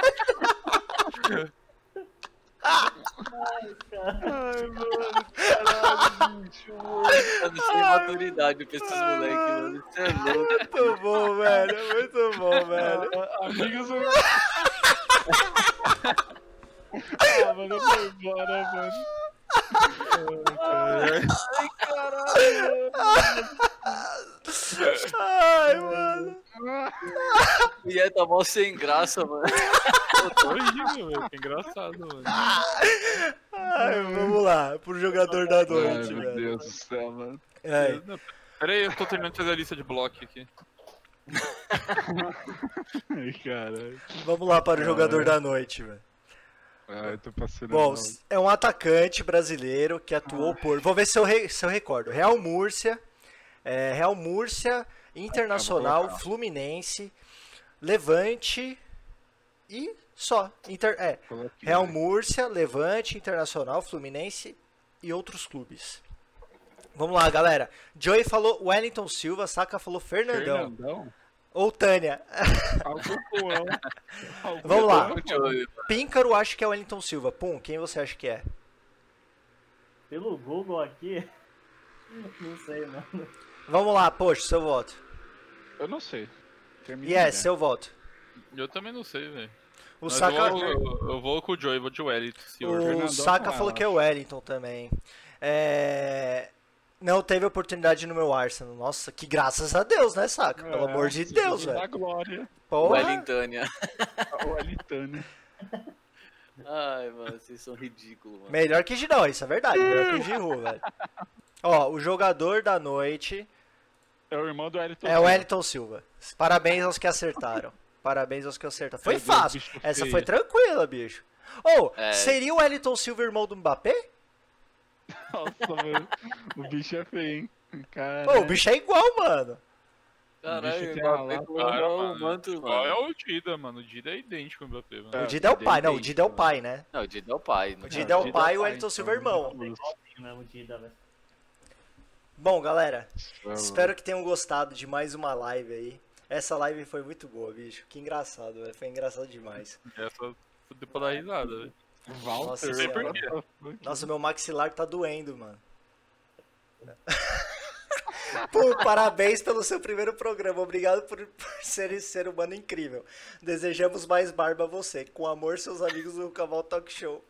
Mano, sem maturidade pra esses moleques, mano. Isso é louco. Muito bom, velho, muito bom, velho. Amigos. Ah, mano, eu vou embora, mano. Ai, caralho. Ai, mano. O Ié tá mó sem graça, mano. Horrível, velho. Que engraçado, mano. Ai, vamos lá, pro jogador da Ai, noite, meu velho. Deus do céu, mano. Ai, Pera aí, eu tô terminando de fazer a lista de bloco aqui. Ai, caralho. vamos lá para o jogador da noite, velho. Ai, eu tô passando Bom, mal. é um atacante brasileiro que atuou por. Vou ver se eu recordo. Real Múrcia, Internacional, Fluminense, Levante e só. Coloquei, Real né? Múrcia, Levante, Internacional, Fluminense e outros clubes. Vamos lá, galera. Joey falou Wellington Silva, Saka falou Fernandão. Fernandão? Ou Tânia. Alcopoão. Vamos lá. Joey, Píncaro acho que é Wellington Silva. Pum, quem você acha que é? Pelo Google aqui, não sei, mano. Vamos lá, poxa, seu voto. Eu não sei. Termina Yes, seu voto. Eu também não sei, velho. O Mas Saka, eu vou com o Joey, vou de Wellington. senhor. o Fernandão Saka não, falou eu que é o Wellington também. Não teve oportunidade no meu Arsenal. Nossa, que graças a Deus, né, Saka? Pelo amor de Deus, Da velho. glória. Porra. Wellingtônia. O Elitânia. Ai, mano, vocês são ridículos, mano. Melhor que Giroud, isso é verdade. Melhor que Giroud, velho. Ó, o jogador da noite É o irmão do Elton. é o Wellington Silva. Parabéns aos que acertaram. Parabéns aos que acertaram. Foi Meu Deus, fácil. bicho Essa feio. foi tranquila, bicho. Ou, É. seria o Wellington Silva irmão do Mbappé? Nossa, mano. O bicho é feio, hein? Cara. Pô, o bicho é igual, mano. Caralho, bicho o tem Mbappé uma colocou Cara, o mano, manto, qual é mano. o Dida, mano? O Dida é idêntico ao Mbappé, mano. O Dida é o pai, não, o idêntico, Dida é o mano. pai, né? Não, o Dida é o pai. O Não, Dida é o Dida pai e o pai, Wellington Silva é então, irmão. É igualzinho mesmo, Dida, velho. Bom, galera, Mano. espero que tenham gostado de mais uma live aí. Essa live foi muito boa, bicho. Que engraçado, velho. Foi engraçado demais. Essa deu pra dar risada, velho. Walter. Nossa sei por senhora. quê. Nossa, meu maxilar tá doendo, mano. Pô, parabéns pelo seu primeiro programa. Obrigado por ser esse ser humano incrível. Desejamos mais barba a você. Com amor, seus amigos do Cavalo Talk Show.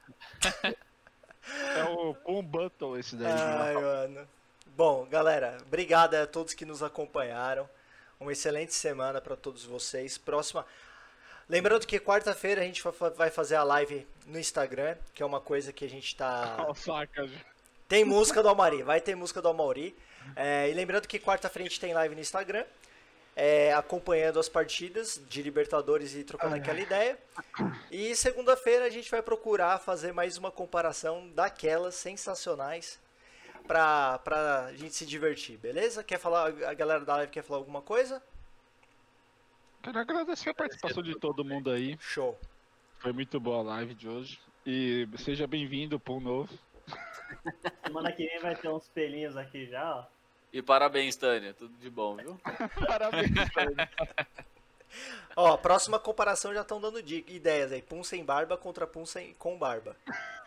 É o Pum Button esse daí. Ai, mano. Bom, galera, obrigado a todos que nos acompanharam. Uma excelente semana para todos vocês. Próxima. Lembrando que quarta-feira a gente vai fazer a live no Instagram, que é uma coisa que a gente tá. Saca, Tem música do Amaury, vai ter música do Amaury. E lembrando que quarta-feira a gente tem live no Instagram, acompanhando as partidas de Libertadores e trocando aquela ideia. E segunda-feira a gente vai procurar fazer mais uma comparação daquelas sensacionais pra gente se divertir, beleza? Quer falar, a galera da live quer falar alguma coisa? Quero agradecer a participação de todo mundo aí. Show. Foi muito boa a live de hoje. E seja bem-vindo, Pão Novo. Semana que vem vai ter uns pelinhos aqui já, ó. E parabéns, Tânia. Tudo de bom, viu? Parabéns, Tânia. Ó, próxima comparação já estão dando ideias aí. Pum sem barba contra Pum com barba.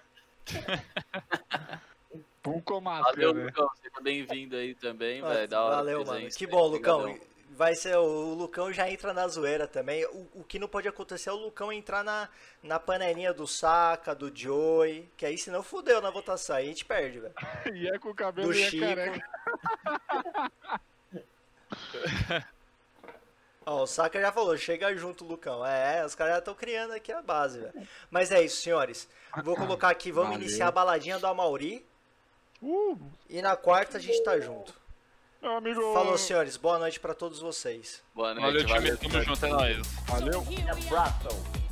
Pum com máscara, Valeu, né? Lucão. Seja bem-vindo aí também, velho. Da hora. Valeu, mano. presença, Que hein? bom, Lucão. Obrigadão. Vai ser o Lucão já entra na zoeira também. O que não pode acontecer é o Lucão entrar na panelinha do Saka, do Joey, que aí senão fudeu na votação, aí a gente perde, velho. E é com o cabelo Do e é Chico. careca. Ó, o Saka já falou, chega junto, Lucão. Os caras já estão criando aqui a base, velho. Mas é isso, senhores. Vou colocar aqui, vamos Valeu. iniciar a baladinha do Amaury. E na quarta a gente tá junto. Meu amigo. Falou, senhores. Boa noite pra todos vocês. Boa noite. Valeu, time. valeu, Tamo Tânia. junto, é nóis. Valeu. Abraço.